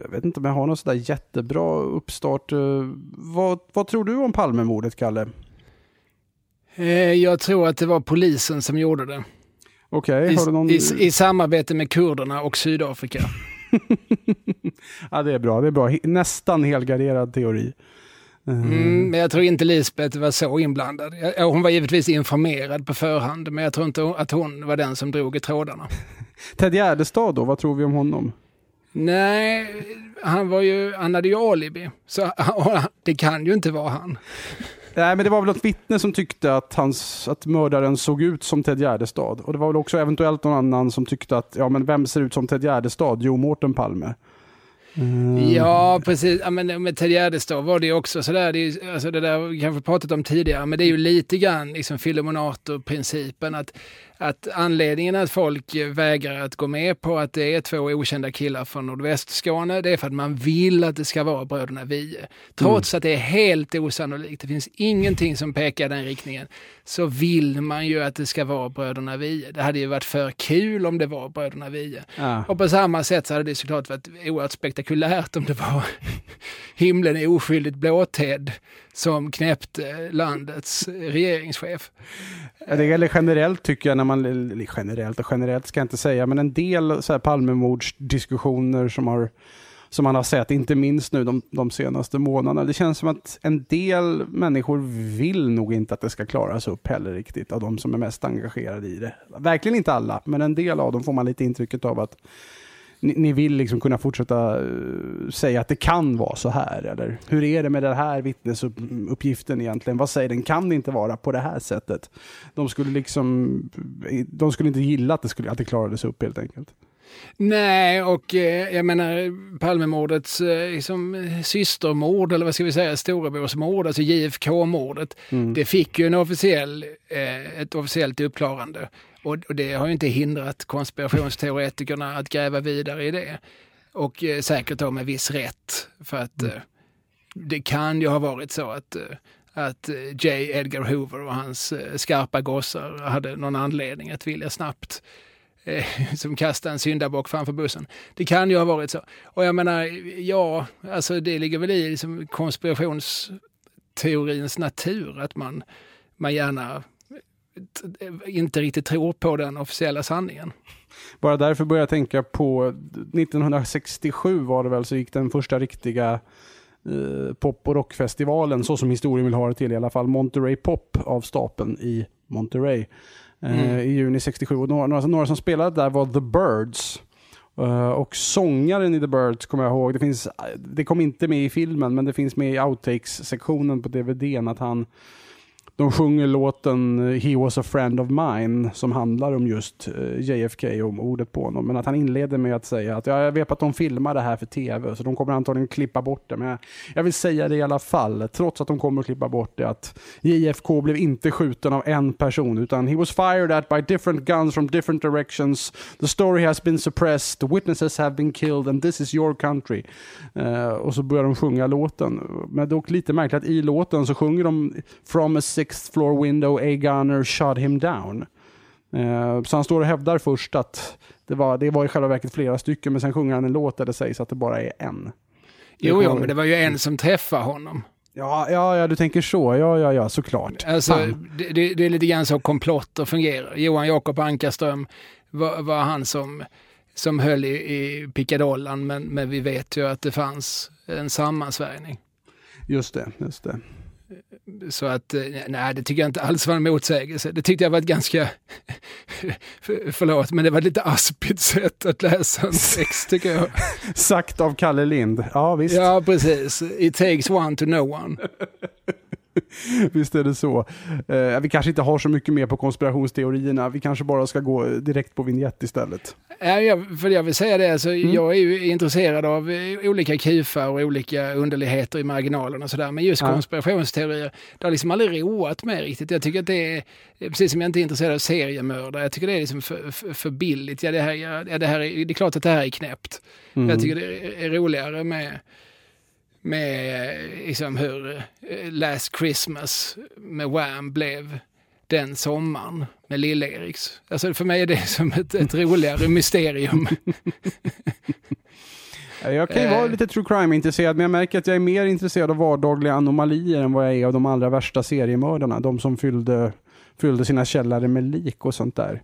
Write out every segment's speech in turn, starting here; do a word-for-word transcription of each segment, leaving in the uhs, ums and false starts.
jag vet inte om jag har någon sådär jättebra uppstart. Vad, vad tror du om Palmemordet, Kalle? Jag tror att det var polisen som gjorde det. Okej, okay, I, har du någon... i, I samarbete med kurderna och Sydafrika. Ja, det är bra. Det är bra. Nästan helgarderad teori. Mm, men jag tror inte Lisbeth var så inblandad. Hon var givetvis informerad på förhand, men jag tror inte att hon var den som drog i trådarna. Ted Gärdestad då, vad tror vi om honom? Nej, han var ju, han hade ju alibi. Så det kan ju inte vara han. Nej, men det var väl ett vittne som tyckte att, hans, att mördaren såg ut som Ted Gärdestad. Och det var väl också eventuellt någon annan som tyckte att, ja men vem ser ut som Ted Gärdestad? Jo, Mårten Palme. Mm. Ja, precis. Ja, men med Ted Gärdestad var det ju också sådär, det, är, alltså det där har vi kanske pratat om tidigare, men det är ju lite grann liksom Filomonato-principen att, att anledningen att folk vägrar att gå med på att det är två okända killar från Nordvästskåne, det är för att man vill att det ska vara bröderna Wiehe. Trots mm. att det är helt osannolikt, det finns ingenting som pekar i den riktningen, så vill man ju att det ska vara bröderna Wiehe. Det hade ju varit för kul om det var bröderna Wiehe. Ja. Och på samma sätt så hade det såklart varit oerhört spektakulärt om det var himlen är oskyldigt blåtedd som knäppte landets regeringschef. Ja, det gäller generellt tycker jag, när man, generellt och generellt ska jag inte säga, men en del så här Palmemordsdiskussioner som har som man har sett, inte minst nu de, de senaste månaderna. Det känns som att en del människor vill nog inte att det ska klaras upp heller riktigt, av de som är mest engagerade i det. Verkligen inte alla, men en del av dem får man lite intrycket av att ni, ni vill liksom kunna fortsätta uh, säga att det kan vara så här, eller hur är det med den här vittnesuppgiften egentligen? Vad säger den? Kan det inte vara på det här sättet? De skulle liksom de skulle inte gilla att det, skulle, att det klarades upp helt enkelt. Nej, och eh, jag menar Palmemordets eh, liksom, systermord, eller vad ska vi säga, storebrorsmord, alltså J F K-mordet, mm. det fick ju en officiell, eh, ett officiellt uppklarande. Och, och det har ju inte hindrat konspirationsteoretikerna att gräva vidare i det. Och eh, säkert då med viss rätt, för att eh, det kan ju ha varit så att eh, att J. Edgar Hoover och hans eh, skarpa gossar hade någon anledning att vilja snabbt som kastar en syndabock framför bussen. Det kan ju ha varit så. Och jag menar, ja, alltså det ligger väl i liksom konspirationsteorins natur att man, man gärna inte riktigt tror på den officiella sanningen. Bara därför börjar jag tänka på nittonhundrasextiosju var det väl, så gick den första riktiga eh, pop- och rockfestivalen, så som historien vill ha det till i alla fall, Monterey Pop av stapeln i Monterey. Mm. i juni sextiosju, och några, några, några som spelade där var The Byrds, uh, och sångaren i The Byrds kommer jag ihåg, det finns, det kom inte med i filmen, men det finns med i outtakes-sektionen på D V D:n, att han de sjunger låten He was a friend of mine, som handlar om just J F K och om ordet på honom. Men att han inleder med att säga att ja, jag vet att de filmar det här för tv, så de kommer antagligen klippa bort det. Men jag, jag vill säga det i alla fall, trots att de kommer att klippa bort det, att J F K blev inte skjuten av en person, utan he was fired at by different guns from different directions. The story has been suppressed, the witnesses have been killed, and this is your country. Uh, och så börjar de sjunga låten. Men dock lite märkligt att i låten så sjunger de from a sixth floor window, a gunner shot him down. Uh, så han står och hävdar först att det var, det var i själva verket flera stycken, men sen sjunger han en låt där det sägs att det bara är en. Jo, jo, men det var ju en som träffade honom. Ja, ja, ja, du tänker så. Ja, ja, ja, såklart. Alltså, det, det, det är lite grann så komplotter fungerar. Johan Jakob Ankarström var, var han som, som höll i, i pickadollen, men, men vi vet ju att det fanns en sammansvärjning. Just det, just det. Så att, nej, det tycker jag inte alls var en motsägelse. Det tyckte jag var ett ganska, förlåt, men det var ett lite aspigt sätt att läsa en text, tycker jag. Sagt av Kalle Lind. Ja, visst. Ja, precis. It takes one to know one. Visst är det så. Eh, vi kanske inte har så mycket mer på konspirationsteorierna. Vi kanske bara ska gå direkt på vignett istället. Ja, jag, för jag vill säga det. Alltså, mm. Jag är ju intresserad av olika kufar och olika underligheter i marginalen och sådär. Men just ja. konspirationsteorier, det har liksom aldrig roat mig riktigt. Jag tycker att det är, precis som jag inte är intresserad av seriemördare, jag tycker det är liksom för, för, för billigt. Ja, det, här, ja, det, här är, det är klart att det här är knäppt. Mm. Jag tycker det är roligare med med liksom hur Last Christmas med Wham blev den sommaren med Lill-Eriks. Alltså för mig är det som ett, ett roligare mysterium. Jag kan ju vara lite true crime-intresserad, men jag märker att jag är mer intresserad av vardagliga anomalier än vad jag är av de allra värsta seriemördarna. De som fyllde, fyllde sina källare med lik och sånt där.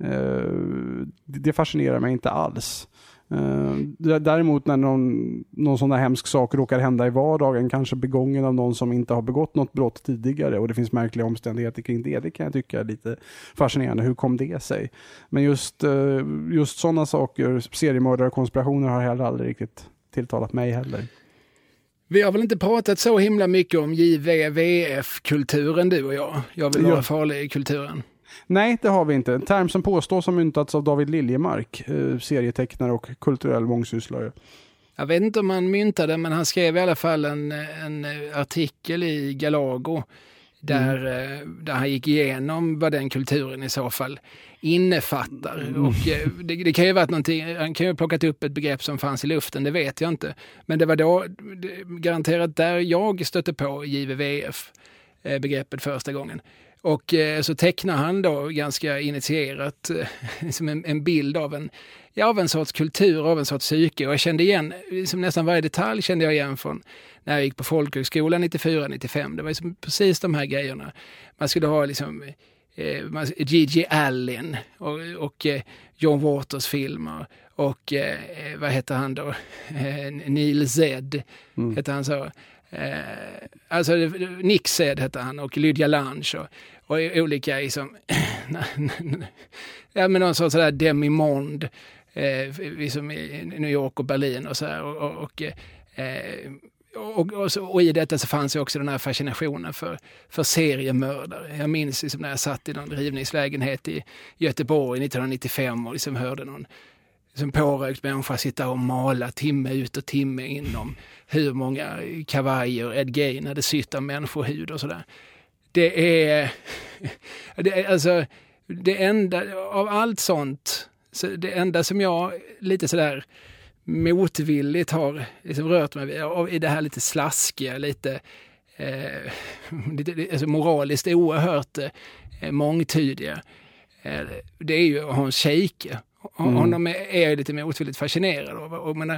Det fascinerar mig inte alls. Däremot när någon, någon sån där hemsk sak råkar hända i vardagen, kanske begången av någon som inte har begått något brott tidigare och det finns märkliga omständigheter kring det, det kan jag tycka är lite fascinerande. Hur kom det sig? Men just, just sådana saker, seriemördare och konspirationer har heller aldrig riktigt tilltalat mig heller. Vi har väl inte pratat så himla mycket om J V V F-kulturen du och jag. Jag vill vara ja. farlig i kulturen. Nej, det har vi inte. En term som påstås som myntats av David Liljemark, eh, serietecknare och kulturell mångsysslare. Jag vet inte om han myntade, men han skrev i alla fall en, en artikel i Galago där, mm. där han gick igenom vad den kulturen i så fall innefattar. Mm. Och det, det kan ju varit någonting, han kan ju ha plockat upp ett begrepp som fanns i luften, det vet jag inte. Men det var då det, garanterat där jag stötte på J V V F-begreppet första gången. Och eh, så tecknar han då ganska initierat eh, som en, en bild av en, ja, av en sorts kultur, av en sorts psyke. Och jag kände igen, liksom nästan varje detalj kände jag igen från när jag gick på folkhögskolan nittiofyra nittiofem. Det var liksom precis de här grejerna. Man skulle ha liksom eh, G G Allin och, och eh, John Waters filmer. Och eh, vad heter han då? Eh, Neil Zed mm. heter han så. Eh, alltså Nick Zed hette han och Lydia Lange och, och olika liksom, ja, men någon sorts sådär demi-monde eh, liksom i New York och Berlin och så här och, och, och, eh, och, och, så, och i detta så fanns ju också den här fascinationen för, för seriemördare. Jag minns liksom när jag satt i någon rivningslägenhet i Göteborg nittonhundranittiofem och liksom hörde någon som pårökt människa sitta och mala timme ut och timme inom hur många kavajer Ed Gein hade sytt av människohud och sådär. Det är, det är alltså det enda av allt sånt, så det enda som jag lite sådär motvilligt har liksom rört mig vid, i det här lite slaskiga, lite, eh, lite alltså moraliskt oerhört eh, mångtydiga, eh, det är ju Hans Scheike. Mm. Honom är jag lite motvilligt fascinerad av. Och menar,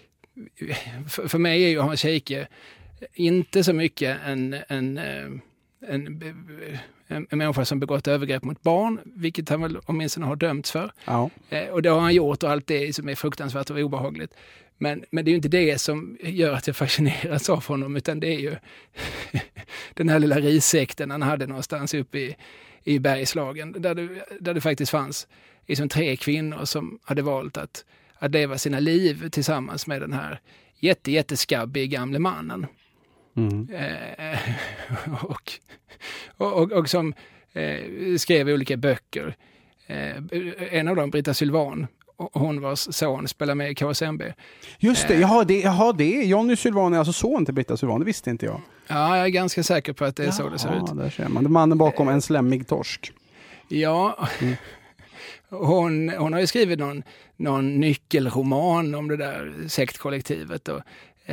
för, för mig är ju Hans Scheike inte så mycket en, en, en, en, en, en människa som begått övergrepp mot barn, vilket han väl åtminstone har dömts för. Ja. Eh, och det har han gjort och allt det som är fruktansvärt och obehagligt. Men, men det är ju inte det som gör att jag fascineras av honom, utan det är ju den här lilla rissekten han hade någonstans uppe i, i Bergslagen, där det, där det faktiskt fanns liksom tre kvinnor som hade valt att, att leva sina liv tillsammans med den här jätte, jätteskabbig gamle mannen. Mm. Eh, och, och, och som eh, skrev olika böcker. Eh, en av dem, Britta Sylvan, hon vars son spelar med i K S M B. Just det, jaha, det, jaha, det är Johnny Sylvan är alltså son till Britta Sylvan, det visste inte jag. Ja, jag är ganska säker på att det är ja, så det ser ut. Ja, där ser man. Det är mannen bakom En slemmig torsk. Ja, mm. hon, hon har ju skrivit någon, någon nyckelroman om det där sektkollektivet. Och,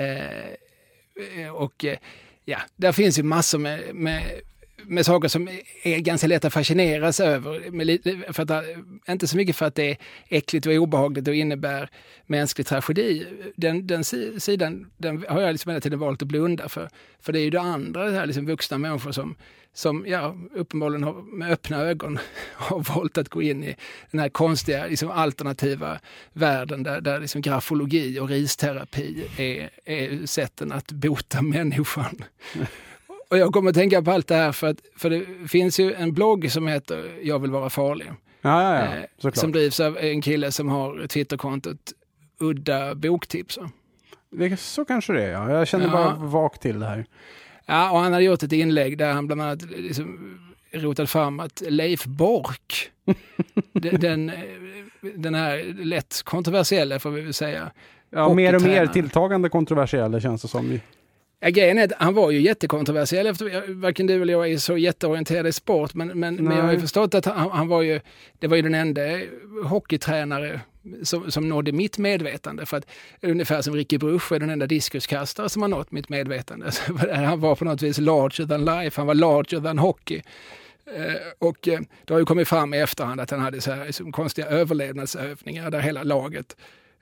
eh, och ja, där finns ju massor med, med, med saker som är ganska lätt att fascineras över. Med, för att, inte så mycket för att det är äckligt och obehagligt och innebär mänsklig tragedi. Den, den sidan den har jag liksom hela tiden valt att blunda för. För det är ju det andra, det här liksom vuxna människor som, som ja, uppenbarligen har, med öppna ögon har valt att gå in i den här konstiga liksom alternativa världen där, där liksom grafologi och risterapi är, är sätten att bota människan. Och jag kommer att tänka på allt det här för att för det finns ju en blogg som heter Jag vill vara farlig. Ja, ja, ja. Eh, som drivs av en kille som har Twitterkontot Udda boktips. Det, så kanske det är, ja. Jag känner ja. bara vakt till det här. Ja, och han hade gjort ett inlägg där han bland annat liksom rotat fram att Leif Bork, den, den här lätt kontroversiella får vi väl säga. Ja, mer och mer tilltagande kontroversiella känns det som. Ja, grejen är att han var ju jättekontroversiell efter, varken du eller jag är så jätteorienterad i sport, men, men, men jag har ju förstått att han, han var ju, det var ju den enda hockeytränare som, som nådde mitt medvetande, för att ungefär som Ricky Bruch är den enda diskuskastare som har nått mitt medvetande. Så han var på något vis larger than life, han var larger than hockey. Eh, och eh, det har ju kommit fram i efterhand att han hade så här liksom, konstiga överlevnadsövningar där hela laget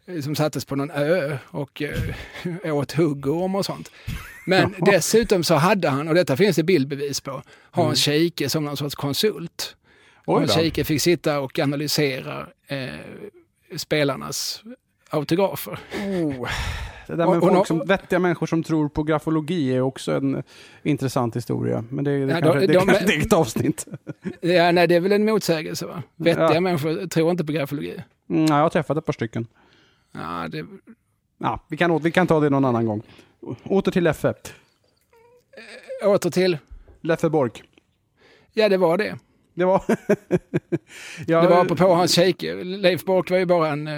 som sattes på någon ö och äh, åt huggorm och sånt. Men dessutom så hade han, och detta finns det bildbevis på, Hans mm. Scheike som någon sorts konsult. Hans Scheike fick sitta och analysera eh, spelarnas autografer. Oh. Det där med och, folk och, som, vettiga människor som tror på grafologi är också en intressant historia. Men det, det, ja, kanske, de, det de, kanske är ett avsnitt. Ja, nej, det är väl en motsägelse, va? Vettiga ja. människor tror inte på grafologi. Mm, jag har träffat ett par stycken. Ja, det... ja, vi, kan, vi kan ta det någon annan gång. Åter till Leffe. Äh, åter till? Leffe Bork. Ja, det var det. Det var... ja, det var apropå Hans Scheike. Leif Bork var ju bara en...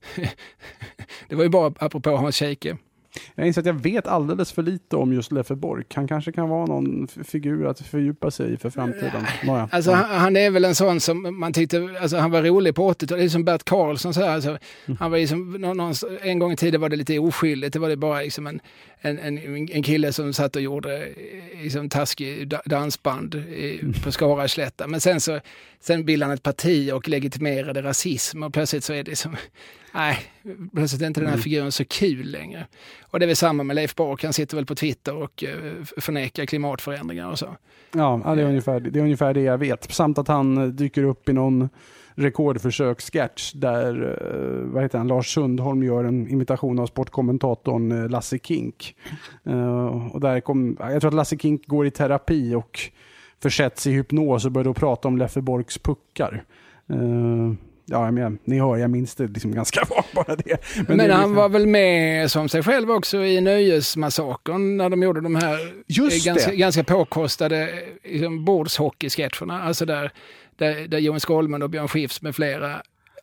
det var ju bara apropå Hans Scheike. Jag inser att jag vet alldeles för lite om just Leffe Bork. Han kanske kan vara någon figur att fördjupa sig i för framtiden. Nåja. Alltså ja. han, han är väl en sån som man tyckte, alltså han var rolig på åttiotalet. Det är som Bert Karlsson så här. Alltså, mm. Han var liksom, någon, någon, en gång i tiden var det lite oskyldigt. Det var det bara liksom en, en, en, en kille som satt och gjorde liksom taskig dansband i, mm. på Skara slätta. Men sen så sen bildade han ett parti och legitimerade rasism och plötsligt så är det som... Nej, plötsligt är inte den här figuren så kul längre. Och det är väl samma med Leif Bork. Han sitter väl på Twitter och uh, förnekar klimatförändringar och så. Ja, det är, ungefär, det är ungefär det jag vet. Samt att han dyker upp i någon rekordförsök-sketch där uh, vad heter han? Lars Sundholm gör en imitation av sportkommentatorn uh, Lasse Kink. Uh, och där kom, jag tror att Lasse Kink går i terapi och försätts i hypnos och börjar då prata om Leffe Borks puckar. Uh, Ja, men, ni hör, jag minns det liksom ganska bra bara det. Men, Men det han liksom... var väl med som sig själv också i Nöjesmassakern när de gjorde de här ganska, ganska påkostade liksom, bordshockey-sketcherna. Alltså där, där, där Johan Skolmen och Björn Skifs med flera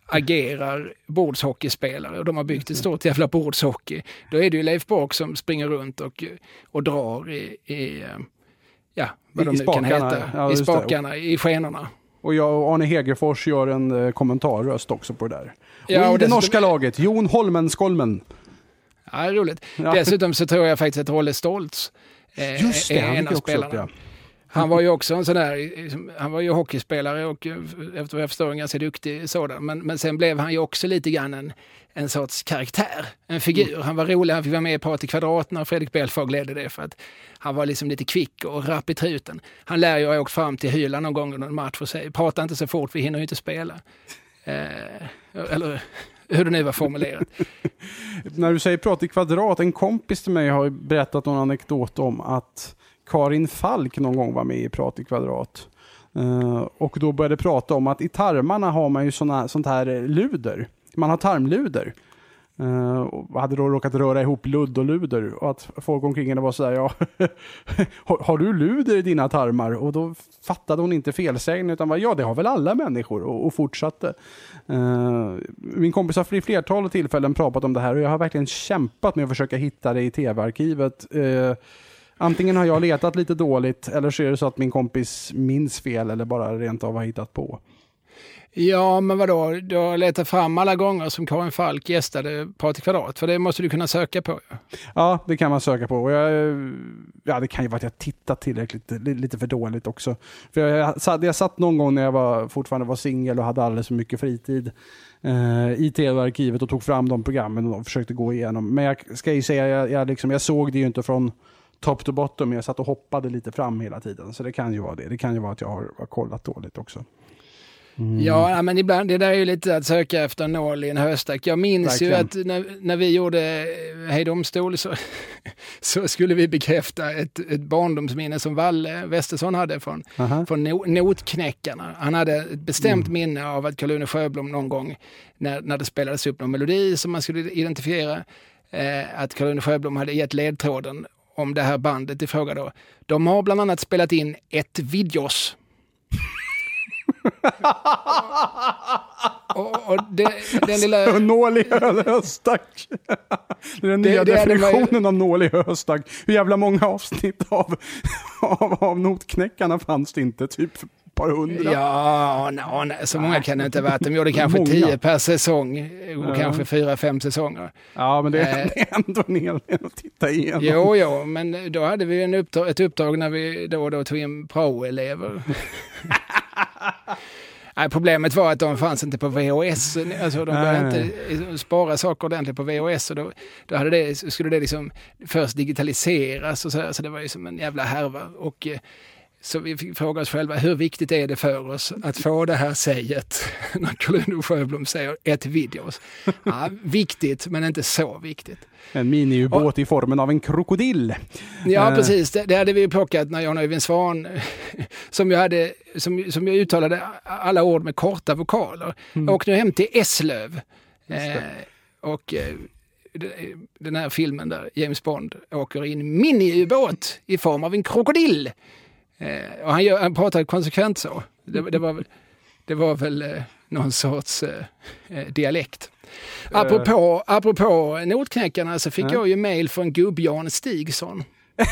agerar bordshockeyspelare och de har byggt ett stort jävla bordshockey. Då är det ju Leif Bork som springer runt och, och drar i, i ja, vad I, de nu kan heta, ja, i spakarna, i skenorna. Och jag och Arne Hegerfors gör en uh, kommentarröst också på det där. Och ja, och i det norska laget, Jon Holmen Skolmen. Ja, roligt. Ja. Dessutom så tror jag faktiskt att Rolle Stoltz eh, Just det, är en av spelarna. Upp, ja. Han var ju också en sån där, han var ju hockeyspelare och efter vad jag förstår en ganska duktig sådan. Men, men sen blev han ju också lite grann en, en sorts karaktär, en figur. Mm. Han var rolig, han fick vara med i Party Kvadrat när Fredrik Belfag ledde det för att han var liksom lite kvick och rapp i truten. Han lär ju ha åkt fram till Hyland någon gång under en match och säger, prata inte så fort, vi hinner ju inte spela. Eh, eller hur det nu var formulerat. När du säger Party Kvadrat, en kompis till mig har berättat någon anekdot om att Karin Falk någon gång var med i Prat i kvadrat. Uh, och då började prata om att i tarmarna har man ju såna, sånt här luder. Man har tarmluder. Uh, och hade då råkat röra ihop ludd och luder. Och att folk omkring henne var så här, ja, har, har du luder i dina tarmar? Och då fattade hon inte felsägning utan var, ja, det har väl alla människor. Och, och fortsatte. Uh, min kompis har i flertalet tillfällen pratat om det här och jag har verkligen kämpat med att försöka hitta det i tv-arkivet. Uh, Antingen har jag letat lite dåligt eller så är det så att min kompis minns fel eller bara rent av har hittat på. Ja, men vadå? Du har letat fram alla gånger som Karin Falk gästade Prat i kvadrat, för det måste du kunna söka på. Ja, ja det kan man söka på. Och jag, ja, det kan ju vara att jag tittat tillräckligt, lite för dåligt också. För jag, jag, jag satt någon gång när jag var, fortfarande var singel och hade alldeles för mycket fritid eh, i tv-arkivet och tog fram de programmen och försökte gå igenom. Men jag ska ju säga, jag, jag, liksom, jag såg det ju inte från top to bottom, jag satt och hoppade lite fram hela tiden. Så det kan ju vara det. Det kan ju vara att jag har, har kollat dåligt också. Mm. Ja, men ibland, det där är ju lite att söka efter en nål i en höstack. Jag minns Verkligen. ju att när, när vi gjorde Hej domstol så, så skulle vi bekräfta ett, ett barndomsminne som Valle Westersson hade från, uh-huh. från no, Notknäckarna. Han hade ett bestämt mm. minne av att Karl-Une Sjöblom någon gång när, när det spelades upp någon melodi som man skulle identifiera, eh, att Karl-Une Sjöblom hade gett ledtråden om det här bandet i fråga då. De har bland annat spelat in ett videos. och, och det, den lilla... Nål i höstack. Det är den nya det, definitionen det av nål i höstack. Hur jävla många avsnitt av, av, av Notknäckarna fanns det inte? Typ ett par hundra? Ja, no, no, så många kan det inte vara. De gjorde kanske många. tio per säsong och ja. kanske fyra, fem säsonger. Ja, men det är äh, ändå en hel del att titta igenom. Jo, jo, men då hade vi en upptag, ett uppdrag när vi då och då tog in praoelever. Nej, problemet var att de fanns inte på V H S. Alltså, de började inte spara saker ordentligt på V H S. Och då, då hade det, skulle det liksom först digitaliseras. Och så, så det var ju som en jävla härva. Och så vi fick fråga oss själva, hur viktigt är det för oss att få det här säget när Carl Sjöblom säger ett videos? Ja, viktigt, men inte så viktigt. En miniubåt i formen av en krokodil. Ja, precis. Det, det hade vi plockat när Jan Öyvind Svan, som jag, hade, som, som jag uttalade alla ord med korta vokaler. Mm. Jag åkte hem till Eslöv. Eh, och eh, den här filmen där James Bond åker in en miniubåt i form av en krokodil. Eh, och han, gör, han pratar konsekvent så. Det, det, var, väl, det var väl eh, någon sorts eh, dialekt. Apropå, uh. apropå notknäckarna så fick uh. jag ju mejl från Gubb-Jan Stigson.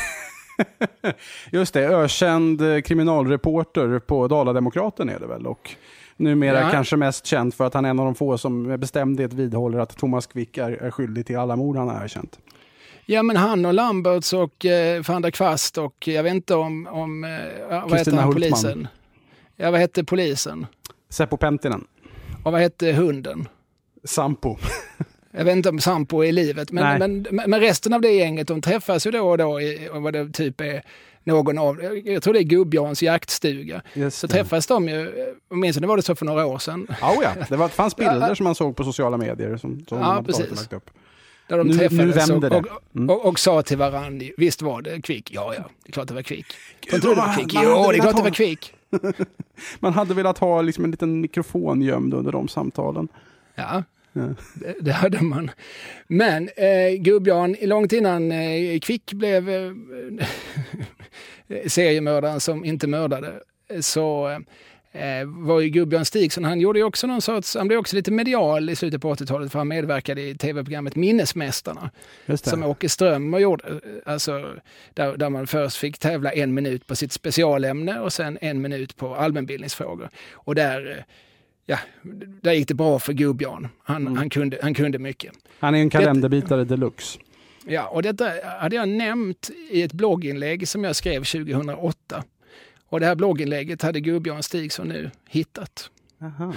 Just det, ökänd kriminalreporter på Dala-Demokraten är det väl. Och numera ja. kanske mest känd för att han är en av de få som med bestämdhet vidhåller att Thomas Quick är, är skyldig till alla mord han har erkänt. Ja, men han och Lamberts och eh, van der Kvast och jag vet inte om, om eh, vad heter han, polisen? Ja, vad hette polisen? Seppo Penttinen. Och vad hette hunden? Sampo. Jag vet inte om Sampo är i livet, men, men, men resten av det gänget, de träffas ju då och då i, och vad det typ är någon av, jag tror det är Gubb-Jans jaktstuga. Just så det. Träffas de ju, åtminstone var det så för några år sedan. Oh ja, det var, fanns bilder som man såg på sociala medier som, som ja, de precis. lagt upp. Där de nu, träffades nu och, och, mm. och, och sa till varandra, visst var det Quick? Ja, ja, det är klart det var Quick. Gud, tror du det var Quick? Jo, det är klart ha... det var Quick. Man hade velat ha liksom en liten mikrofon gömd under de samtalen. Ja, ja. Det, det hade man. Men eh, Gubb-Jan, långt innan eh, Quick blev eh, seriemördaren som inte mördade, så eh, var ju Gubb-Jan Stigson, han gjorde ju också någon sorts, han blev också lite medial i slutet på åttiotalet för han medverkade i tv-programmet Minnesmästarna som Åke Ström gjorde, alltså där, där man först fick tävla en minut på sitt specialämne och sen en minut på allmänbildningsfrågor. Och där, ja, där gick det bra för Gubb-Jan. Han, mm. han, kunde, han kunde mycket. Han är en kalenderbitare det, deluxe. Ja, och detta hade jag nämnt i ett blogginlägg som jag skrev tjugohundraåtta. Och det här blogginlägget hade Gubb-Jan Stigson nu hittat. Aha.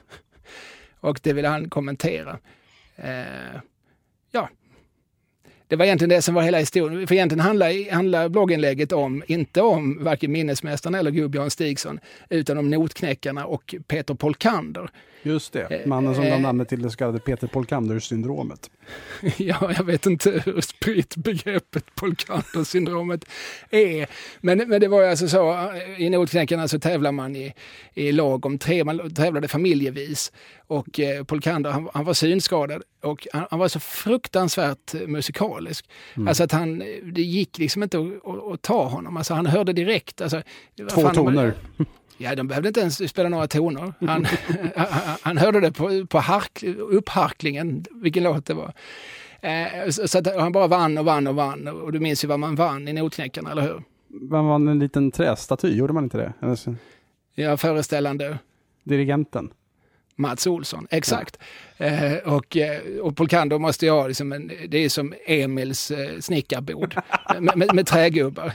Och det ville han kommentera. Eh, ja, det var egentligen det som var hela historien. För egentligen handlar, handlar blogginlägget om, inte om varken Minnesmästaren eller Gubb-Jan Stigson, utan om notknäckarna och Peter Polkander. Just det, mannen som gav namnet till det så kallade Peter Polkander-syndromet. Ja, jag vet inte hur spritt begreppet Polkander-syndromet är. Men, men det var ju alltså så, i notknäckarna så tävlar man i, i lag om tre, man tävlade familjevis. Och eh, Polkander, han, han var synskadad och han, han var så fruktansvärt musikalisk. Mm. Alltså att han, det gick liksom inte att, att, att ta honom. Alltså han hörde direkt. Alltså, Två fan, toner. Man, ja, de behövde inte ens spela några toner. Han, han, han hörde det på, på hark, uppharklingen, vilken låt det var. Eh, så, så att han bara vann och vann och vann. Och du minns ju vad man vann i notknäckarna, eller hur? Man vann en liten trästaty, gjorde man inte det? Eller så... Ja, föreställande. Dirigenten. Mats Olsson, exakt. Ja. Eh, och, och Polkander måste ju ha, liksom en, det är som Emils eh, snickarbord med, med, med trägubbar.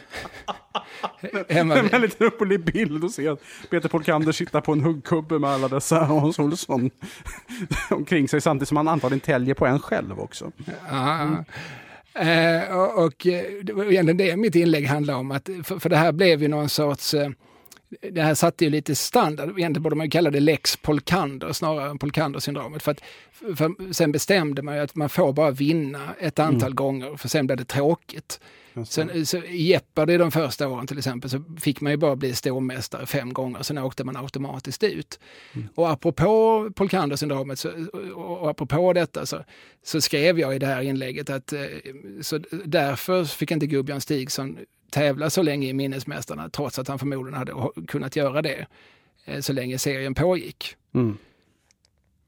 Det är en väldigt rolig bild att se att Peter Polkander sitter på en huggkubbe med alla dessa Hans Olsson omkring sig samtidigt som han antagligen täljer på en själv också. Ja, mm. eh, och, och det var egentligen det mitt inlägg handlar om, att, för, för det här blev ju någon sorts... Eh, det här satte ju lite standard, egentligen borde man kalla det Lex Polkander snarare än Polkander-syndromet, för att för, sen bestämde man ju att man får bara vinna ett antal mm. gånger, för sen blev det tråkigt. Sen, så i Jeopardy de första åren till exempel så fick man ju bara bli stormästare fem gånger, sen åkte man automatiskt ut. Mm. Och apropå Polkander-syndromet så, och apropå detta så, så skrev jag i det här inlägget att så därför fick inte Gubb-Jan Stigson tävla så länge i Minnesmästarna, trots att han förmodligen hade kunnat göra det så länge serien pågick. Mm.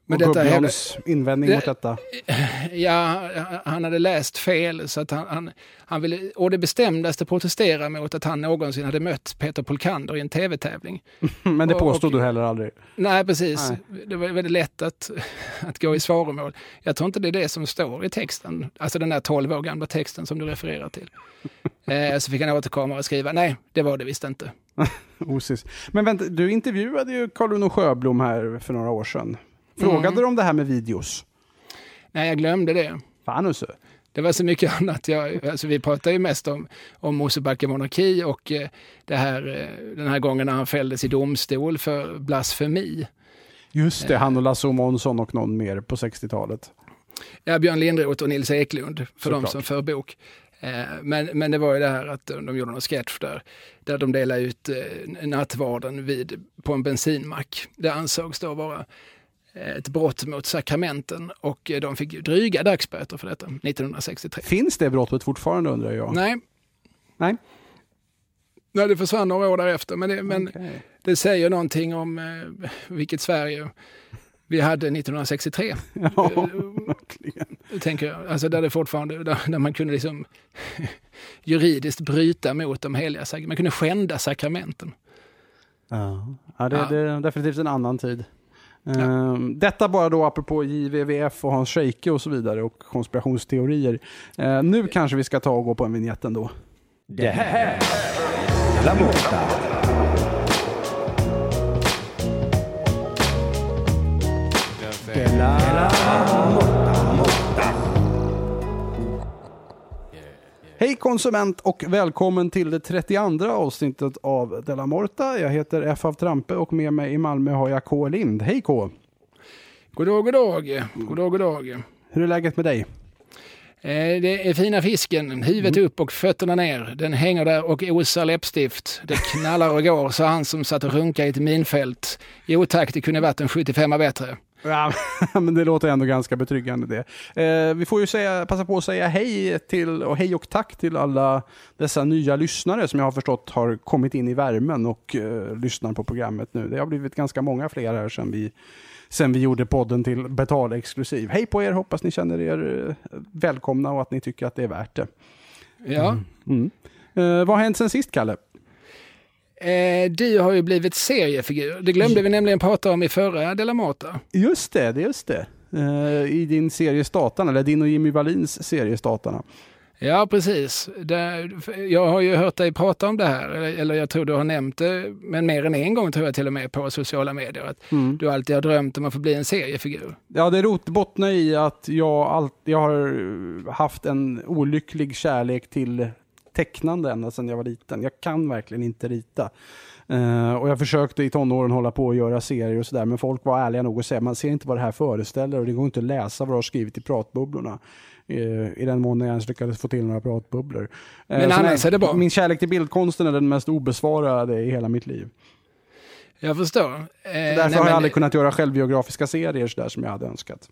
Men och Gubbjörns invändning det, mot detta? Ja, han hade läst fel så att han, han, han ville, och det bestämdaste protestera mot att han någonsin hade mött Peter Polkander i en tv-tävling. Men det påstod och, du heller aldrig? Nej, precis. Nej. Det var väldigt lätt att, att gå i svaromål. Jag tror inte det är det som står i texten, alltså den där tolv år gamla texten som du refererar till. eh, så fick han återkomma och skriva, nej, det var det visst inte. Osis. Men vänta, du intervjuade ju Carl-Uno Sjöblom här för några år sedan. Frågade mm. du om det här med videos? Nej, jag glömde det. Fan också. Det var så mycket annat. Jag, alltså vi pratade ju mest om, om Mosebacke monarki och eh, det här, eh, den här gången när han fälldes i domstol för blasfemi. Just det, han och Lasse Månsson och någon mer på sextiotalet. Ja, Björn Lindroth och Nils Eklund för Såklart. De som för bok. Men, men det var ju det här att de gjorde någon sketch där, där de delade ut nattvarden vid, på en bensinmack. Det ansågs då vara ett brott mot sakramenten och de fick dryga dagsböter för detta nittonhundrasextiotre. Finns det brottet fortfarande, undrar jag? Nej. Nej. Nej, det försvann några år därefter, men det, men okay. det säger någonting om eh, vilket Sverige vi hade nittonhundrasextiotre. Ja, verkligen. Tänker jag. Alltså där det fortfarande, där, där man kunde liksom juridiskt bryta mot de heliga sakramenten. Man kunde skända sakramenten. Ja, ja, det, ja. det är definitivt en annan tid. Ja. Um, detta bara då apropå J V V F och Hans Scheike och så vidare och konspirationsteorier. Uh, nu kanske vi ska ta och gå på en vignett ändå. Det här är La Motta. Hej konsument och välkommen till det trettioandra avsnittet av Della Morta. Jag heter F av Trampe och med mig i Malmö har jag K. Lind. Hej K! God dag, god dag. God dag, god dag. Hur är läget med dig? Eh, det är fina fisken, huvudet mm. upp och fötterna ner. Den hänger där och osar läppstift. Det knallar och går, så han som satt och runkade i ett minfält. Jo tack, det kunde varit en sjuttiofem bättre. Ja, men det låter ändå ganska betryggande det. Eh, vi får ju säga, passa på att säga hej till och hej och tack till alla dessa nya lyssnare som jag har förstått har kommit in i värmen och eh, lyssnar på programmet nu. Det har blivit ganska många fler här sedan vi, sedan vi gjorde podden till betalexklusiv. Hej på er, hoppas ni känner er eh, välkomna och att ni tycker att det är värt det. Ja. Mm. Mm. Eh, vad har hänt sen sist, Kalle? Eh, du har ju blivit seriefigur. Det glömde vi nämligen prata om i förra Della Morta. Just det, det just det. Eh, I din serie Statarna, eller din och Jimmy Wallins serie Statarna. Ja, precis. Det, jag har ju hört dig prata om det här, eller, eller jag tror du har nämnt det, men mer än en gång tror jag till och med på sociala medier, att mm. du alltid har drömt om att få bli en seriefigur. Ja, det rot bottnar i att jag, allt, jag har haft en olycklig kärlek till tecknande ända sedan jag var liten. Jag kan verkligen inte rita. Uh, och jag försökte i tonåren hålla på och göra serier och sådär, men folk var ärliga nog att säga man ser inte vad det här föreställer och det går inte att läsa vad du har skrivit i pratbubblorna. Uh, I den mån jag ens lyckades få till några pratbubblor. Uh, men annars är det bra. Min kärlek till bildkonsten är den mest obesvarade i hela mitt liv. Jag förstår. Uh, därför nej, har jag aldrig kunnat göra självbiografiska serier så där som jag hade önskat.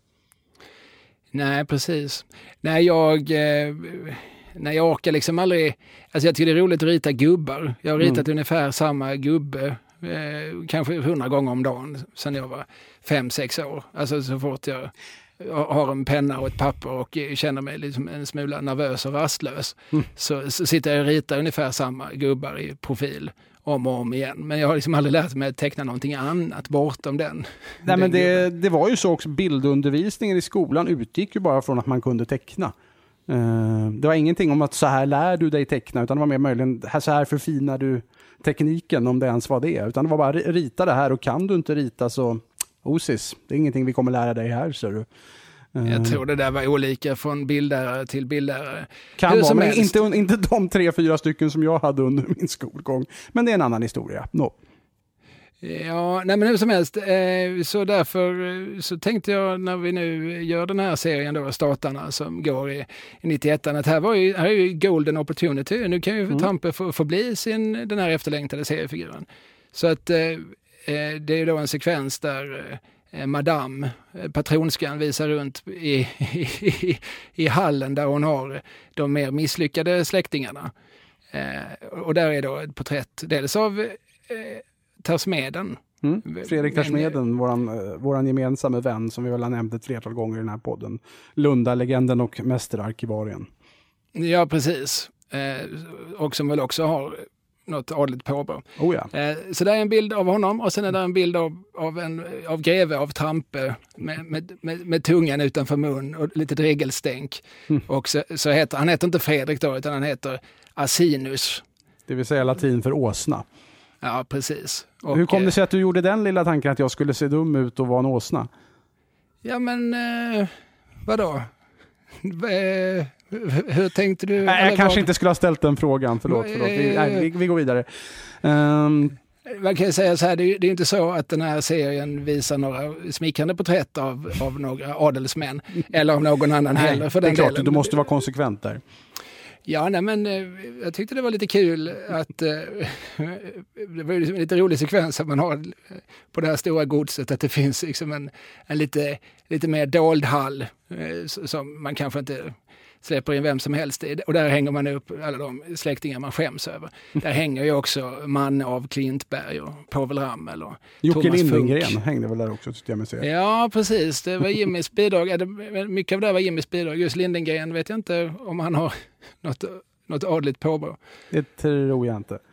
Nej, precis. Nej, jag... Uh... Nej, jag orkar liksom aldrig... Alltså jag tycker det är roligt att rita gubbar. Jag har ritat mm. ungefär samma gubbe, eh, kanske hundra gånger om dagen sedan jag var fem, sex år. Alltså så fort jag har en penna och ett papper och känner mig liksom en smula nervös och rastlös mm. så, så sitter jag och ritar ungefär samma gubbar i profil om och om igen. Men jag har liksom aldrig lärt mig att teckna någonting annat bortom den. Nej, den men det, det var ju så också, bildundervisningen i skolan utgick ju bara från att man kunde teckna. Uh, det var ingenting om att så här lär du dig teckna, utan det var mer möjligen så här förfinar du tekniken, om det ens var det, utan det var bara rita det här, och kan du inte rita så osis, det är ingenting vi kommer lära dig här, så du. Uh, jag tror det där var olika från bildlärare till bildlärare. Kan vara, men inte, inte de tre, fyra stycken som jag hade under min skolgång, men det är en annan historia. No. Ja, nej men hur som helst, eh, så därför så tänkte jag när vi nu gör den här serien då, Statarna, som går i, i nittioett, att här, var ju, här är ju golden opportunity, nu kan ju mm. Trampe få, få bli sin, den här efterlängtade seriefiguren. Så att eh, det är ju då en sekvens där eh, Madame, patronskan, visar runt i, i, i, i hallen där hon har de mer misslyckade släktingarna. Eh, och där är då ett porträtt dels av eh, Tersmeden, Mm. Fredrik Tersmeden, våran, våran gemensamma vän som vi väl har nämnt ett flertal gånger i den här podden. Lunda-legenden och mästerarkivarien. Ja, precis. Eh, och som väl också har något adligt påbrå. Oh ja. eh, så det är en bild av honom och sen är det en bild av, av, en, av greve av Trampe med, med, med, med tungan utanför mun och lite regelstänk. Mm. Och så, så heter, han heter inte Fredrik då, utan han heter Asinus. Det vill säga latin för åsna. Ja, precis. Och, hur kom det sig att du gjorde den lilla tanken att jag skulle se dum ut och vara en åsna? Ja, men eh, vadå? Eh, hur tänkte du? Nej, jag kanske vad? inte skulle ha ställt den frågan. Förlåt, förlåt. Vi, nej, vi, vi går vidare. Um, Man kan säga så här, det är, det är inte så att den här serien visar några smickrande porträtt av, av några adelsmän eller av någon annan nej, heller. För det är den klart, delen. Du måste vara konsekvent där. Ja, nej, men jag tyckte det var lite kul att det var liksom en lite rolig sekvens att man har på det här stora godset att det finns liksom en, en lite, lite mer dold hall som man kanske inte släpper in vem som helst i. Och där hänger man upp alla de släktingar man skäms över. Där hänger ju också man av Klintberg och Povel Ramel och Jocke Thomas Lindengren Funk. Hängde väl där också, tyckte jag mig se. Ja, precis. Det var Jimmys bidrag. Ja, det, mycket av det var Jimmys bidrag. Just Lindengren vet jag inte om han har något, något adligt påbrå. Det tror jag inte.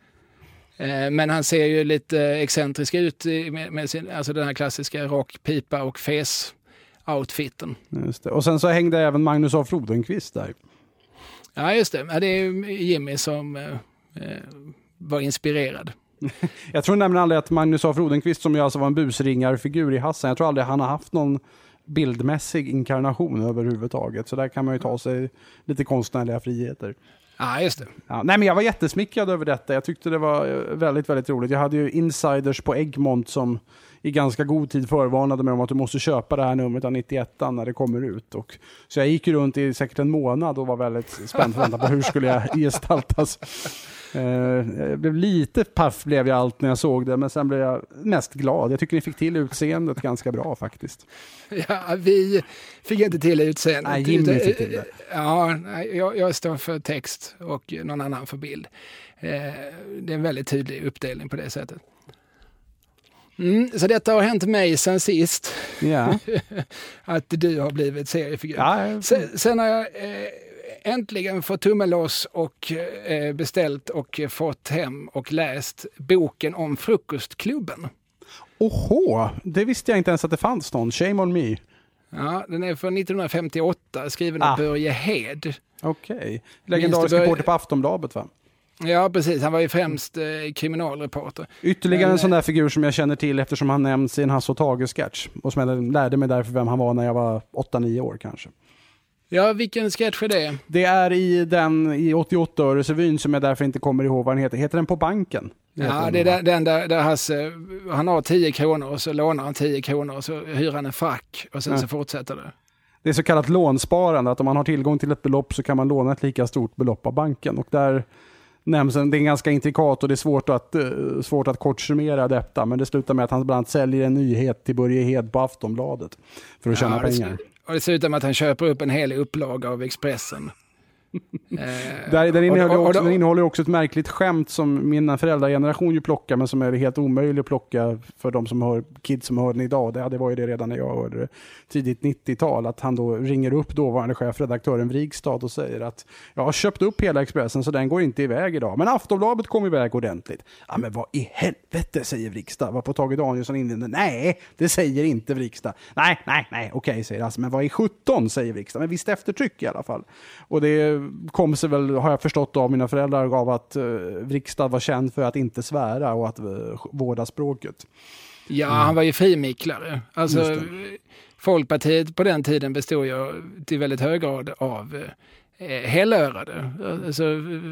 Men han ser ju lite excentrisk ut med, med sin, alltså den här klassiska rockpipa och fes outfiten. Just det. Och sen så hängde även Magnus af Rodenqvist där. Ja, just det. Ja, det är Jimmy som eh, var inspirerad. Jag tror nämligen aldrig att Magnus af Rodenqvist, som ju alltså var en busringarfigur i Hassan, jag tror aldrig han har haft någon bildmässig inkarnation överhuvudtaget. Så där kan man ju ta sig lite konstnärliga friheter. Ja, just det. Ja, nej, men jag var jättesmickrad över detta. Jag tyckte det var väldigt, väldigt roligt. Jag hade ju insiders på Egmont som i ganska god tid förvarnade mig om att du måste köpa det här numret av nittioett när det kommer ut. Och, så jag gick runt i säkert en månad och var väldigt spänd för på hur skulle jag gestaltas. Eh, jag blev lite paff blev jag allt när jag såg det, men sen blev jag mest glad. Jag tycker ni fick till utseendet ganska bra faktiskt. Ja, vi fick inte till utseendet. Nej, Jimmy fick till det. Ja, jag, jag står för text och någon annan för bild. Eh, det är en väldigt tydlig uppdelning på det sättet. Mm, så detta har hänt mig sen sist. Ja. Att du har blivit seriefigur. Ja, sen, sen har jag eh, äntligen fått tummen loss och eh, beställt och fått hem och läst boken om Frukostklubben. Oho, det visste jag inte ens att det fanns någon. Shame on me. Ja, den är från nittonhundrafemtioåtta, skriven ah. av Börje Hed. Okej. Okay. Legendarisk Bör... reporter på Aftonbladet, va? Ja, precis. Han var ju främst eh, kriminalreporter. Ytterligare Men, en sån där figur som jag känner till eftersom han nämns i en Hasse och Tage-sketch. Och som jag lärde mig därför vem han var när jag var åtta nio år kanske. Ja, vilken sketch är det? Det är i den i åttioåtta-öresrevyn som jag därför inte kommer ihåg vad den heter. Heter den På banken? Ja, det är den, den där, där Hasse, han har tio kronor och så lånar han tio kronor och så hyr han en frack och sen ja. så fortsätter det. Det är så kallat lånsparande, att om man har tillgång till ett belopp så kan man låna ett lika stort belopp av banken. Och där nämns en, det är ganska intrikat och det är svårt att, uh, svårt att kortsummera detta. Men det slutar med att han bland annat säljer en nyhet till Börje Hed på Aftonbladet för att tjäna ja, pengar. Och det slutar med att han köper upp en hel upplaga av Expressen. eh, där, där innehåller, och, och, också, och, den innehåller också ett märkligt skämt som mina föräldrageneration ju plockar, men som är helt omöjligt att plocka för de som hör, kids som hör den idag. Det, det var ju det redan när jag hörde det tidigt nittiotal, att han då ringer upp dåvarande chefredaktören Vrigstad och säger att jag har köpt upp hela Expressen så den går inte iväg idag, men Aftonbladet kom iväg ordentligt. Ja, men vad i helvete, säger Vrigstad. Var på Tage Danielsson inne. Nej, det säger inte Vrigstad. Nej, nej, nej, okej, okay, säger alltså, men vad i sjutton, säger Vrigstad. Men visst eftertryck i alla fall. Och det kom sig väl, har jag förstått av mina föräldrar, av att uh, Vrigstad var känd för att inte svära och att uh, vårda språket. Ja, mm. han var ju frimicklare. Alltså, Folkpartiet på den tiden bestod ju till väldigt hög grad av eh, hellörade, alltså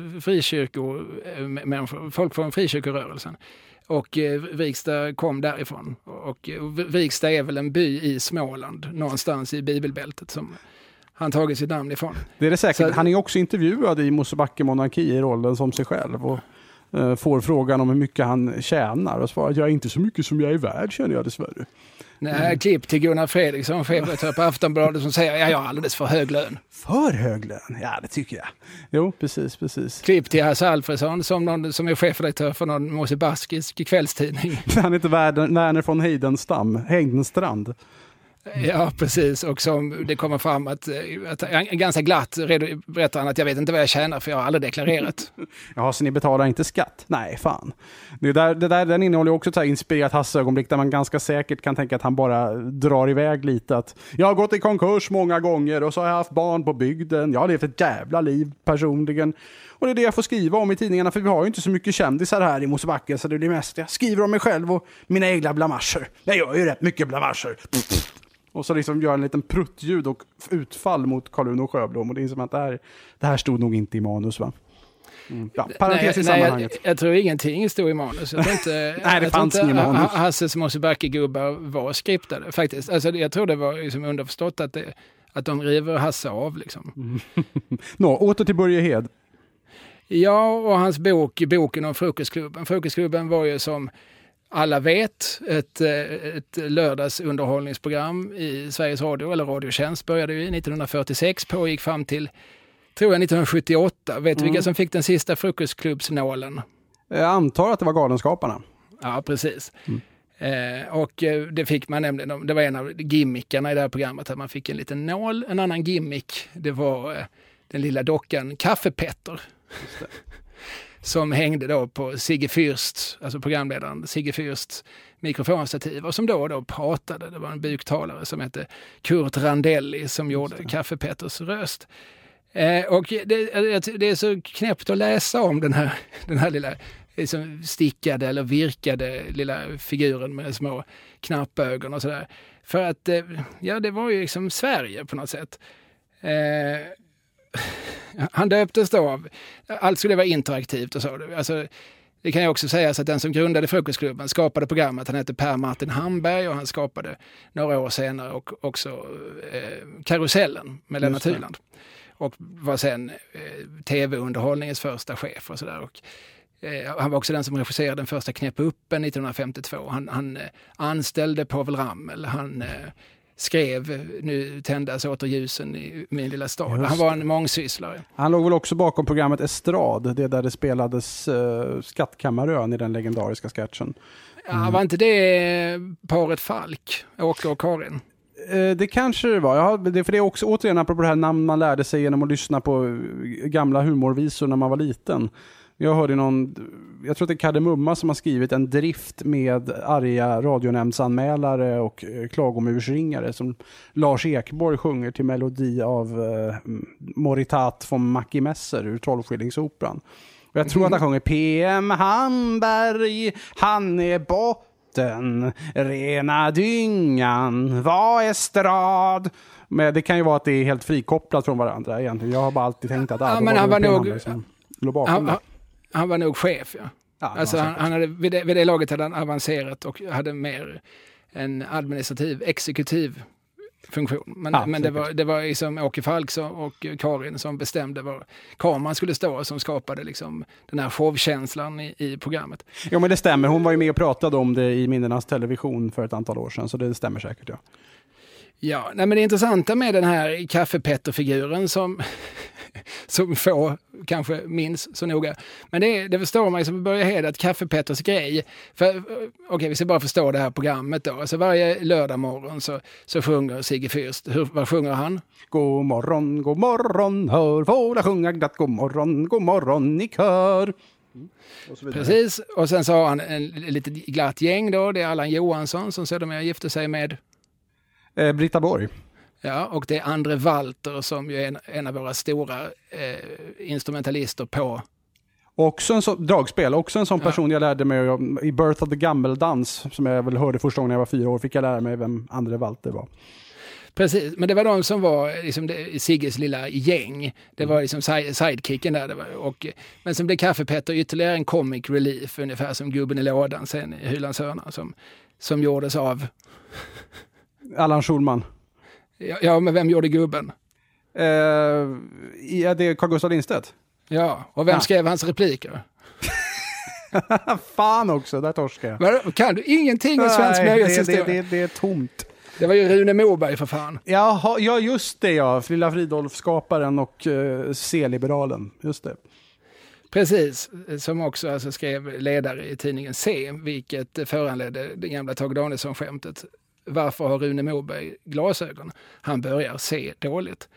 frikyrkomänniskor, folk från frikyrkorörelsen. Och eh, Vrigstad kom därifrån. Och eh, Vrigstad är väl en by i Småland, någonstans i bibelbältet som han tagit sitt namn ifrån. Det är det säkert. Så, han är också intervjuad i Mosebacke monarki i rollen som sig själv. Och Uh, får frågan om hur mycket han tjänar och svarar att jag är inte så mycket som jag är värd, känner jag dessvärre. Nej, mm. klipp till Gunnar Fredriksson, chefredaktör på Aftonbladet, som säger ja, jag har alldeles för hög lön. För hög lön? Ja, det tycker jag. Jo, precis, precis. Klipp till Hasse Alfredsson som, någon, som är chefredaktör för någon mosebaskisk kvällstidning. Han heter Werner från Heidenstam, Heidenstrand. Ja, precis. Och som det kommer fram att, att ganska glatt berättar han att jag vet inte vad jag tjänar för jag har aldrig deklarerat. Jaha, så ni betalar inte skatt? Nej, fan. Det där, det där, den innehåller också ett så här inspirerat Hasse-ögonblick där man ganska säkert kan tänka att han bara drar iväg lite. Att jag har gått i konkurs många gånger och så har jag haft barn på bygden. Jag har levt ett jävla liv personligen. Och det är det jag får skriva om i tidningarna, för vi har ju inte så mycket kändisar här i Mosebacke, så det blir mest jag skriver om mig själv och mina egna blamascher. Jag gör ju rätt mycket blamascher. Och så liksom gör en liten pruttljud och utfall mot Karl-Uno Sjöblom. Och det är som att det här, det här stod nog inte i manus, va? Mm. Ja, parentes nej, i sammanhanget. Nej, jag, jag tror ingenting stod i manus. Jag tror inte, nej, det fanns ingen manus. Hasses Mosebacke-gubbar var skriptade, faktiskt. Alltså, jag tror det var liksom underförstått att, det, att de river Hasse av, liksom. Mm. Nå, åter till Börje Hed. Ja, och hans bok, boken om Frukostklubben. Frukostklubben var ju som alla vet ett, ett lördagsunderhållningsprogram i Sveriges Radio, eller Radiotjänst började ju nittonhundrafyrtiosex, pågick fram till, tror jag, nittonhundrasjuttioåtta. Vet du mm. vilka som fick den sista frukostklubbsnålen? Jag antar att det var Galenskaparna. Ja, precis. Mm. Eh, och det fick man nämligen, det var en av gimmickarna i det här programmet, att man fick en liten nål. En annan gimmick, det var eh, den lilla dockan Kaffepetter. Just det. Som hängde då på Sigge Fürst, alltså programledaren Sigge Fürsts mikrofonstativ, och som då och då pratade. Det var en buktalare som hette Kurt Randelli som gjorde Kaffepetters röst. Eh, och det, det är så knäppt att läsa om den här, den här lilla liksom stickade eller virkade lilla figuren med små knappögon och sådär. För att, eh, ja, det var ju liksom Sverige på något sätt. Eh, Han döptes då av, allt skulle vara interaktivt och så. Alltså, det kan ju också sägas att den som grundade Frukostklubben skapade programmet, han hette Per Martin Hamberg, och han skapade några år senare och också eh, Karusellen med Lennart Hyland. Och var sen eh, tv-underhållningens första chef och sådär. Och eh, han var också den som regisserade den första Knäpp uppen nittonhundrafemtiotvå. Han, han eh, anställde Povel Ramel, han eh, skrev Nu tändas åter ljusen i min lilla stad. Han var en mångsysslare. Han låg väl också bakom programmet Estrad, det där det spelades uh, Skattkammarön i den legendariska sketchen. Mm. Ja, var inte det paret Falk, Åke och Karin? Uh, det kanske det var. Ja, det, för det är också återigen apropå det här namn man lärde sig genom att lyssna på gamla humorvisor när man var liten. Jag hörde någon, jag tror att det är Kardemumma som har skrivit en drift med arga radionämndsanmälare och klagomursringare som Lars Ekborg sjunger till melodi av uh, Moritat von Mackie Messer ur Trollskillingsoperan. Och jag tror mm. att han sjunger P M Hamberg, han är botten, rena dyngan, vad är strad. Men det kan ju vara att det är helt frikopplat från varandra egentligen. Jag har bara alltid tänkt att ja, ah, men var han var nog låg bakom han, det. Han var nog chef, ja. ja alltså han, han hade, vid, det, vid det laget hade han avancerat och hade mer en administrativ, exekutiv funktion. Men, ja, men det, var, det var liksom Åke Falk och Karin som bestämde var kameran skulle stå, som skapade liksom den här showkänslan i, i programmet. Ja, men det stämmer. Hon var ju med och pratade om det i Minnenas television för ett antal år sedan, så det stämmer säkert, ja. Ja, nej, men det intressanta med den här Kaffepetter-figuren som, som få kanske minns så noga. Men det, det förstår man ju som börjar heda att Kaffepetters grej. För, okej, okay, vi ska bara förstå det här programmet då. Alltså varje lördag morgon så, så sjunger Sigge Fürst. Hur, vad sjunger han? God morgon, god morgon, hör fåglar sjunga glatt. God morgon, god morgon i kör. Mm. Och precis, och sen så har han en lite glatt gäng då. Det är Allan Johansson som sedermera gifte sig med Eh, Britta Borg. Ja, och det är Andre Walter som ju är en, en av våra stora eh, instrumentalister på. Också en sån, dragspel, också en sån ja. person jag lärde mig i Birth of the Gammeldans, som jag väl hörde första gången jag var fyra år, fick jag lära mig vem Andre Walter var. Precis, men det var de som var liksom det, Sigges lilla gäng. Det var liksom sidekicken där. Det var, och, men som blev Kaffepetter ytterligare en comic relief, ungefär som Gubben i lådan sen i Hylands hörna, som, som gjordes av Allan Schulman. Ja, ja, men vem gjorde Gubben? Uh, ja, det är Carl Gustaf Lindstedt. Ja, och vem ja. skrev hans repliker? Fan också, där torskar jag. Men, kan du ingenting om svensk Nej, nöjeshistoria? det, det, det, det är tomt. Det var ju Rune Moberg för fan. Jaha, ja, just det ja. Lilla Fridolf-skaparen och uh, C-liberalen. Just det. Precis, som också alltså skrev ledare i tidningen C, vilket föranledde det gamla Tage Danielsson-skämtet. Varför har Rune Moberg glasögon? Han börjar se dåligt.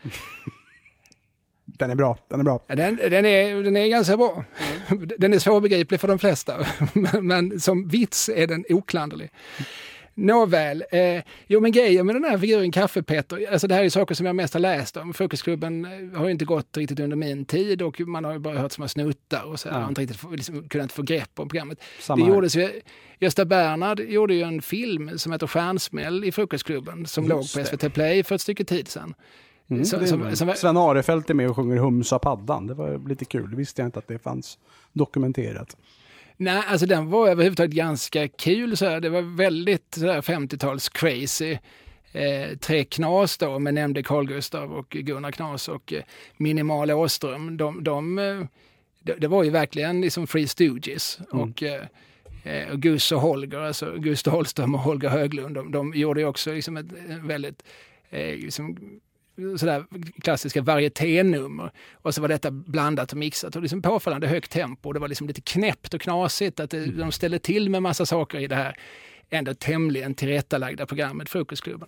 Den är bra, den är bra. Ja, den, den, är, den är ganska bra. Mm. Den är svårbegriplig för de flesta, men, men som vits är den oklanderlig. Nåväl, eh, jo men grejen med den här figuren Kaffepetter, alltså det här är saker som jag mest har läst om. Fokusklubben har ju inte gått riktigt under min tid och man har ju bara hört små snuttar och så ja. Har inte riktigt liksom, kunnat få grepp om programmet. Samma det gjordes ju, Gösta Bernhard gjorde ju en film som heter Stjärnsmäll i Fokusklubben som Just låg på S V T Play för ett stycke tid sedan. Mm, som, som, som, Sven Arefelt är med och sjunger Humsa paddan. Det var lite kul, det visste jag inte att det fanns dokumenterat. Nej, alltså den var överhuvudtaget ganska kul. Så här. Det var väldigt så här, femtio-tals crazy. Eh, tre Knas då, med nämnde Carl Gustav och Gunnar Knas och eh, Minimal Åström. De, de, eh, det, det var ju verkligen liksom Free Stooges. Mm. Och, eh, och Gus och Holger, alltså Gustav Holström och Holger Höglund, de, de gjorde ju också liksom ett väldigt eh, liksom, sådär klassiska varieténummer och så var detta blandat och mixat och liksom påfallande högt tempo. Det var liksom lite knäppt och knasigt att det, de ställde till med massa saker i det här ändå tämligen tillrättalagda programmet Fokusklubben.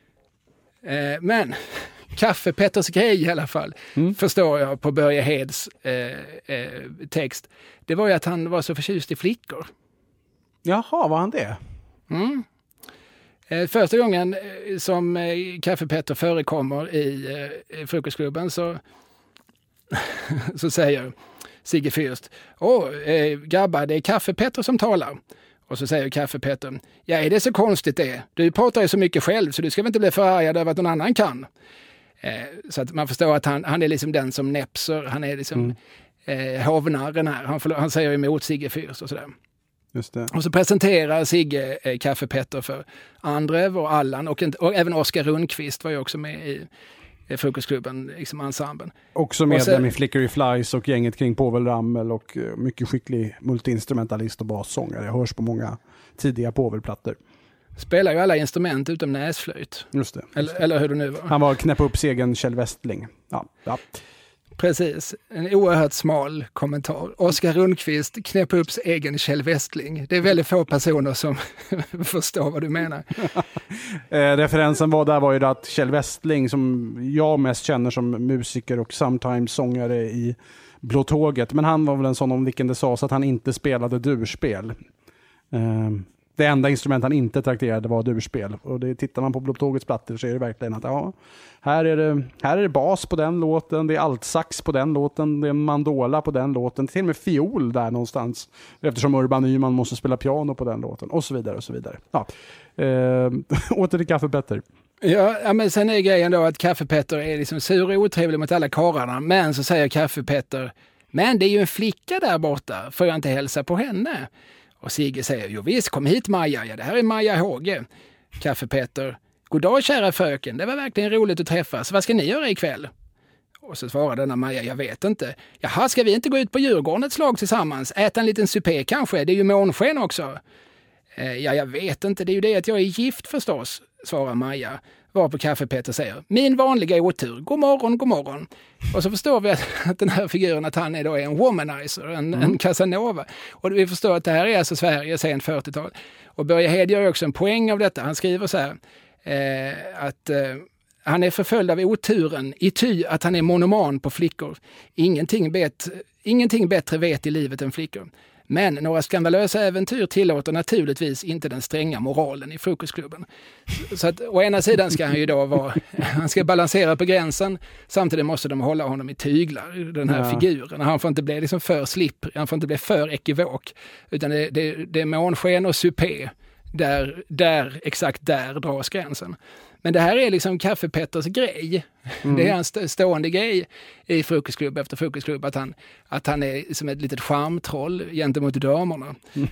Eh, men Kaffepetters grej i alla fall, mm. förstår jag på Börje Heds eh, eh, text, det var ju att han var så förtjust i flickor. Jaha, var han det? Mm. Första gången som Kaffepetter förekommer i Fokusklubben så, så säger Sigge Fürst: Åh, eh, grabbar, det är Kaffepetter som talar. Och så säger Kaffepetter: ja, är det så konstigt det? Du pratar ju så mycket själv så du ska väl inte bli förargad över att någon annan kan. Eh, så att man förstår att han, han är liksom den som näpser, han är liksom mm. eh, hovnarren här. Han, han säger emot Sigge Fürst och sådär. Just det. Och så presenterar Sigge eh, Kaffepetter för Andrev och Allan och, och även Oskar Rundqvist var ju också med i, i Fokusklubben, liksom ensemblen. Också medlem i Flickery Flies och gänget kring Povel Ramel och uh, mycket skicklig multiinstrumentalist och bassångare. Jag hörs på många tidiga Povel-plattor. Spelar ju alla instrument utom näsflöjt. Just det. Just eller, det. Eller hur det nu var. Han var knäpp upp egen Kjell Westling. Ja, ja. Precis, en oerhört smal kommentar. Oskar Rundqvist knäpp upp egen Kjell Westling. Det är väldigt få personer som förstår vad du menar. eh, referensen var där var ju att Kjell Westling, som jag mest känner som musiker och sometimes sångare i Blå Tåget, men han var väl en sån om vilken det sades att han inte spelade durspel. Eh, Det enda instrument han inte trakterade var durspel. Och det, tittar man på Blå Tågets plattor så är det verkligen att ja, här är det, här är det bas på den låten, det är altsax på den låten, det är mandola på den låten, till och med fiol där någonstans. Eftersom Urban Nyman måste spela piano på den låten och så vidare och så vidare. Ja. Eh, åter till Kaffepetter. Ja, ja, men sen är grejen då att Kaffepetter är liksom sur och otrevlig mot alla karlarna, men så säger Kaffepetter: men det är ju en flicka där borta, får jag inte hälsa på henne? Och Sigge säger: jo visst, kom hit Maja, ja det här är Maja Håge. Kaffepetter: god dag kära fröken, det var verkligen roligt att träffas, vad ska ni göra ikväll? Och så svarar denna Maja: jag vet inte. Jaha, ska vi inte gå ut på Djurgården ett slag tillsammans? Äta en liten supé kanske, det är ju månsken också. Eh, ja, jag vet inte, det är ju det att jag är gift förstås, svarar Maja. Varpå Kaffepetter säger: min vanliga otur, god morgon, god morgon. Och så förstår vi att, att den här figuren, att han är då en womanizer, en, mm. en Casanova. Och vi förstår att det här är alltså Sverige sent fyrtiotal. Och Börje Hed gör också en poäng av detta. Han skriver så här, eh, att eh, han är förföljd av oturen i ty att han är monoman på flickor. Ingenting, bet, ingenting bättre vet i livet än flickor. Men några skandalösa äventyr tillåter naturligtvis inte den stränga moralen i Fokusklubben. Så att å ena sidan ska han ju då vara, han ska balansera på gränsen, samtidigt måste de hålla honom i tyglar, den här ja. figuren. Han får inte bli liksom för slipp, han får inte bli för ekivok, utan det, det, det är månsken och supé. Där, där, exakt där dras gränsen. Men det här är liksom Kaffepetters grej. Mm. Det är en st- stående grej i Fokusklubb efter Fokusklubb att han, att han är som ett litet charmtroll gentemot damerna.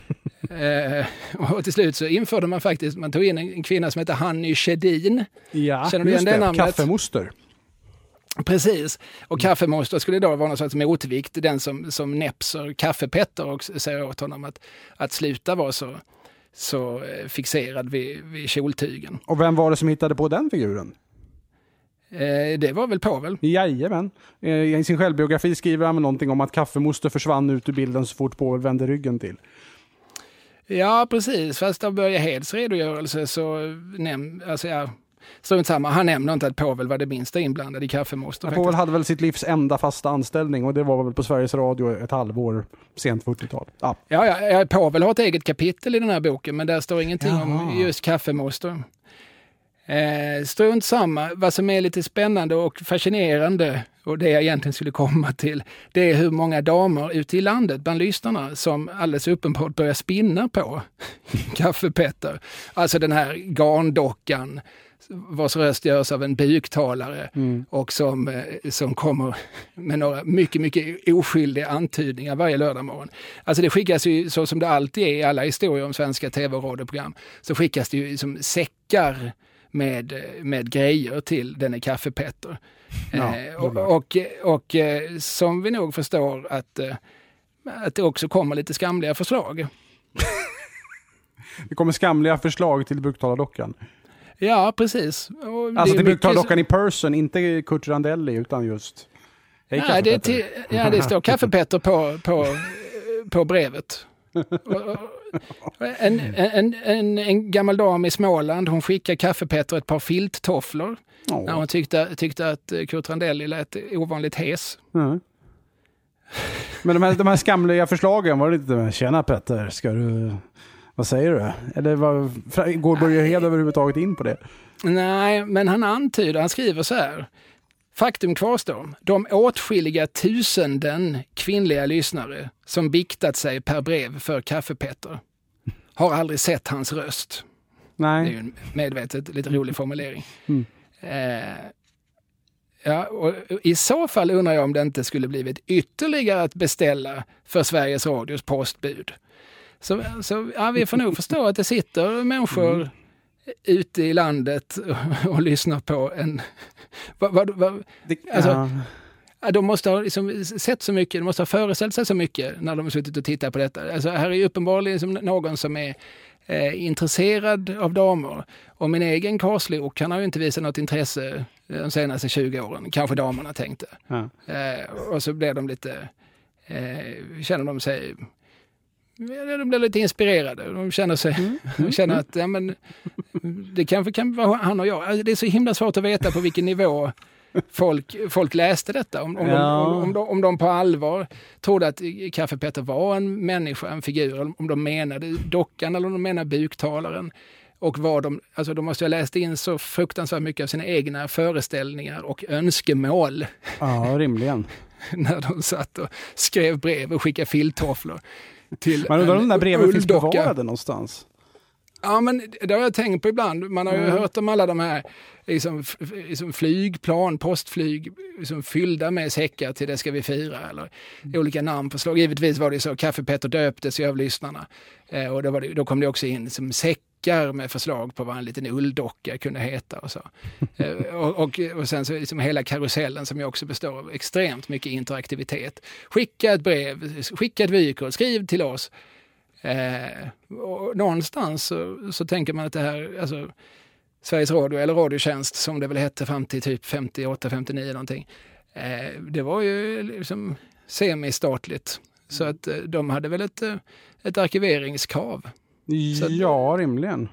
Mm. Eh, och till slut så införde man faktiskt, man tog in en, en kvinna som heter Hanny Skedin. Ja, känner du igen det namnet? Kaffemoster. Precis. Och kaffemonster skulle då vara någon sorts motvikt. Den som, som näpser kaffepetter och säger åt honom att, att sluta vara så, så fixerad vid, vid kjoltygen. Och vem var det som hittade på den figuren? Eh, det var väl Povel? Jajamän. Eh, I sin självbiografi skriver han någonting om att kaffemoster försvann ut ur bilden så fort Povel vände ryggen till. Ja, precis. Fast av Börje Heds redogörelse så näm- alltså, ja, strunt samma. Han nämner inte att Povel var det minsta inblandad i kaffemoster. Ja, Povel hade väl sitt livs enda fasta anställning och det var väl på Sveriges Radio ett halvår sent fyrtiotal. Ja, ja, ja Povel har ett eget kapitel i den här boken men där står ingenting Jaha. om just kaffemoster. Eh, strunt samma. Vad som är lite spännande och fascinerande och det jag egentligen skulle komma till, det är hur många damer ute i landet bland lyssnarna som alldeles uppenbart börjar spinna på kaffepetter. Alltså den här garndockan vars röst görs av en buktalare mm. och som, eh, som kommer med några mycket, mycket oskyldiga antydningar varje lördag morgon. Alltså det skickas ju så som det alltid är i alla historier om svenska tv- och radioprogram, så skickas det ju som säckar med, med grejer till denne kaffepetter. Ja, eh, och, och, och, och eh, som vi nog förstår att, eh, att det också kommer lite skamliga förslag. Det kommer skamliga förslag till buktalardockan. Ja, precis. Och alltså till buktalardockan i person, inte Kurt Randelli utan just... Hej, nej, det, är till, ja, det står kaffepetter på, på, på brevet. En, en, en, en gammal dam i Småland, hon skickade kaffepetter ett par filttofflor oh. när hon tyckte, tyckte att Kurt Randelli lät ovanligt hes. Mm. Men de här, de här skamliga förslagen var det lite, tjena Petter, ska du... Vad säger du? Eller vad, går Börje Hed överhuvudtaget in på det? Nej, men han antyder, han skriver så här. Faktum kvarstår. De åtskilliga tusenden kvinnliga lyssnare som biktat sig per brev för kaffepetter har aldrig sett hans röst. Nej. Det är ju en medvetet lite rolig formulering. Mm. Eh, ja, och i så fall undrar jag om det inte skulle blivit ytterligare att beställa för Sveriges Radios postbud. Så, så ja, vi får nog förstå att det sitter människor mm. ute i landet och, och lyssnar på en... Va, va, va, det, alltså, ja. De måste ha liksom sett så mycket, de måste ha föreställt sig så mycket när de har suttit och tittat på detta. Alltså, här är uppenbarligen som någon som är eh, intresserad av damer. Och min egen karslok kan ha ju inte visat något intresse de senaste tjugo åren. Kanske damerna tänkte. Ja. Eh, och så blev de lite... Eh, känner de sig... De blir lite inspirerade. De känner sig, mm. de känner att ja, men, det kanske kan vara han och jag. Alltså, det är så himla svårt att veta på vilken nivå folk, folk läste detta. Om, om, ja. de, om, om, de, om de på allvar trodde att kaffepetter var en människa, en figur. Om de menade dockan eller om de menade buktalaren. Och vad de, alltså de måste ha läst in så fruktansvärt mycket av sina egna föreställningar och önskemål. Ja, rimligen. När de satt och skrev brev och skickade filttofflor. Man undrar om den där breven finns bevarade någonstans. Ja, men det har jag tänkt på ibland. Man har ju mm. hört om alla de här liksom, liksom flygplan, postflyg liksom fyllda med säckar till det ska vi fira. Eller mm. olika namnförslag. Givetvis var det så, kaffepetter döptes ju av lyssnarna. Eh, och då, var det, då kom det också in som säckar med förslag på vad en liten ulldocka kunde heta. Och, så. eh, och, och, och sen så liksom hela karusellen som ju också består av extremt mycket interaktivitet. Skicka ett brev, skicka ett vykort, skriv till oss. Eh, och någonstans så, så tänker man att det här, alltså Sveriges Radio eller Radiotjänst som det väl hette fram till typ femtioåtta femtionio någonting, eh, det var ju liksom semistatligt. Så att eh, de hade väl ett, ett arkiveringskrav. Så ja, att, rimligen.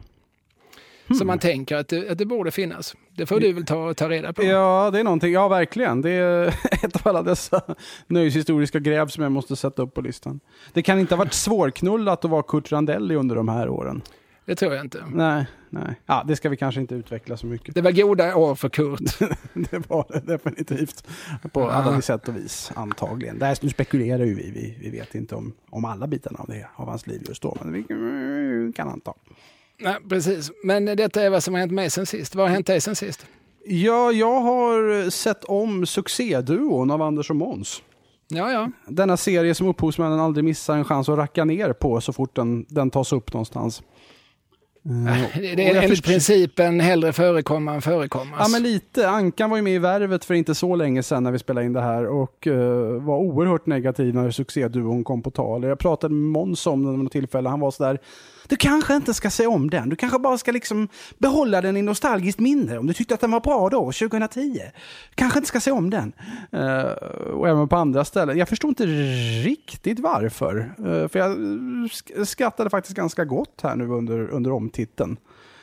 Så hmm. man tänker att det, att det borde finnas. Det får du väl ta, ta reda på. Ja, det är någonting. Ja, verkligen. Det är ett av alla dessa nöjeshistoriska gräv som jag måste sätta upp på listan. Det kan inte ha varit svårknullat att vara Kurt Randelli under de här åren. Det tror jag inte. Nej, nej. Ja, det ska vi kanske inte utveckla så mycket. Det var goda år för Kurt. Det var det definitivt. På alla sätt och vis, antagligen. Där, nu spekulerar ju vi. Vi, vi vet inte om, om alla bitarna av det, av hans liv just då. Men vi kan anta. Nej, precis. Men detta är vad som har hänt mig sen sist. Vad har hänt dig sen sist? Ja, jag har sett om succéduon av Anders och Måns. Ja, ja. Denna serie som upphovsmännen aldrig missar en chans att racka ner på så fort den, den tas upp någonstans. Mm. Det, det är enligt först... principen hellre förekomma än förekommas. Ja, men lite. Ankan var ju med i Värvet för inte så länge sedan när vi spelade in det här och uh, var oerhört negativ när succéduon kom på tal. Jag pratade med Måns om den vid något tillfälle. Han var så där: du kanske inte ska se om den. Du kanske bara ska liksom behålla den i nostalgiskt minne. Om du tyckte att den var bra då, tjugohundratio. Kanske inte ska se om den. Uh, och även på andra ställen. Jag förstår inte riktigt varför. Uh, för jag skrattade faktiskt ganska gott här nu under, under omtiteln.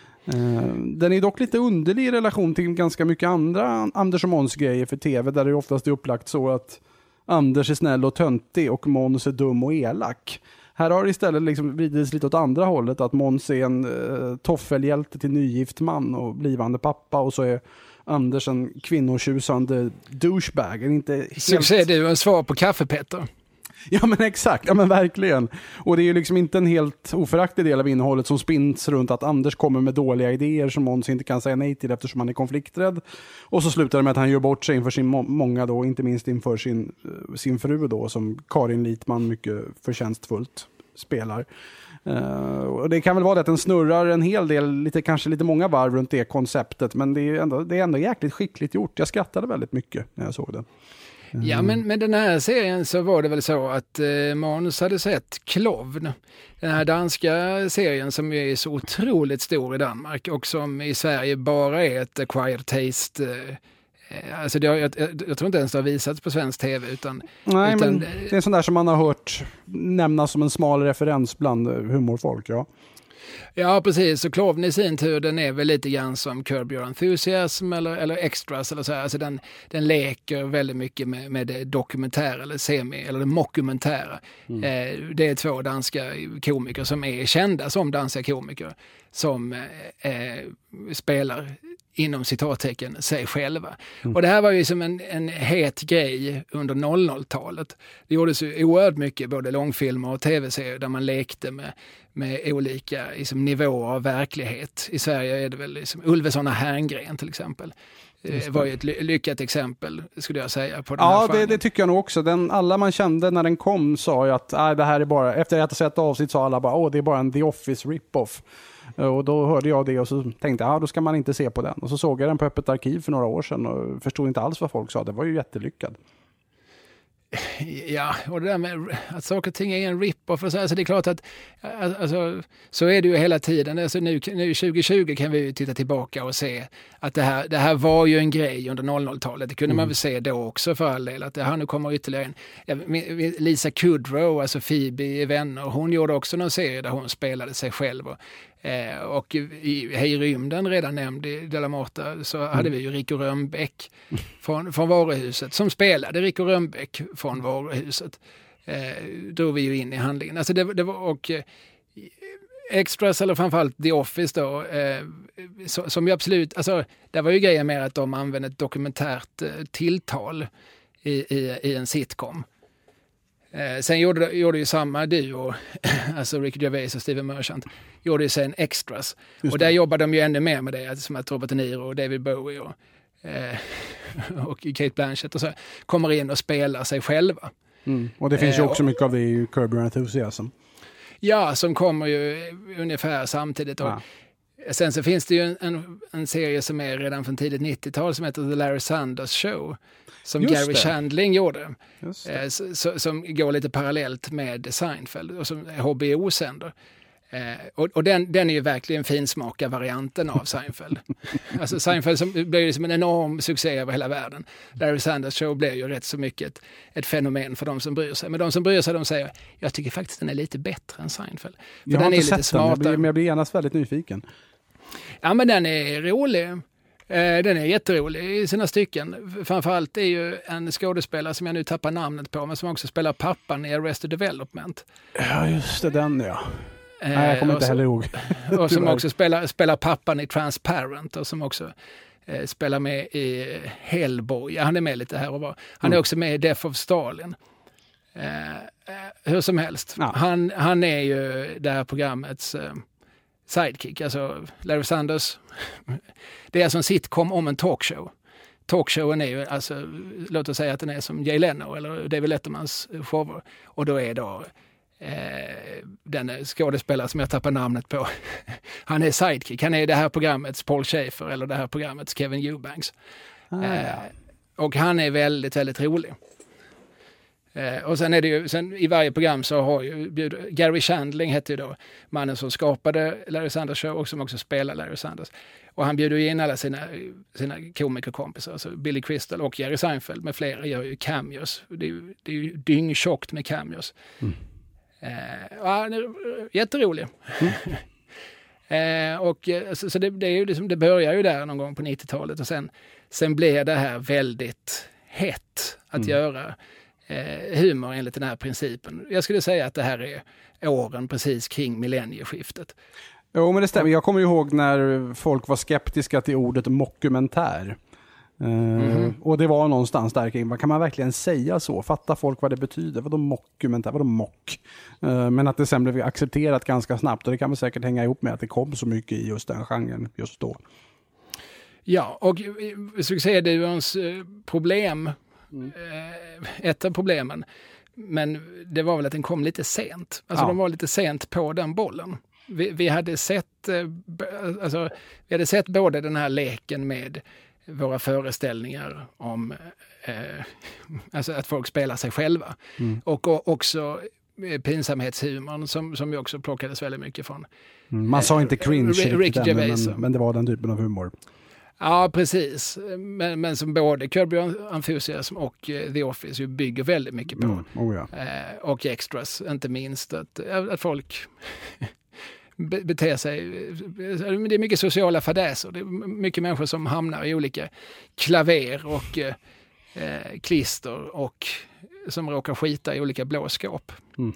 Uh, den är dock lite underlig i relation till ganska mycket andra Anders och Måns grejer för tv. Där det oftast är upplagt så att Anders är snäll och töntig och Måns är dum och elak. Här har det istället liksom vridits lite åt andra hållet, att Måns är en uh, toffelhjälte till nygift man och blivande pappa, och så är Anders en kvinnotjusande douchebag. Inte helt... Så ser du en svar på kaffepetter. Ja, men exakt, ja men verkligen. Och det är ju liksom inte en helt oföraktlig del av innehållet som spins runt att Anders kommer med dåliga idéer som Måns inte kan säga nej till eftersom han är konflikträdd. Och så slutar det med att han gör bort sig inför sin må- många då, inte minst inför sin, sin fru då, som Karin Litman mycket förtjänstfullt spelar. Uh, och det kan väl vara det att den snurrar en hel del, lite, kanske lite många varv runt det konceptet, men det är ändå, det är ändå jäkligt skickligt gjort. Jag skrattade väldigt mycket när jag såg den. Mm. Ja, men med den här serien så var det väl så att eh, Måns hade sett Klovn, den här danska serien som är så otroligt stor i Danmark och som i Sverige bara är ett acquired taste. Eh, alltså det har, jag, jag, jag tror inte ens det har visats på svensk tv. Utan, Nej, utan, men det är en sån där som man har hört nämnas som en smal referens bland humorfolk, ja. Ja, precis. Så Klovn i sin tur, den är väl lite grann som Curb Your Enthusiasm eller, eller Extras eller så här. Alltså den, den leker väldigt mycket med, med det dokumentära eller semi eller det mockumentära. Mm. Eh, det är två danska komiker som är kända som danska komiker som eh, spelar inom citattecken sig själva. Mm. Och det här var ju som en, en het grej under noll noll-talet. Det gjordes ju oerhört mycket, både långfilmer och tv-serier där man lekte med, med olika liksom, nivåer av verklighet. I Sverige är det väl liksom, Ulveson och Herngren till exempel. Det var ju ett lyckat exempel, skulle jag säga. På den ja, här det, det tycker jag nog också. Den, alla man kände när den kom sa ju att äh, det här är bara, efter att ha sett avsnitt sa alla bara, åh, det är bara en The Office rip-off. Och då hörde jag det och så tänkte jag, ja, då ska man inte se på den. Och så såg jag den på Öppet arkiv för några år sedan och förstod inte alls vad folk sa. Det var ju jättelyckad. Ja, och det där med att saker och ting är en rip-off och så, alltså det är klart att alltså, så är det ju hela tiden. Alltså nu, nu tjugo tjugo kan vi ju titta tillbaka och se att det här, det här var ju en grej under noll noll-talet. Det kunde mm. man väl se då också för all del, att det här nu kommer ytterligare en. Ja, Lisa Kudrow, alltså Phoebe i Vänner, hon gjorde också någon serie där hon spelade sig själv och Eh, och i Hej rymden, redan nämnd i De la Morta, så mm. hade vi ju Rico Rönnbäck från, från Varuhuset som spelade Rico Rönnbäck från Varuhuset. Eh, drog vi ju in i handlingen. Alltså det, det var, och eh, Extras eller framförallt The Office då, eh, så, som ju absolut, alltså det var ju grejen med att de använde ett dokumentärt eh, tilltal i, i, i en sitcom. Eh, sen gjorde, gjorde ju samma duo, alltså Ricky Gervais och Steven Merchant, gjorde ju sen Extras. Och där jobbade de ju ännu mer med det, som att Robert De Niro och David Bowie och, eh, och Kate Blanchett och så kommer in och spelar sig själva. Mm. Och det finns ju också eh, och, mycket av det i Curb Your Enthusiasm. Ja, som kommer ju ungefär samtidigt. Och, ja. Sen så finns det ju en, en, en serie som är redan från tidigt nittiotal som heter The Larry Sanders Show. Som Just Gary det. Chandling gjorde. Eh, så, så, som går lite parallellt med Seinfeld och som H B O sänder. Eh, och och den, den är ju verkligen finsmaka varianten av Seinfeld. Alltså Seinfeld som blev ju som en enorm succé över hela världen. Larry Sanders Show blev ju rätt så mycket ett, ett fenomen för de som bryr sig. Men de som bryr sig, de säger, jag tycker faktiskt den är lite bättre än Seinfeld. För jag den har är inte lite sett den, jag smartare. blir, jag blir genast väldigt nyfiken. Ja, men den är rolig. Den är jätterolig i sina stycken. Framförallt är ju en skådespelare som jag nu tappar namnet på, men som också spelar pappan i Arrested Development. Ja, just det, den ja. Eh, Nej, jag kommer inte så, heller ihåg. Och som också spelar, spelar pappan i Transparent och som också eh, spelar med i Hellboy. Ja, han är med lite här och var. Han är mm. också med i Death of Stalin. Eh, eh, hur som helst. Ja. Han, han är ju det här programmets eh, sidekick, alltså Larry Sanders. Det är alltså en sitcom om en talkshow. Talkshowen är ju, alltså, låt oss säga att den är som Jay Leno eller David Lettermans shower. Och då är då Eh, den skådespelare som jag tappar namnet på. Han är sidekick. Han är det här programmets Paul Schaefer eller det här programmets Kevin Eubanks. Ah, ja. eh, och han är väldigt, väldigt rolig. Eh, och sen är det ju, sen i varje program så har ju Gary Shandling heter ju då mannen som skapade Larry Sanders Show och som också spelar Larry Sanders. Och han bjuder ju in alla sina, sina komikerkompisar, alltså Billy Crystal och Jerry Seinfeld med flera gör ju cameos. Det är ju, det är ju dyngtjockt med cameos. Mm. Eh, ja, han är jätterolig. Mm. eh, och så, så det, det, är ju liksom, det börjar ju där någon gång på nittiotalet och sen, sen blir det här väldigt hett att mm. göra eh, humor enligt den här principen. Jag skulle säga att det här är åren precis kring millennieskiftet. Jo, men det stämmer. Jag kommer ihåg när folk var skeptiska till ordet mockumentär. Uh, mm-hmm. Och det var någonstans där kring, kan man verkligen säga så? Fattar folk vad det betyder? Vadå mockumentär? Vadå mock? Uh, men att det sen blev accepterat ganska snabbt och det kan väl säkert hänga ihop med att det kom så mycket i just den genren just då. Ja, och succéduons problem, mm. ett av problemen, men det var väl att den kom lite sent. Alltså ja. de var lite sent på den bollen. Vi, vi hade sett alltså, vi hade sett både den här leken med våra föreställningar om eh, alltså att folk spelar sig själva mm. och, och också pinsamhetshumorn som, som ju också plockades väldigt mycket från. Mm. Man sa inte cringe Rick, Rick Gervais, men, men det var den typen av humor. Ja, precis. Men, men som både Curb Your Enthusiasm och uh, The Office ju bygger väldigt mycket på. Mm. Oh, ja. uh, och Extras, inte minst. Att, att folk beter sig. Det är mycket sociala fadäser. Det är mycket människor som hamnar i olika klaver och uh, klister och som råkar skita i olika blå skåp. Mm.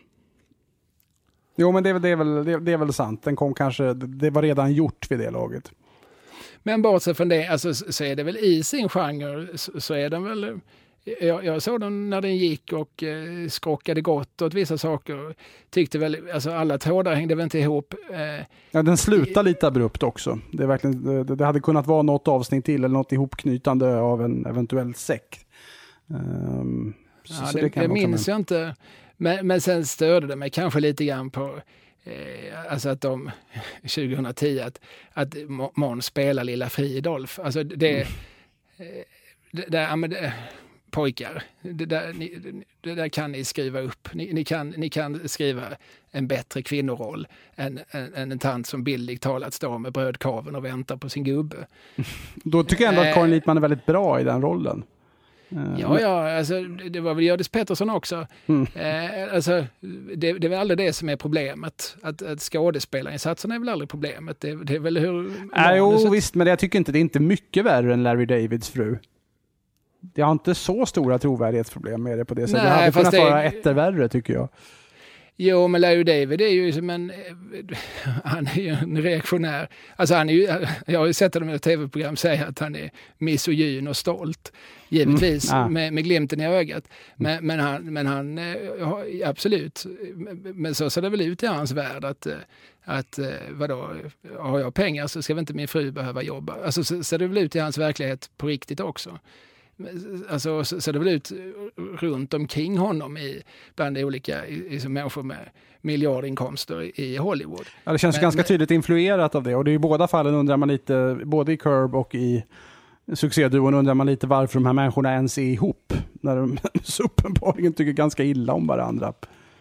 Jo, men det, det, är väl, det, det är väl sant. Den kom kanske, det var redan gjort vid det laget. Men bortsett från det, alltså, så är det väl i sin genre, så, så är den väl, jag, jag såg den när den gick och eh, skrockade gott åt vissa saker, tyckte väl, alltså alla trådar hängde väl inte ihop. Eh, ja, den slutar i, lite abrupt också. Det, är verkligen, det, det hade kunnat vara något avsnitt till eller något ihopknytande av en eventuell säck. Um, ja, så, så det, det, det minns jag inte, men, men sen störde det mig kanske lite grann på Eh, alltså att de tjugohundratio att, att Måns spelar Lilla Fridolf. Alltså det, mm. eh, det där, ja, men det, pojkar, det där, ni, det där kan ni skriva upp. Ni, ni, kan, ni kan skriva en bättre kvinnoroll än, än, än en tant som bildligt talat står med brödkaven och väntar på sin gubbe. Då tycker jag ändå att Karin Lidman är väldigt bra i den rollen. Ja, ja, alltså det var väl Hjördis Pettersson också. Mm. Eh, alltså, det, det är väl aldrig det som är problemet. Att, att skådespelarinsatserna är väl aldrig problemet. Det, det är väl hur... Äh, jo, visst, men jag tycker inte det är inte mycket värre än Larry Davids fru. Jag har inte så stora trovärdighetsproblem med det på det sättet. Det hade kunnat det... vara ettervärre, tycker jag. Jo, men Larry David är ju som en, han är ju en reaktionär. Alltså han är ju, jag har ju sett honom i ett tv-program säga att han är misogyn och stolt. Givetvis, mm. ah. med, med glimten i ögat. Men, mm. men han, men han absolut, men så ser det väl ut i hans värld att, att vadå, har jag pengar så ska väl inte min fru behöva jobba. Alltså så ser det väl ut i hans verklighet på riktigt också. Alltså så, så det väl ut runt omkring honom i bland olika i, i, människor med miljardinkomster i, i Hollywood. Ja, det känns men, ganska men, tydligt influerat av det, och det är i båda fallen undrar man lite, både i Curb och i succéduon undrar man lite varför de här människorna ens är ihop när de så uppenbarligen tycker ganska illa om varandra.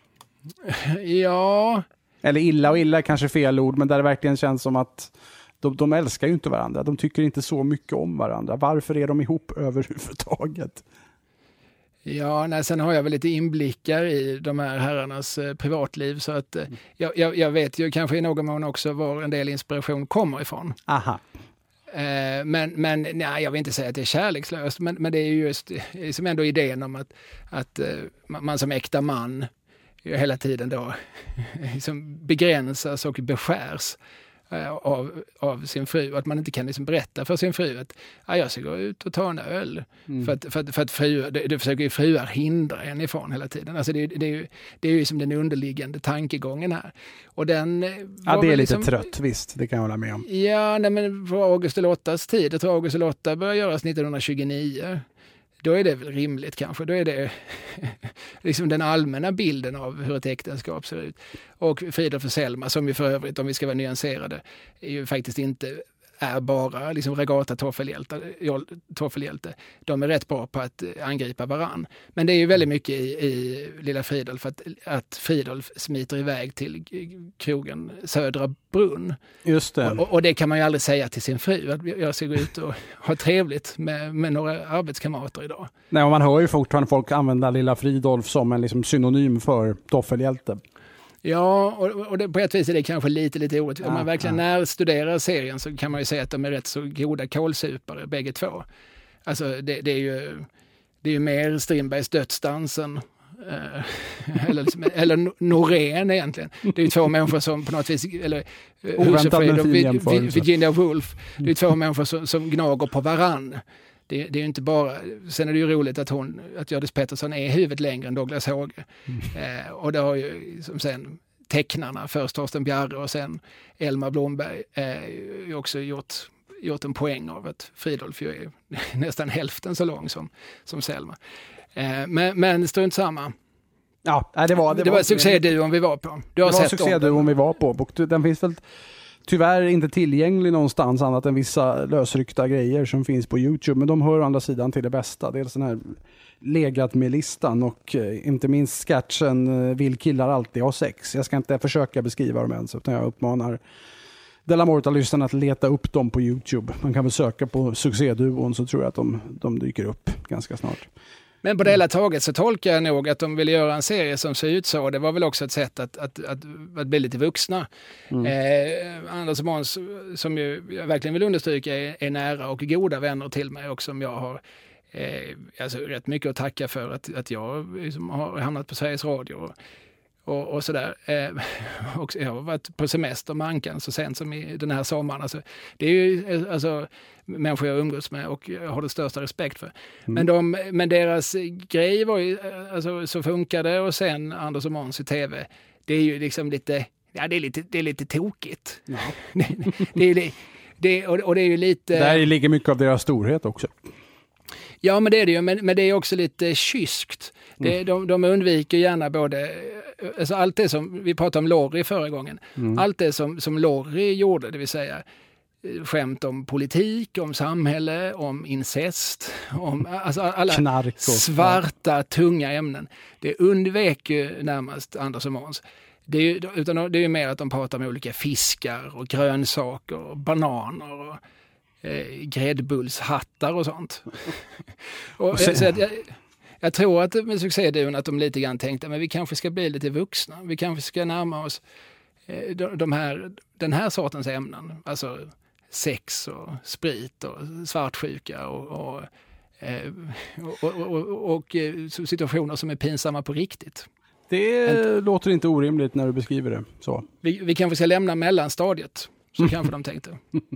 Ja. Eller illa och illa är kanske fel ord, men där det verkligen känns som att De, de älskar ju inte varandra. De tycker inte så mycket om varandra. Varför är de ihop överhuvudtaget? Ja, nej, sen har jag väl lite inblickar i de här herrarnas eh, privatliv. Så att eh, jag, jag, jag vet ju kanske i någon mån också var en del inspiration kommer ifrån. Aha. Eh, men men nej, jag vill inte säga att det är kärlekslöst. Men, men det är ju just är som ändå idén om att, att eh, man som äkta man hela tiden då liksom begränsas och beskärs Av, av sin fru, att man inte kan liksom berätta för sin fru att ah, jag ska gå ut och ta en öl. Mm. För, att, för, att, för att fru, det, det försöker ju fruar hindra en ifrån hela tiden. Alltså det, det, är ju, det är ju som den underliggande tankegången här. Och den ja, det är lite liksom, trött, visst. Det kan jag hålla med om. Ja, nej, men på August och Lottas tid, jag tror August och Lotta började göras nittonhundratjugonio. då är det väl rimligt kanske. Då är det liksom den allmänna bilden av hur ett äktenskap ser ut. Och Fridolf och Selma, som ju för övrigt, om vi ska vara nyanserade, är ju faktiskt inte är bara liksom regata toffelhjälte. De är rätt bra på att angripa varann. Men det är ju väldigt mycket i, i Lilla Fridolf att, att Fridolf smiter iväg till krogen Södra Brunn. Just det. Och, och det kan man ju aldrig säga till sin fru, att jag ska gå ut och ha trevligt med, med några arbetskamrater idag. Nej, och man hör ju fortfarande folk använda Lilla Fridolf som en liksom synonym för toffelhjälte. Ja, och, och det, på ett vis är det kanske lite, lite orättvist. Om man verkligen ja. närstuderar serien så kan man ju säga att de är rätt så goda kålsupare, bägge två. Alltså det, det är ju det är ju mer Strindbergs Dödsdansen eh, eller, eller Norén egentligen. Det är ju två människor som på något vis, eller Husefrid och Virginia Woolf, det är ju två människor som, som gnager på varann. Det, det är ju inte bara, sen är det ju roligt att hon, att Hjördis Pettersson är huvudet längre än Douglas Håge. Mm. Eh, och det har ju som sen tecknarna, först Torsten Bjarre och sen Elmar Blomberg, eh, också gjort, gjort en poäng av att Fridolf ju är nästan hälften så lång som, som Selma. Eh, men, men strunt samma. Ja, det var, det det var, var succéduon vi var på. Du har det var sett succéduon vi var på. Och den finns väl tyvärr inte tillgänglig någonstans annat än vissa lösryckta grejer som finns på YouTube. Men de hör å andra sidan till det bästa. Dels den här legat med listan och eh, inte minst sketchen eh, Vill killar alltid ha sex. Jag ska inte försöka beskriva dem ens, utan jag uppmanar Della Morta-lyssnarna att leta upp dem på YouTube. Man kan väl söka på succéduon, så tror jag att de, de dyker upp ganska snart. Men på det hela taget så tolkar jag nog att de ville göra en serie som ser ut så. Det var väl också ett sätt att, att, att, att bli lite vuxna. Mm. Eh, Anders och Måns, som ju jag verkligen vill understryka, är, är nära och goda vänner till mig, och som jag har eh, alltså rätt mycket att tacka för att, att jag liksom har hamnat på Sveriges Radio och, och, och sådär. Eh, och jag har varit på semester med Ankan så sent som i den här sommaren. Alltså, det är ju alltså människor jag umgås med och jag har det största respekt för. Mm. Men, de, men deras grej var ju, alltså, så funkade, och sen Anders och Måns i tv, det är ju liksom lite, ja det är lite, det är lite tokigt. Ja. det, det är, det, och, och det är ju lite... Där ligger mycket av deras storhet också. Ja, men det är det ju, men, men det är också lite kyskt. Det, mm. de, de undviker gärna både, alltså allt det som, vi pratade om Lorry förra gången, mm. allt det som, som Lorry gjorde, det vill säga skämt om politik, om samhälle, om incest, om alltså alla och, svarta, ja. tunga ämnen. Det undvek ju närmast Anders och Måns. Det är ju, utan det är ju mer att de pratar om olika fiskar och grönsaker och bananer och eh, gräddbullshattar och sånt. och, så, så att jag, jag tror att med succéduon att de lite grann tänkte, men vi kanske ska bli lite vuxna. Vi kanske ska närma oss eh, de, de här, den här sortens ämnen. Alltså sex och sprit och svartsjuka och, och, eh, och, och, och, och situationer som är pinsamma på riktigt. Det en, låter inte orimligt när du beskriver det så. Vi, vi kanske ska lämna mellanstadiet, så kanske de tänkte.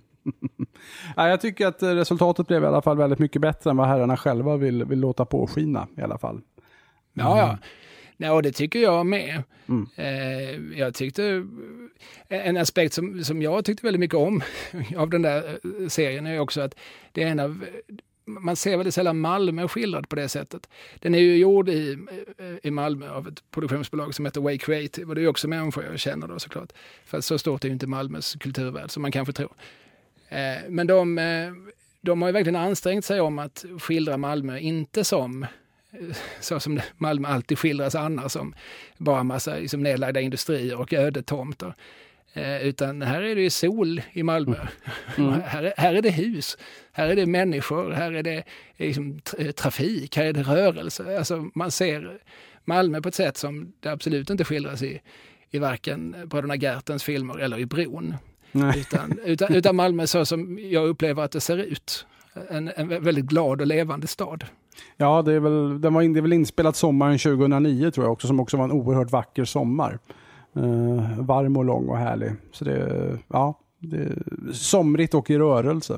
Ja, jag tycker att resultatet blev i alla fall väldigt mycket bättre än vad herrarna själva vill, vill låta påskina i alla fall. Mm. Ja, ja. Ja, det tycker jag med. Mm. Eh, jag tyckte en aspekt som, som jag tyckte väldigt mycket om av den där serien är också att det är en av, man ser väldigt sällan Malmö skildrad på det sättet. Den är ju gjord i, i Malmö av ett produktionsbolag som heter Way Creative, och det är också människor jag känner då såklart. För så stort är ju inte Malmös kulturvärld som man kanske tror. Eh, men de, de har ju verkligen ansträngt sig om att skildra Malmö inte som så som Malmö alltid skildras annars, som bara en massa liksom nedlagda industrier och ödetomter. Eh, utan här är det ju sol i Malmö. Mm. här, här är det hus, här är det människor, här är det liksom, trafik, här är det rörelse. Alltså, man ser Malmö på ett sätt som det absolut inte skildras i, i varken Bröderna Gertens filmer eller i Bron. Utan, utan, utan Malmö så som jag upplever att det ser ut. En, en väldigt glad och levande stad. Ja, det är väl, den var in, det är väl inspelat sommaren tjugohundranio tror jag också, som också var en oerhört vacker sommar. Uh, varm och lång och härlig. Så det, ja, det är somrigt och i rörelse.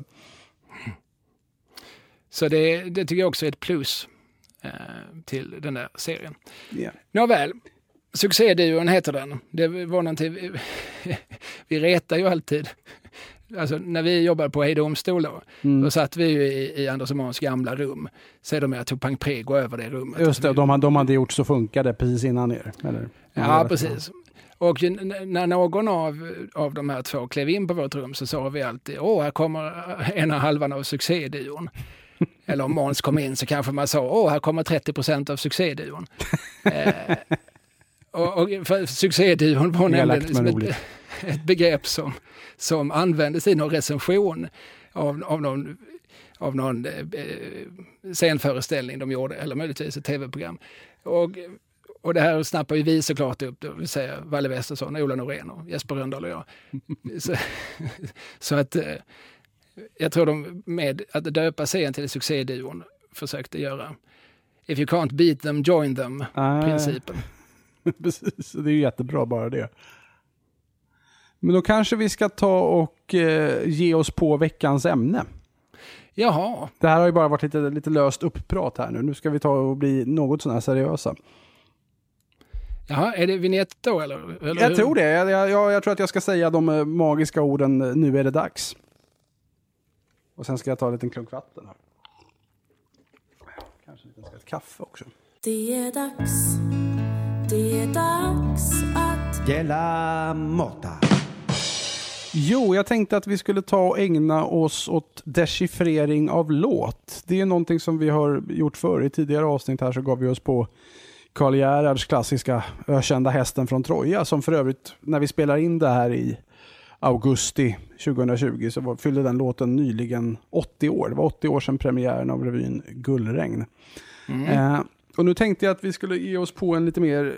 Så det, det tycker jag också är ett plus eh, till den där serien. Yeah. Nåväl, succéduon heter den. Det var någonting, vi, vi retar ju alltid Alltså när vi jobbade på Hej domstol då, mm. då satt vi ju i, i Anders och Måns gamla rum. Så de jag tog Pang Prego över det rummet. Just det, de, de hade gjort så funkade precis innan er. Eller? Ja, precis. Och när någon av, av de här två klev in på vårt rum så sa vi alltid, åh, här kommer ena halvan av succéduon. Eller om Måns kom in så kanske man sa, åh, här kommer trettio procent av succéduon. eh, och, och för succéduon var nämligen ett, ett begrepp som, som användes i någon recension av, av någon, av någon eh, scenföreställning de gjorde, eller möjligtvis ett tv-program. Och Och det här snappar ju vi såklart upp, det vill säga Valle Westersson, Ola Norén och Jesper Rönndahl och jag. så, så att jag tror de med att döpa serien till succéduon försökte göra if you can't beat them, join them äh. principen. Precis, det är ju jättebra bara det. Men då kanske vi ska ta och eh, ge oss på veckans ämne. Jaha. Det här har ju bara varit lite, lite löst uppprat här nu. Nu ska vi ta och bli något sån här seriösa. Jaha, är det vignett då eller? eller jag hur? tror det. Jag, jag, jag tror att jag ska säga de magiska orden nu är det dags. Och sen ska jag ta en liten klunk vatten här. Kanske lite ett kaffe också. Det är dags. Det är dags att Della Motta. Jo, jag tänkte att vi skulle ta och ägna oss åt dechiffrering av låt. Det är någonting som vi har gjort förr. I tidigare avsnitt här så gav vi oss på Karl Gerhards klassiska ökända hästen från Troja, som för övrigt, när vi spelar in det här i augusti tjugohundratjugo så var, fyllde den låten nyligen åttio år. Det var åttio år sedan premiären av revyn Gullregn. Mm. Eh, och nu tänkte jag att vi skulle ge oss på en lite mer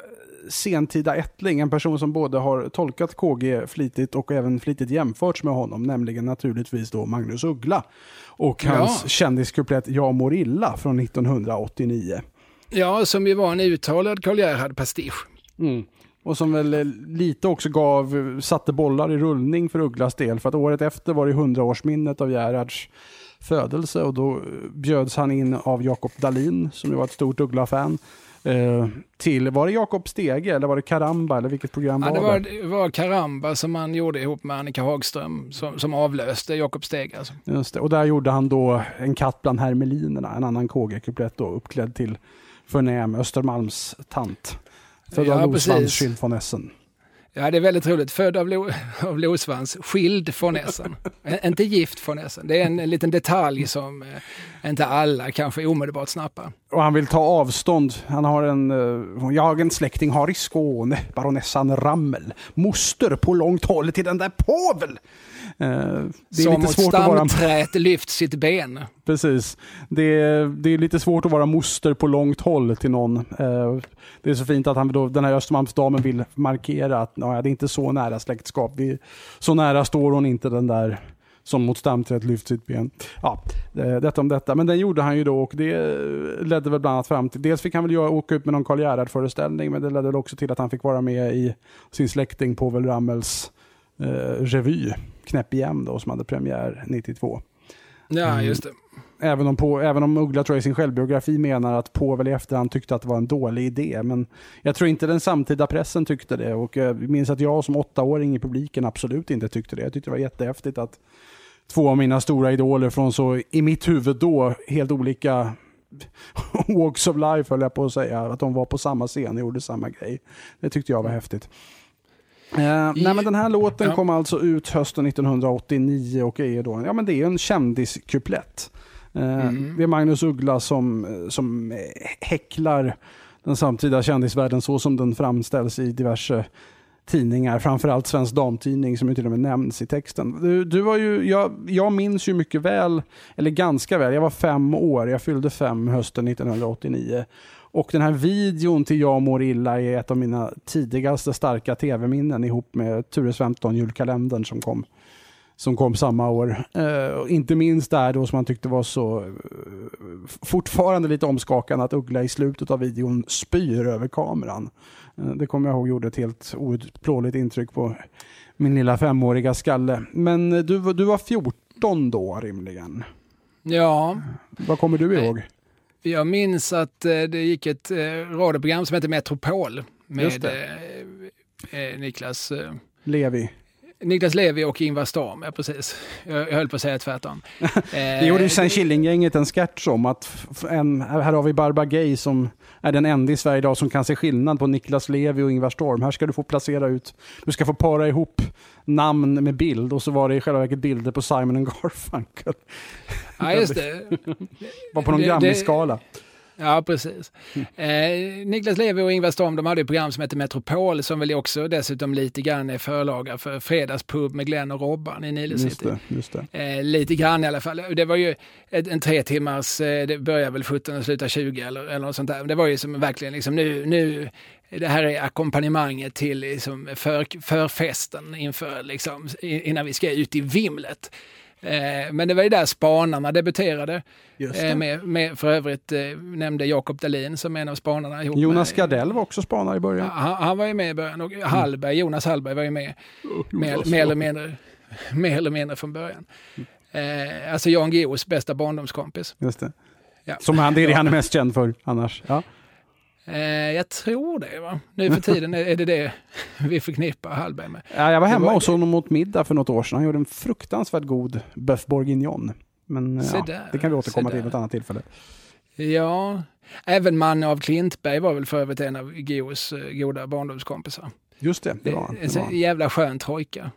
sentida ättling, en person som både har tolkat K G flitigt och även flitigt jämförts med honom, nämligen naturligtvis då Magnus Uggla och hans ja. kändiskuplett Jag mår illa från nittonhundraåttionio. Ja, som ju var en uttalad Karl Gerhard-pastisch. Mm. Och som väl lite också gav, satte bollar i rullning för Ugglas del, för att året efter var det hundraårsminnet av Gerhards födelse och då bjöds han in av Jakob Dahlin som ju var ett stort Uggla-fan. Eh, till, var det Jakob Stege eller var det Karamba eller vilket program ja, var det? Var, det var Karamba som man gjorde ihop med Annika Hagström som, som avlöste Jakob Stege. Alltså. Just det. Och där gjorde han då En katt bland hermelinerna, en annan K G-kuplett då uppklädd till förnäm Östermalms tant. Född ja, av Losvans, skild från Essen. Ja, det är väldigt roligt. Född av, Lo, av Losvans, skild från Essen. Inte gift från Essen. Det är en, en liten detalj som eh, inte alla kanske omedelbart snappar. Och han vill ta avstånd. Han har en, uh, jag en släkting har i Skåne, baronessan Rammel. Moster på långt håll till den där påvel. Uh, det är som lite svårt att vara stamträet lyft sitt ben. Precis. Det är, det är lite svårt att vara moster på långt håll till någon. Uh, det är så fint att han då, den här Östermalmsdamen vill markera att ja, det är inte så nära släktskap. Vi, så nära står hon inte, den där som mot stamträet lyft sitt ben. Ja, detta om detta. Men den gjorde han ju då och det ledde väl bland annat fram till, dels fick han väl åka ut med någon Karl Gerhard-föreställning, men det ledde väl också till att han fick vara med i sin släkting Povel Ramels eh, revy Knäpp igen då, som hade premiär nittiotvå. Ja, just det. Även om, på, även om Uggla tror jag i sin självbiografi menar att Povel i efterhand tyckte att det var en dålig idé. Men jag tror inte den samtida pressen tyckte det. Och jag minns att jag som åttaåring i publiken absolut inte tyckte det. Jag tyckte det var jättehäftigt att två av mina stora idoler från så i mitt huvud då helt olika walks of life höll jag på att säga. Att de var på samma scen och gjorde samma grej. Det tyckte jag var häftigt. Uh, I, nej men den här låten ja. kom alltså ut hösten nittonhundraåttionio och är då, ja men det är en kändiskuplett. Uh, mm. Det är Magnus Uggla som, som häcklar den samtida kändisvärlden så som den framställs i diverse tidningar, framförallt Svensk Damtidning som ju till och med nämns i texten. Du, du var ju, jag, jag minns ju mycket väl, eller ganska väl, jag var fem år, jag fyllde fem hösten nittonhundraåttionio. Och den här videon till Jag mår illa är ett av mina tidigaste starka tv-minnen ihop med Ture Sventon julkalendern som kom, som kom samma år. Uh, inte minst där då som man tyckte var så uh, fortfarande lite omskakande att Uggla i slutet av videon spyr över kameran. Uh, det kommer jag ihåg gjorde ett helt outplåligt intryck på min lilla femåriga skalle. Men uh, du, du var fjorton då rimligen. Ja. Vad kommer du ihåg? Jag minns att eh, det gick ett eh, radioprogram som heter Metropol med eh, eh, Niklas eh, Levi. Niklas Levi och Ingvar Storm, ja precis. Jag, jag höll på att säga tvärtom. Det gjorde ju sen Killinggänget en sketch om att en, här har vi Barbara Gay som är den enda i Sverige idag som kan se skillnad på Niklas Levi och Ingvar Storm. Här ska du få placera ut, du ska få para ihop namn med bild, och så var det i själva verket bilder på Simon and Garfunkel. Ja, just det. Var på någon Grammy-skala. Ja, precis. Eh, Niklas Levi och Ingvar Storm, de hade ett program som heter Metropol, som väl också dessutom lite grann är förlaga för Fredagspub med Glenn och Robban i Nile City. Just det, just det. Eh, lite grann i alla fall. Det var ju ett, en tre timmars, eh, det börjar väl sjutton och slutar tjugo eller, eller något sånt där. Det var ju som verkligen liksom nu, nu det här är ackompanjemanget till liksom för, förfesten inför liksom, innan vi ska ut i vimlet. Eh, men det var ju där spanarna debuterade. Eh, med, med, för övrigt eh, nämnde Jakob Dahlin som en av spanarna. Ihop Jonas med, Gardell var också spanare i början. Han, han var ju med i början. Och Hallberg, Jonas Hallberg var ju med oh, mer, mer, eller mindre, mer eller mindre från början. Eh, alltså Jan Guillous bästa barndomskompis. Just det. Ja. Som han, det är det han är mest känd för annars. Ja. Eh, jag tror det, va? Nu för tiden är det det vi förknippar Hallberg med. Ja, jag var hemma var... hos honom mot middag för något år sedan. Han gjorde en fruktansvärt god bœuf bourguignon. Men ja, där, det kan vi återkomma till ett annat tillfälle. Ja, även Manne av Klintberg var väl för övrigt en av Gios goda barndomskompisar. Just det, det var han. En så jävla skön trojka.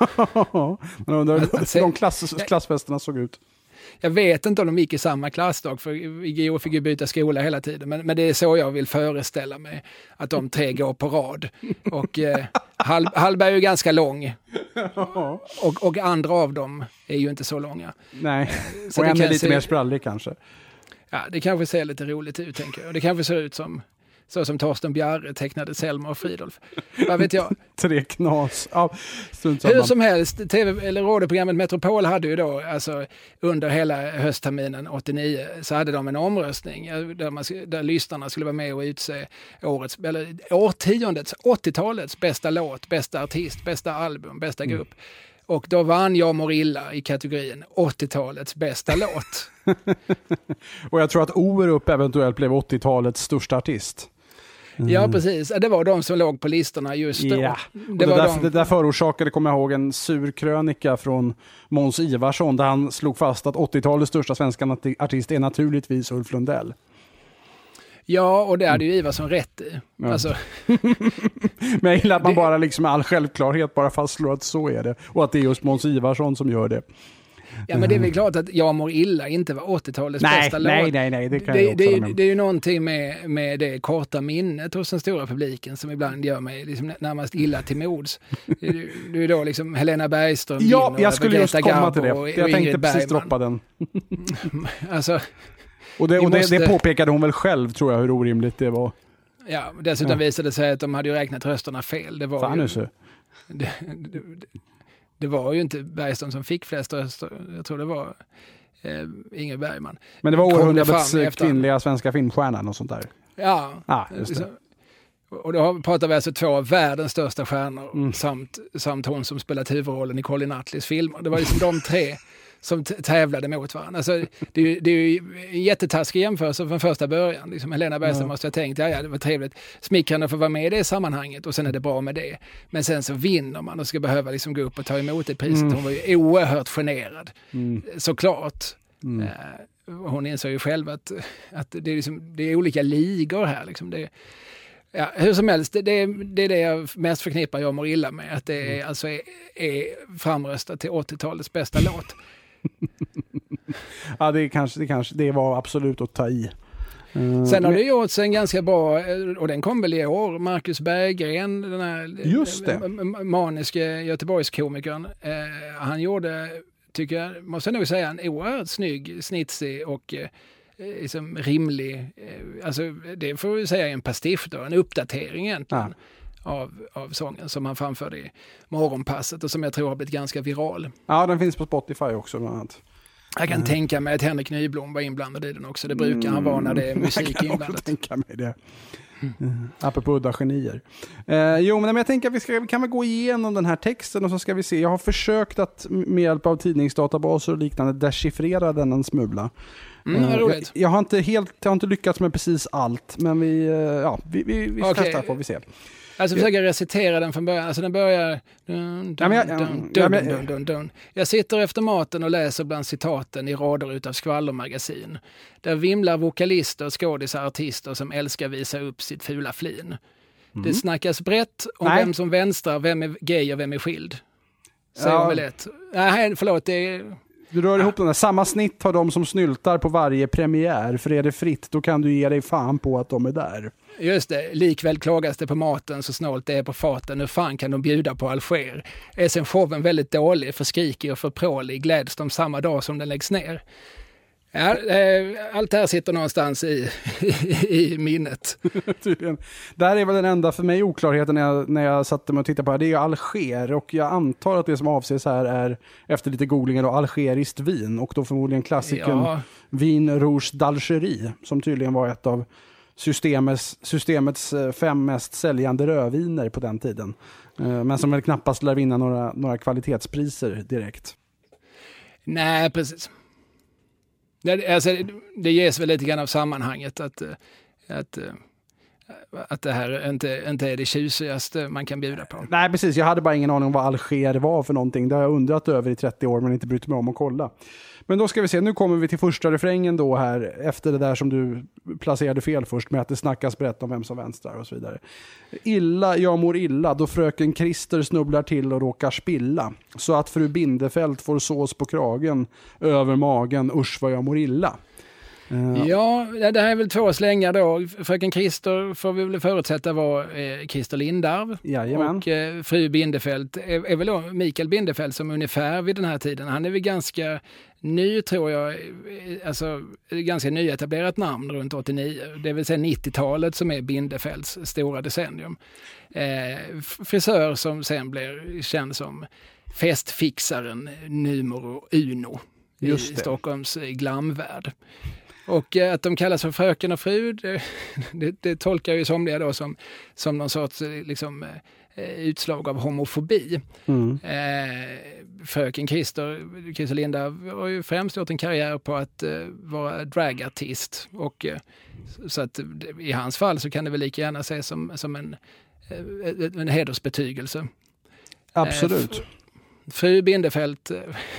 Men undrar hur de klass, klassfesterna såg ut. Jag vet inte om de gick i samma klassdag, för Gio fick ju byta skola hela tiden. Men, men det är så jag vill föreställa mig att de tre går på rad. Och eh, Hall, Hallberg är ju ganska lång. Och, och andra av dem är ju inte så långa. Nej, så och en är lite se, mer sprallig kanske. Ja, det kanske ser lite roligt ut, tänker jag. Och det kanske ser ut som... Så som Torsten Bjarre tecknade Selma och Fridolf. Vad vet jag? Tre knas. Ja, hur som helst, T V eller radioprogrammet Metropol hade ju då, alltså under hela höstterminen åttionio, så hade de en omröstning där, man, där lyssnarna skulle vara med och utse årets, eller årtiondets, åttiotalets bästa låt, bästa artist, bästa album, bästa grupp. Mm. Och då vann jag Morilla i kategorin åttiotalets bästa låt. Och jag tror att Orup eventuellt blev åttiotalets största artist. Mm. Ja, precis. Det var de som låg på listorna just då. Ja. Det, det, var där, de... det där förorsakade, kommer jag ihåg, en sur krönika från Måns Ivarsson där han slog fast att åttiotalets största svenska artist är naturligtvis Ulf Lundell. Ja, och det hade ju Ivarsson rätt i. Ja. Alltså. Men jag gillar att man det... bara liksom med all självklarhet bara fastslår att så är det. Och att det är just Måns Ivarsson som gör det. Ja, men det är väl klart att Jag mår illa inte var åttiotalets nej, bästa nej, låt. Nej, nej, det kan det, jag också det, det är ju någonting med, med det korta minnet hos den stora publiken som ibland gör mig liksom närmast illa till mods. Det är ju då liksom Helena Bergström, ja, jag skulle just komma Garbo till det. Och, jag och tänkte precis Bergman. droppa den. Alltså, och det, och det, måste... det påpekade hon väl själv, tror jag, hur orimligt det var. Ja, dessutom ja. visade det sig att de hade ju räknat rösterna fel. Det var Fan, ju... så. Det, det, det var ju inte Bergström som fick flest röster. Jag tror det var eh, Inger Bergman. Men det var århundradets kvinnliga svenska filmstjärnan och sånt där. Ja. Ah, just det. Och då pratar vi alltså två av världens största stjärnor mm. samt, samt hon som spelat huvudrollen i Colin Atleys filmer. Det var liksom de tre som t- tävlade mot varandra. Alltså, det, är ju, det är ju en jättetaskig jämförelse från första början. Liksom Helena Bergström ja. måste ha tänkt, ja, ja det var trevligt, smickrande att få vara med i det sammanhanget och sen är det bra med det. Men sen så vinner man och ska behöva liksom gå upp och ta emot det priset. Mm. Hon var ju oerhört generad, mm. såklart. Mm. Hon insåg ju själv att, att det, är liksom, det är olika ligor här. Liksom. Det, ja, hur som helst, det, det, det är det jag mest förknippar Jag mår illa med. Att det är, mm. alltså är, är framröstat till åttiotalets bästa låt. Ja, det, kanske, det, kanske, det var absolut att ta i. Uh, Sen har men... det gjorts en ganska bra, och den kom väl i år, Marcus Berggren, den här Just det. maniske Göteborgskomikern. Uh, han gjorde, tycker jag, måste jag nog säga, en oerhört snygg, snitsig och uh, liksom rimlig, uh, alltså det får vi säga en pastisch då, en uppdatering egentligen. Ja. Av, av sången som han framförde i morgonpasset och som jag tror har blivit ganska viral. Ja, den finns på Spotify också bland annat. Jag kan mm. tänka mig att Henrik Nyblom var inblandad i den också. Det brukar mm. han vara när det är musik jag kan inblandat. Jag tänka mig det. Mm. Apropå udda genier. Eh, jo, men jag tänker att vi, ska, vi kan väl gå igenom den här texten och så ska vi se. Jag har försökt att med hjälp av tidningsdatabaser och liknande dechiffrera den en smula. Mm, uh, jag, jag, har inte helt, jag har inte lyckats med precis allt, men vi, uh, ja, vi, vi, vi okay. testar får vi se. Alltså försöka recitera den från början. Alltså den börjar... Dun, dun, Ja, men jag- dun, ja, dun, ja, men- dun, dun, dun. Jag sitter efter maten och läser bland citaten i rader utav skvallermagasin. Där vimlar vokalister, skådisar, artister som älskar visa upp sitt fula flin. Det snackas brett om Nej. vem som vänstrar, vem är gay och vem är skild. Säger Ja. ja. väl lätt. Nej, förlåt, det är... Du rör ihop den där. Samma snitt har de som snyltar på varje premiär. För är det fritt, då kan du ge dig fan på att de är där. Just det, likväl klagas det på maten så snålt det är på faten. Hur fan kan de bjuda på Alger? Är sen showen väldigt dålig, för skrikig och för prålig, gläds de samma dag som den läggs ner? Ja, eh, allt det här sitter någonstans i, i, i minnet. Tydligen. Där är väl den enda för mig oklarheten när jag, när jag satte mig och tittade på det. Det är ju Alger, och jag antar att det som avses här är, efter lite googlingar då, algeriskt vin, och då förmodligen klassikern Ja. Vin Rouge d'Algérie, som tydligen var ett av systemets, systemets eh, fem mest säljande rödviner på den tiden. Eh, Men som väl knappast lär vinna några, några kvalitetspriser direkt. Nej, precis. Det, alltså, det ges väl lite grann av sammanhanget att, eh, att, eh, att det här inte, inte är det tjusigaste man kan bjuda på. Nej, precis. Jag hade bara ingen aning om vad Alger var för någonting. Det har jag undrat över i trettio år men inte brytt mig om att kolla. Men då ska vi se, nu kommer vi till första refrängen då här, efter det där som du placerade fel först med att det snackas brett om vem som vänstrar och så vidare. Illa, jag mår illa, då fröken Christer snubblar till och råkar spilla. Så att fru Bindefält får sås på kragen, över magen, usch vad jag mår illa. Uh, Ja, det här är väl två slängar då. Fröken Christer får vi väl förutsätta var eh, Christer Lindarw. Jajamän. Och eh, fru Bindefält är, är väl då Mikael Bindefält som ungefär vid den här tiden. Han är väl ganska ny, tror jag, eh, alltså ganska nyetablerat namn runt åttionio. Det vill säga nittiotalet som är Bindefelds stora decennium. Eh, frisör som sen blir känd som festfixaren numero uno i Just det. Stockholms glamvärld. Och att de kallas för fröken och fru, det, det, det tolkar ju somliga då som, som någon sorts liksom, eh, utslag av homofobi. Mm. Eh, fröken Christer, Christer Lindarw har ju främst gjort en karriär på att eh, vara dragartist. Och, eh, så att i hans fall så kan det väl lika gärna ses som, som en, eh, en hedersbetygelse. Absolut. Eh, fru Bindefält...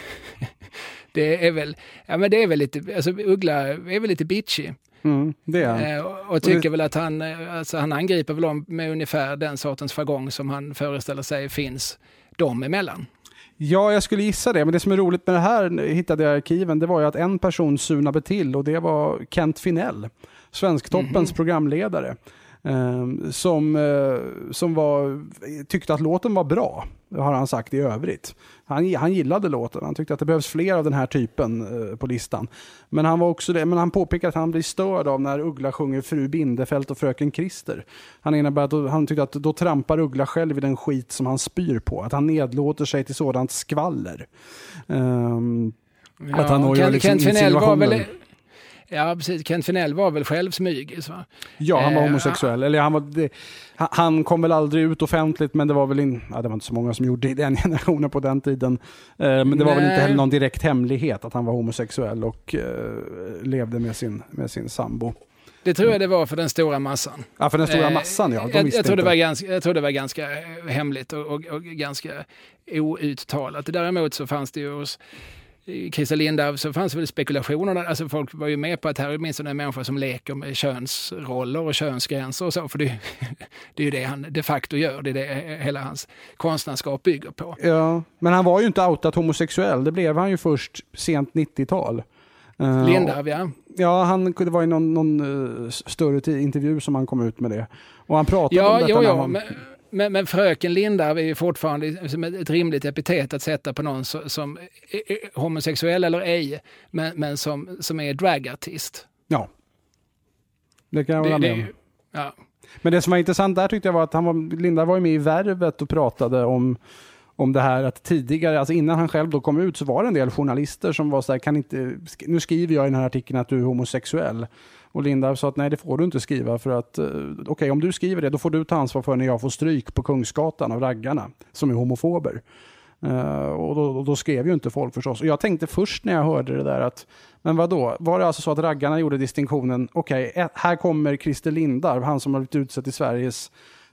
Det är väl, ja men det är väl lite, alltså Uggla är väl lite bitchy. Mm, det är han. Eh, och, och tycker väl att han, alltså han angriper väl dem med ungefär den sortens jargong som han föreställer sig finns dem emellan. Ja, jag skulle gissa det. Men det som är roligt med det här, hittade jag i arkiven, det var ju att en person sunade till, och det var Kent Finell, Svensktoppens mm-hmm. programledare. Eh, som, eh, som var, tyckte att låten var bra, har han sagt i övrigt. Han, han gillade låten. Han tyckte att det behövs fler av den här typen eh, på listan. Men han var också det, men han påpekade att han blir störd av när Uggla sjunger Fru Bindefält och Fröken Christer. Han innebär att då, han tyckte att då trampar Uggla själv i den skit som han spyr på. Att han nedlåter sig till sådant skvaller. Um, ja, att han har ju liksom Kent Finell var väl... insinuationer. Ja, precis. Kent Finell var väl själv smygis, va? Ja, han var Eh, homosexuell. Eller han, var, det, han- han kom väl aldrig ut offentligt, men det var väl in, ja, det var inte så många som gjorde det i den generationen på den tiden. Eh, men det var väl Nej. inte heller någon direkt hemlighet att han var homosexuell och eh, levde med sin, med sin sambo. Det tror jag det var för den stora massan. Ja, för den stora Eh, massan, ja. De jag, visste jag, tror det inte. var ganska, jag tror det var ganska eh, hemligt och, och, och ganska outtalat. Däremot så fanns det ju hos Christer Lindarw så fanns det väl spekulationer. Alltså folk var ju med på att här är åtminstone en människa som leker med könsroller och könsgränser och så. För det, det är ju det han de facto gör. Det är det hela hans konstnärskap bygger på. Ja, men han var ju inte outat homosexuell. Det blev han ju först sent nittiotal. Eh, Lindarw, ja. Ja, han, det var ju någon, någon uh, större t- intervju som han kom ut med det. Och han pratade Ja, om detta jo, när jo, han... men, men, men fröken Lindarw är ju fortfarande som ett rimligt epitet att sätta på någon som, som är homosexuell eller ej, men, men som, som är dragartist. Ja. Det kan jag hålla Det, med det, om. ja. Men det som var intressant där tyckte jag var att han var, Linda var ju med i Värvet och pratade om, om det här att tidigare, alltså innan han själv då kom ut så var det en del journalister som var så här, kan inte, nu skriver jag i den här artikeln att du är homosexuell. Och Linda sa att nej, det får du inte skriva för att okej, okay, om du skriver det då får du ta ansvar för när jag får stryk på Kungsgatan av raggarna som är homofober. Uh, och, då, och då skrev ju inte folk förstås. Och jag tänkte först när jag hörde det där att, men vad då? Var det alltså så att raggarna gjorde distinktionen, okej, okay, här kommer Christer Lindarw, han som har blivit utsett till Sveriges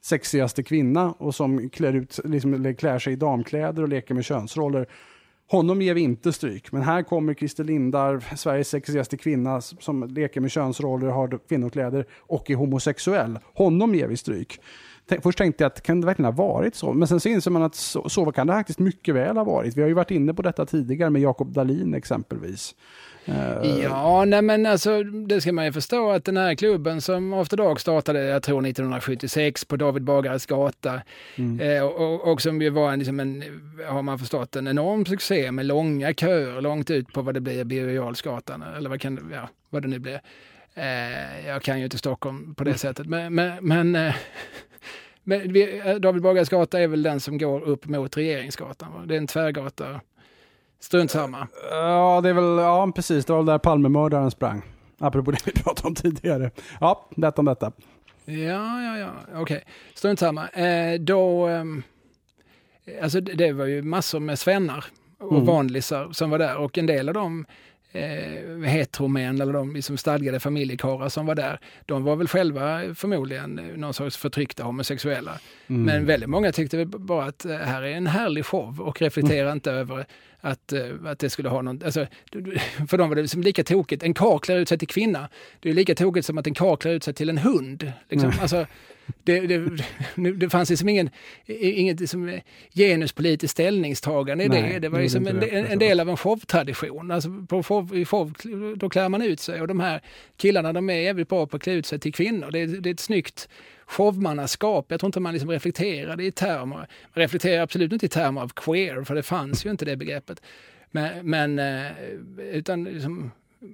sexigaste kvinna och som klär, ut, liksom, klär sig i damkläder och leker med könsroller. Honom ger vi inte stryk. Men här kommer Christer Lindarw, Sveriges sexigaste kvinna som leker med könsroller, har kvinnokläder och är homosexuell. Honom ger vi stryk. Först tänkte jag att kan det verkligen ha varit så? Men sen så inser man att så, så kan det faktiskt mycket väl ha varit. Vi har ju varit inne på detta tidigare med Jakob Dahlin exempelvis. Uh... Ja, nej men alltså det ska man ju förstå att den här klubben som After Dark startade, jag tror nittonhundrasjuttiosex på David Bagares gata mm. eh, och, och som ju var en, liksom en, har man förstått, en enorm succé med långa köer långt ut på vad det blir Birger Jarlsgatan eller vad, kan, ja, vad det nu blir. Eh, jag kan ju inte Stockholm på det mm. sättet, men, men, men eh, Men vi, David Bagares gata är väl den som går upp mot Regeringsgatan. Va? Det är en tvärgata. Strunt samma. Ja, det är väl, ja precis. Det var där Palmemördaren sprang. Apropå det vi pratade om tidigare. Ja, detta om detta. Ja, ja, ja. Okej. Okay. Strunt samma. Eh, då, eh, alltså det var ju massor med svennar och mm. vanlisar som var där. Och en del av dem Eh, heteromän eller de liksom stadgade familjekarlar som var där, de var väl själva förmodligen någon sorts förtryckta homosexuella. Mm. Men väldigt många tyckte väl bara att eh, här är en härlig show och reflekterade mm. inte över att, eh, att det skulle ha någon... Alltså, för dem var det liksom lika tokigt. En karl klär ut sig till kvinna. Det är lika tokigt som att en karl klär ut sig till en hund. Liksom. Mm. Alltså, det, det, det fanns liksom ingen, inget liksom, genuspolitiskt ställningstagande i det. Nej, det var liksom en, en, en del av en showtradition. Alltså på show, i show, då klär man ut sig och de här killarna, de är jävligt bra på att klä ut sig till kvinnor. Det, det är ett snyggt showmannaskap. Jag tror inte man liksom reflekterar i termer. Man reflekterar absolut inte i termer av queer, för det fanns ju inte det begreppet. Men, men utan liksom...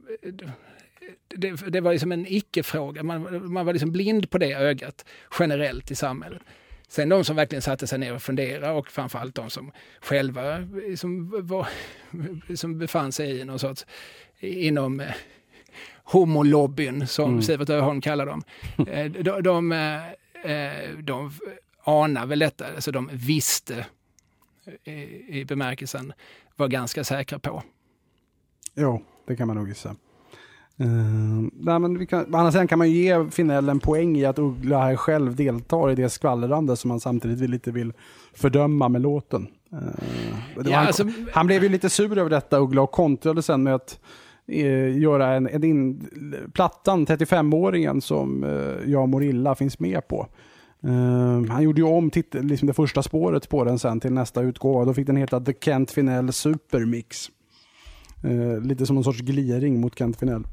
Det, det var liksom en icke-fråga. Man, man var liksom blind på det ögat generellt i samhället. Sen de som verkligen satte sig ner och funderade, och framförallt de som själva liksom var, som befann sig i någon sorts inom eh, homolobbyn som mm. Sivert Öholm kallar dem. Eh, de, de, eh, de anar väl detta, alltså de visste i, i bemärkelsen, var ganska säkra på. Jo, det kan man nog gissa. Uh, nej, men vi kan, annars sen kan man ju ge Finell en poäng i att Uggla här själv deltar i det skvallrande som man samtidigt lite vill fördöma med låten. Uh, ja, han, alltså, han blev ju lite sur över detta, Uggla, och kontrade sen med att uh, göra en, en in, plattan trettiofemåringen som uh, Jag mår illa finns med på. Uh, han gjorde ju om titel, liksom det första spåret på den sen till nästa utgåva. Då fick den heta The Kent Finell Supermix. Uh, lite som en sorts gliring mot Kent Finell.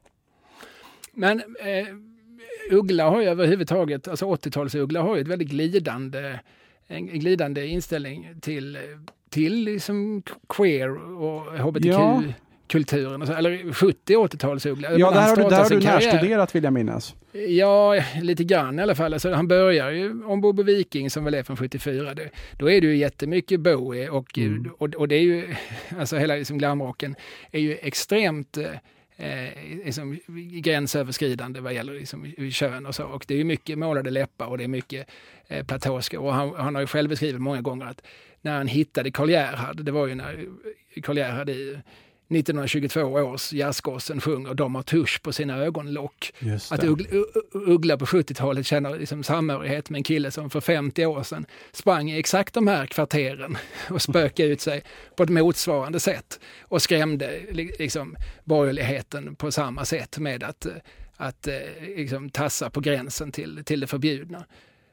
Men eh, Uggla har ju överhuvudtaget, alltså åttio-tals Uggla har ju ett väldigt glidande, en glidande inställning till, till liksom queer och H B T Q-kulturen. Ja. Eller sjuttio-åttio-tals Uggla. Ja, där har du, där har du närstuderat, vill jag minnas. Ja, lite grann i alla fall. Alltså, han börjar ju om Bobo Viking som väl är från sjuttiofyra. Det, då är det ju jättemycket Bowie och, mm. och, och det är ju, alltså hela liksom glamrocken är ju extremt... Eh, liksom, gränsöverskridande vad gäller liksom, kön och så. Och det är ju mycket målade läppar och det är mycket eh, platåska. Och han, han har ju själv beskrivit många gånger att när han hittade Karl Gerhard, det var ju när Karl Gerhard i nittonhundratjugotvå års jazzgossen sjunger De har tusch på sina ögonlock. Att Uggla, Uggla på sjuttiotalet känner liksom samhörighet med en kille som för femtio år sedan sprang i exakt de här kvarteren och spökade ut sig på ett motsvarande sätt och skrämde liksom borgerligheten på samma sätt med att, att liksom tassa på gränsen till, till det förbjudna.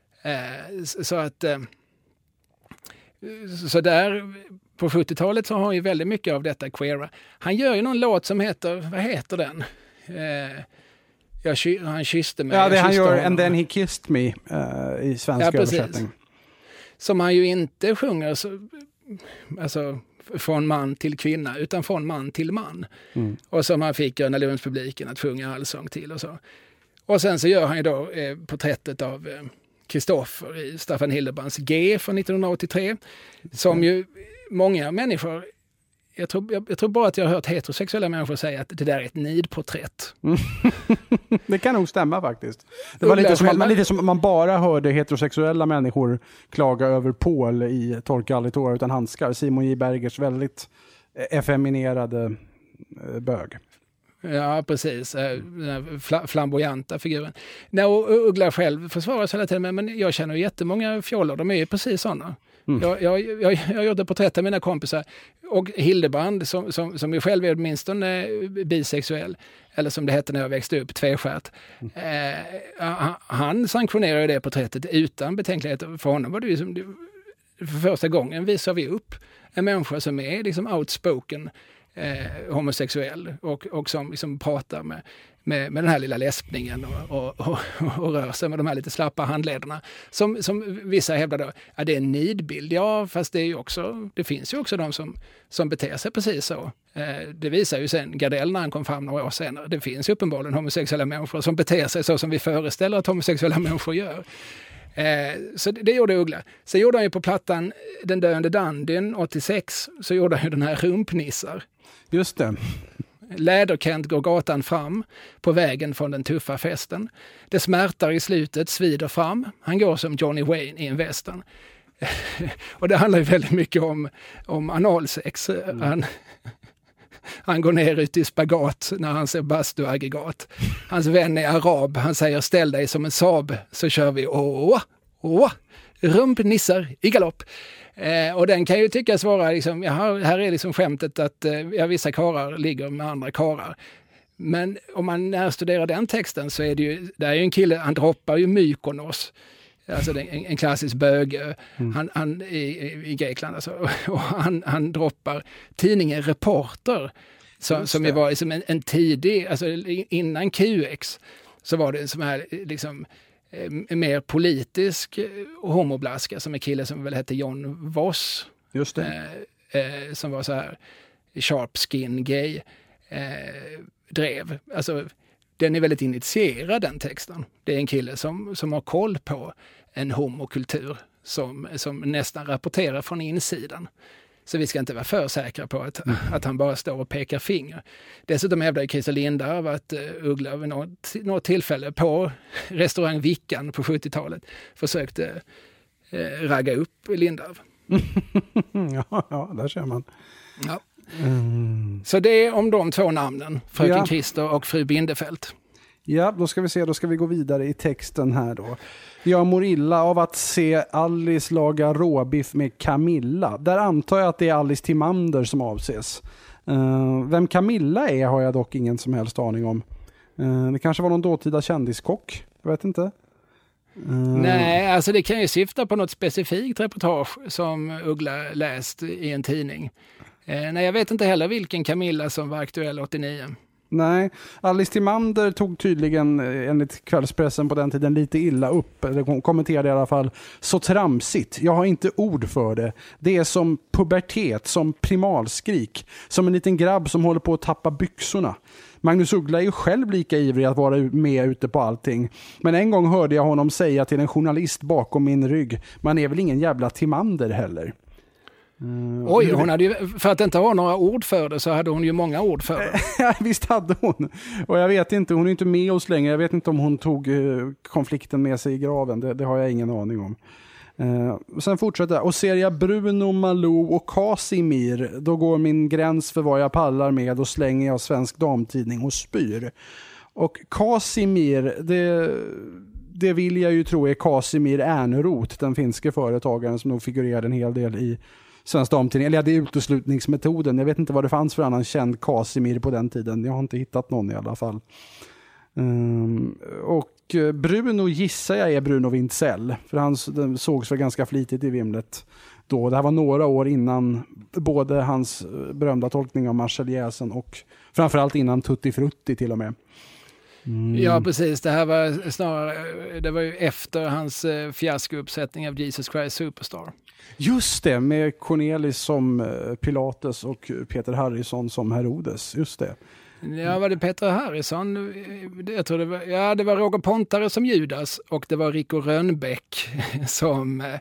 Så att så där på sjuttiotalet så har han ju väldigt mycket av detta queera. Han gör ju någon låt som heter, vad heter den? Eh, jag, han kysste mig. Ja, det han gör honom. And then he kissed me uh, i svensk ja, översättning. Som han ju inte sjunger så, alltså från man till kvinna, utan från man till man. Mm. Och som han fick Gröna Lunds-publiken att sjunga allsång till och så. Och sen så gör han ju då eh, porträttet av eh, Kristoffer i Staffan Hildebrands G från nittonhundraåttiotre. Som ju många människor, jag tror, jag, jag tror bara att jag har hört heterosexuella människor säga att det där är ett nidporträtt. Mm. Det kan nog stämma faktiskt. Det var lite som, man, lite som man bara hörde heterosexuella människor klaga över Paul i Torka aldrig tårar utan handskar. Simon J. Bergers väldigt effeminerade bög. Ja, precis. Den här flamboyanta figuren. Nej, och Uggla själv försvaras hela tiden, men jag känner jättemånga fjollor, de är ju precis sådana. Mm. Jag, jag, jag, jag har gjort ett porträtt av mina kompisar, och Hildebrand som, som, som ju själv är åtminstone bisexuell, eller som det hette när jag växte upp, tveskärt. Mm. Eh, han sanktionerar ju det porträttet utan betänkligheter. För honom var det ju som, för första gången visar vi upp en människa som är liksom outspoken eh, homosexuell och, och som liksom pratar med Med, med den här lilla läspningen och, och, och, och rör sig med de här lite slappa handlederna. Som, som vissa hävdar då, ja, det är en nidbild. Ja, fast det, är ju också, det finns ju också de som, som beter sig precis så. Eh, det visar ju sen Gardell när han kom fram några år senare. Det finns ju uppenbarligen homosexuella människor som beter sig så som vi föreställer att homosexuella människor gör. Eh, så det, det gjorde Uggla. Sen gjorde han ju på plattan Den döende dandyn åttiosex, så gjorde han ju den här Rumpnissar. Just det. Läderkent går gatan fram på vägen från den tuffa festen. Det smärtar i slutet, svider fram. Han går som Johnny Wayne i en västern. Och det handlar ju väldigt mycket om, om analsex. Mm. Han, han går ner ut i spagat när han ser bastuaggregat. Hans vän är arab. Han säger ställ dig som en Saab så kör vi. Åh, åh, rumpnissar i galopp. Eh, och den kan ju tyckas vara, liksom, ja, här är liksom skämtet att eh, ja, vissa karar ligger med andra karar. Men om man närstuderar den texten så är det ju, det är ju en kille, han droppar ju Mykonos, alltså en, en klassisk bög, mm. han, han, i, i Grekland alltså, och han, han droppar tidningen Reporter, så, som ju var liksom en, en tidig, alltså innan Q X, så var det en sån här liksom mer politisk homoblaska som en kille som väl hette John Voss. Just det. Eh, eh, som var så här sharp skin gay eh, drev. Alltså den är väldigt initierad, den texten. Det är en kille som, som har koll på en homokultur som, som nästan rapporterar från insidan. Så vi ska inte vara för säkra på att, mm. att han bara står och pekar finger. Dessutom hävdar Christer Lindarw att uh, Uggla vid något, något tillfälle på restaurang Vickan på sjuttiotalet försökte uh, ragga upp Lindarw. ja, ja, där ser man. Ja. Mm. Så det är om de två namnen, fröken ja. Christer och fru Bindefeld. Ja, då ska vi se, då ska vi gå vidare i texten här då. Jag mår illa av att se Alice laga råbiff med Camilla. Där antar jag att det är Alice Timander som avses. Uh, vem Camilla är har jag dock ingen som helst aning om. Uh, det kanske var någon dåtida kändiskock, jag vet inte. Uh... Nej, alltså det kan ju syfta på något specifikt reportage som Uggla läst i en tidning. Uh, nej, jag vet inte heller vilken Camilla som var aktuell åttionio. Nej, Alice Timander tog tydligen enligt kvällspressen på den tiden lite illa upp. Eller kommenterade i alla fall så tramsigt. Jag har inte ord för det. Det är som pubertet, som primalskrik. Som en liten grabb som håller på att tappa byxorna. Magnus Uggla är ju själv lika ivrig att vara med ute på allting. Men en gång hörde jag honom säga till en journalist bakom min rygg: man är väl ingen jävla Timander heller. Mm. Oj, hon hade ju, för att inte ha några ord för det så hade hon ju många ord för det. Ja, visst hade hon. Och jag vet inte, hon är inte med oss längre. Jag vet inte om hon tog uh, konflikten med sig i graven. Det, det har jag ingen aning om. Uh, sen fortsätter jag. Och ser jag Bruno, Malou och Casimir, då går min gräns för vad jag pallar med och slänger jag Svensk Damtidning och spyr. Och Casimir, det... Det vill jag ju tro är Casimir Ernroth, den finske företagaren som nog figurerade en hel del i Svensk Damtidning. Eller ja, det är uteslutningsmetoden. Jag vet inte vad det fanns för annan känd Casimir på den tiden. Jag har inte hittat någon i alla fall. Um, och Bruno gissar jag är Bruno Wintzell. För han den sågs väl ganska flitigt i vimlet då. Det här var några år innan både hans berömda tolkning av Marseljäsen och framförallt innan Tutti Frutti till och med. Mm. Ja, precis. Det här var snarare, det var ju efter hans eh, fiaskouppsättning av Jesus Christ Superstar. Just det, med Cornelis som eh, Pilatus och Peter Harrison som Herodes. Just det. Ja, var det Peter Harrison? Jag tror det var, ja, det var Roger Pontare som Judas och det var Rico Rönnbäck som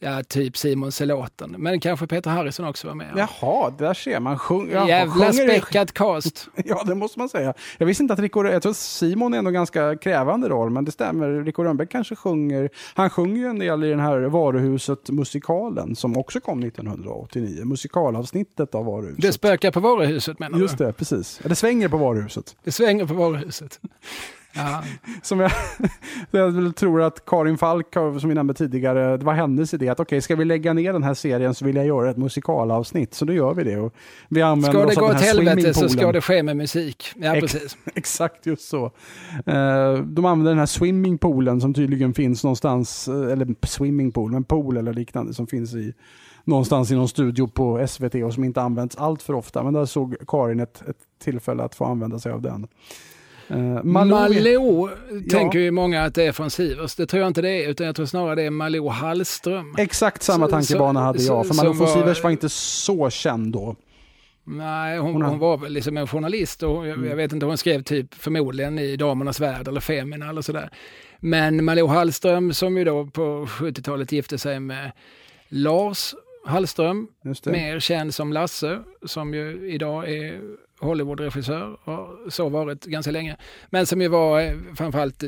ja, typ Simon Selåten. Men kanske Peter Harrison också var med. Ja. Jaha, där ser man. Sjung, ja, jävla späckat cast. Ja, det måste man säga. Jag visste inte att Rico, jag tror Simon är ändå ganska krävande roll, men det stämmer. Rico Rönnbäck kanske sjunger, han sjunger ju en del i den här Varuhuset-musikalen som också kom nittonhundraåttionio. Musikalavsnittet av Varuhuset. Det spökar på Varuhuset, menar du? Just det, precis. Ja, det svänger på Varuhuset. Det svänger på Varuhuset. Ja. Som jag, jag tror att Karin Falk, som vi nämnde tidigare, det var hennes idé att okej, okay, ska vi lägga ner den här serien så vill jag göra ett musikalavsnitt, så då gör vi det. Och vi använder ska det gå åt helvete så ska det Ex- ske med musik. Ja, precis. Exakt, just så. De använder den här swimmingpoolen som tydligen finns någonstans, eller swimmingpool, men pool eller liknande som finns i någonstans i någon studio på S V T och som inte används allt för ofta, men där såg Karin ett, ett tillfälle att få använda sig av den. Uh, Malou, Malou ja. tänker ju många att det är från Sivers. Det tror jag inte det är, utan jag tror snarare det är Malou Hallström. Exakt samma tankebana så, hade jag, för Malou von var, Sivers var inte så känd då. Nej, hon, hon var väl liksom en journalist och jag, mm. jag vet inte, hon skrev typ förmodligen i Damernas Värld eller Femina eller sådär. Men Malou Hallström som ju då på sjuttiotalet gifte sig med Lars Hallström, mer känd som Lasse, som ju idag är Hollywood-regissör och så varit ganska länge. Men som ju var framförallt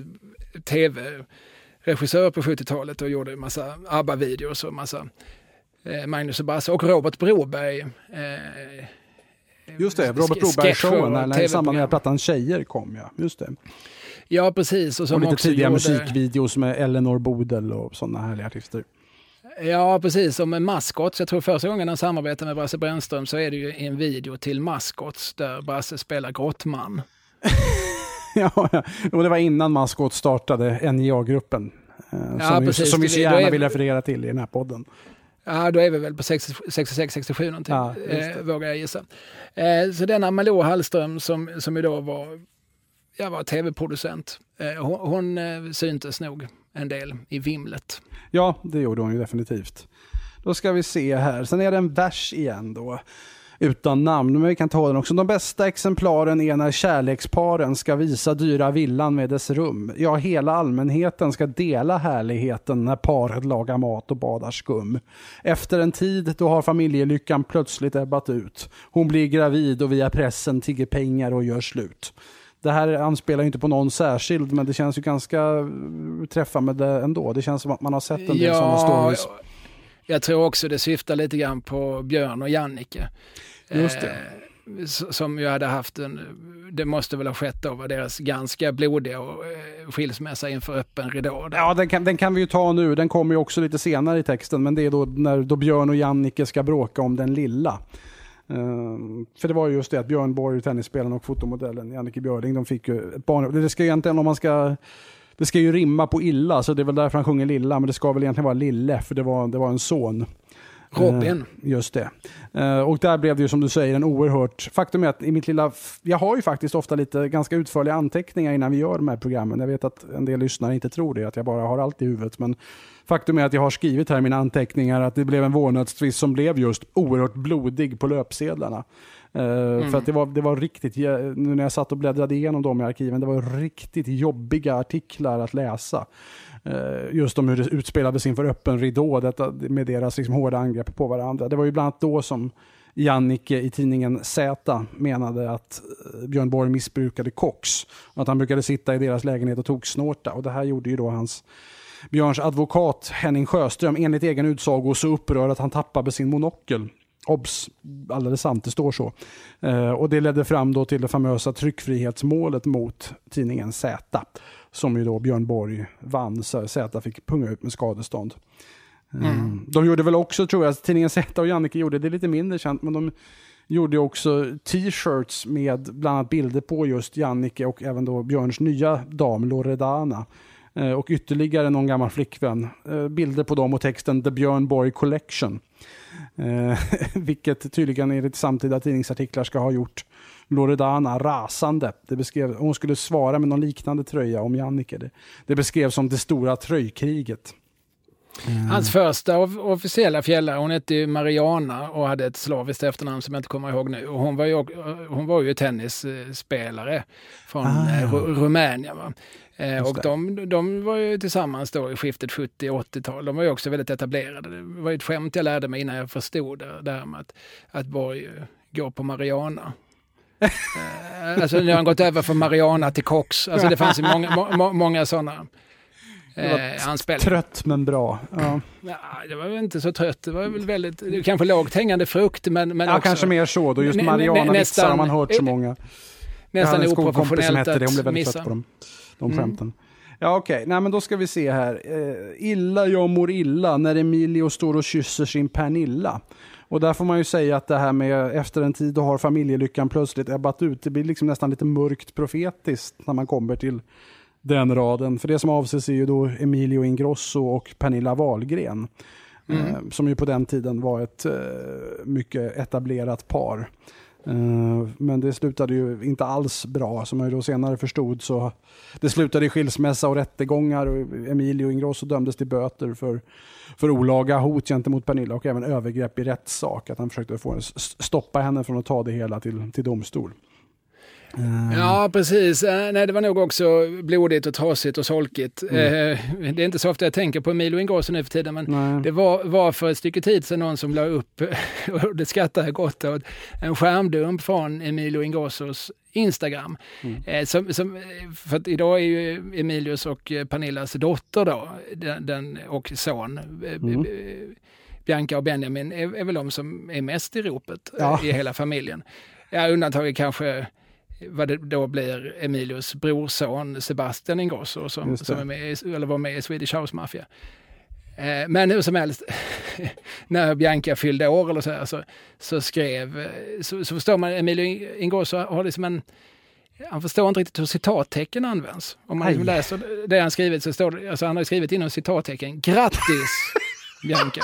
tv-regissör på sjuttiotalet och gjorde en massa ABBA-videos och massa eh, Magnus och Basse och Robert Broberg. Eh, Just det, Robert Broberg-showen när i samband med plattan Tjejer kom, ja. Just det. Ja, precis. Och, som och lite också tidiga gjorde musikvideos med Eleanor Bodel och sådana härliga artister. Ja, precis. Som en maskot. Jag tror första gången han samarbetar med Brasse Brännström så är det ju en video till Maskots där Brasse spelar grottman. Ja, och det var innan Maskot startade N J A-gruppen. Eh, ja, som, precis. Vi, som vi så gärna är... vill referera till i den här podden. Ja, då är vi väl på sextiosex sextiosju någonting, ja, eh, vågar jag gissa. Eh, så denna Malou Hallström som, som idag var, jag var tv-producent, eh, hon, hon eh, syntes nog en del i vimlet. Ja, det gjorde hon ju definitivt. Då ska vi se här. Sen är det en vers igen då. Utan namn, men vi kan ta den också. De bästa exemplaren är när kärleksparen ska visa dyra villan med dess rum. Ja, hela allmänheten ska dela härligheten när paret lagar mat och badar skum. Efter en tid då har familjelyckan plötsligt ebbat ut. Hon blir gravid och via pressen tigger pengar och gör slut. Det här anspelar ju inte på någon särskild, men det känns ju ganska träffande ändå. Det känns som att man har sett en del ja, sådana stories. Jag tror också det syftar lite grann på Björn och Jannike. Just det. Eh, som ju hade haft en, det måste väl ha skett då, var deras ganska blodiga och, eh, skilsmässa inför öppen ridå. Ja, den kan, den kan vi ju ta nu. Den kommer ju också lite senare i texten, men det är då när då Björn och Jannike ska bråka om den lilla. Uh, för det var ju just det att Björn Borg, tennisspelaren och fotomodellen Jannike Björling, de fick ju ett barn. Det ska ju egentligen, om man ska, det ska ju rimma på illa, så det är väl därför han sjunger lilla, men det ska väl egentligen vara Lille, för det var, det var en son. Robin. Uh, just det. Uh, och där blev det ju som du säger en oerhört, faktum är att i mitt lilla, jag har ju faktiskt ofta lite ganska utförliga anteckningar innan vi gör de här programmen. Jag vet att en del lyssnare inte tror det, att jag bara har allt i huvudet, men faktum är att jag har skrivit här i mina anteckningar att det blev en vårdnadstvist som blev just oerhört blodig på löpsedlarna. Uh, mm. För att det var, det var riktigt, nu när jag satt och bläddrade igenom dem i arkiven, det var riktigt jobbiga artiklar att läsa. Uh, just om hur det utspelades inför öppen ridå, detta, med deras liksom hårda angrepp på varandra. Det var ju bland annat då som Jannike i tidningen Z menade att Björn Borg missbrukade koks. Att han brukade sitta i deras lägenhet och tog snorta. Och det här gjorde ju då hans Björns advokat Henning Sjöström enligt egen utsago så upprörd att han tappade sin monokel. Obs, alldeles sant, det står så. Eh, och det ledde fram då till det famösa tryckfrihetsmålet mot tidningen Z, som ju då Björn Borg vann, så Z fick punga ut med skadestånd. Eh, mm. De gjorde väl också, tror jag, att tidningen Z och Jannike gjorde, det är lite mindre känt, men de gjorde också t-shirts med bland annat bilder på just Jannike och även då Björns nya dam Loredana. Eh, och ytterligare någon gammal flickvän. Eh, bilder på dem och texten The Björn Borg Collection. Eh, vilket tydligen enligt samtida tidningsartiklar ska ha gjort Loredana rasande. Det beskrev, hon skulle svara med någon liknande tröja om Jannike. Det, det beskrevs som det stora tröjkriget. Mm. Hans första officiella fjällare, hon hette ju Mariana och hade ett slaviskt efternamn som jag inte kommer ihåg nu. Och hon var ju, hon var ju tennisspelare från ah, ja. Rumänien. Va? Och de, de var ju tillsammans då i skiftet sjuttio-åttiotal. De var ju också väldigt etablerade. Det var ju ett skämt jag lärde mig innan jag förstod det, det här med att, att Borg går på Mariana. Alltså nu har han gått över från Mariana till Cox. Alltså det fanns ju många, må, många sådana eh, anspelningar. Trött men bra. Ja. Ja, det var väl inte så trött. Det var väl väldigt, det kanske lågt hängande frukt. Men, men ja, också, kanske mer så. Då just Mariana-vitsar har man hört så många. Nästan oprofessionellt att det. Hon blev väldigt missa. trött på dem, de skämten. Mm. Ja okej, okay. Nej men då ska vi se här. Eh, illa jag mår illa när Emilio står och kysser sin Pernilla. Och där får man ju säga att det här med efter en tid då har familjelyckan plötsligt ebbat ut. Det blir liksom nästan lite mörkt profetiskt när man kommer till den raden. För det som avses är ju då Emilio Ingrosso och Pernilla Wahlgren. Mm. Eh, som ju på den tiden var ett eh, mycket etablerat par. Uh, men det slutade ju inte alls bra, som jag då senare förstod, så det slutade i skilsmässa och rättegångar och Emilio Ingrosso dömdes till böter för, för olaga hot gentemot Pernilla och även övergrepp i rättssak, att han försökte få stoppa henne från att ta det hela till, till domstol. Uh. Ja, precis. Nej, det var nog också blodigt och trasigt och solkigt. Mm. Det är inte så ofta jag tänker på Emilio Ingrosso nu för tiden, men Nej. det var, var för ett stycke tid sedan någon som la upp, och det skrattar jag gott åt, en skärmdump från Emilio Ingrossos Instagram. Mm. Som, som, för att idag är ju Emilios och Pernillas dotter då, den, den och son, mm. Bianca och Benjamin, är, är väl de som är mest i ropet ja. i hela familjen. Ja, undantaget kanske vad det då blir Emilios brorson Sebastian Ingrosso som, som är med, eller var med i Swedish House Mafia. Eh, men hur som helst, när Bianca fyllde år eller så här, så, så skrev, så, så förstår man, Emilio Ingrosso har liksom en, han förstår inte riktigt hur citattecken används. Om man liksom läser det han skrivit så står det, alltså han har skrivit inom citattecken, grattis Bianca.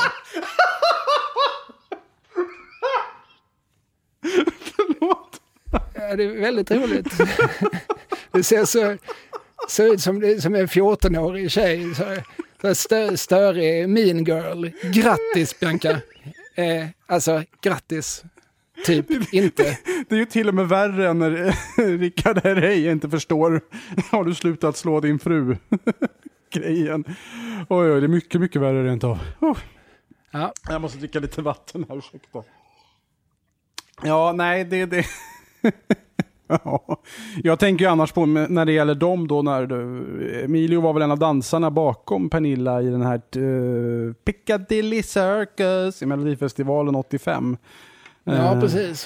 Förlåt. Ja, det är väldigt roligt. Det ser så, så ut som, som en fjortonårig tjej. Så, så stö, störig mean girl. Grattis Bianca. Eh, alltså, grattis. Typ inte. Det är ju till och med värre än när Rickard Herrey inte förstår. Har du slutat slå din fru? Grejen. Oj, oj, det är mycket, mycket värre rent av. Oh. Ja. Jag måste dricka lite vatten här, ursäkta. Ja, nej, det är det. Ja. Jag tänker ju annars på när det gäller dem då, när du, Emilio var väl en av dansarna bakom Pernilla i den här uh, Piccadilly Circus i Melodifestivalen åttiofem. Ja, uh, precis.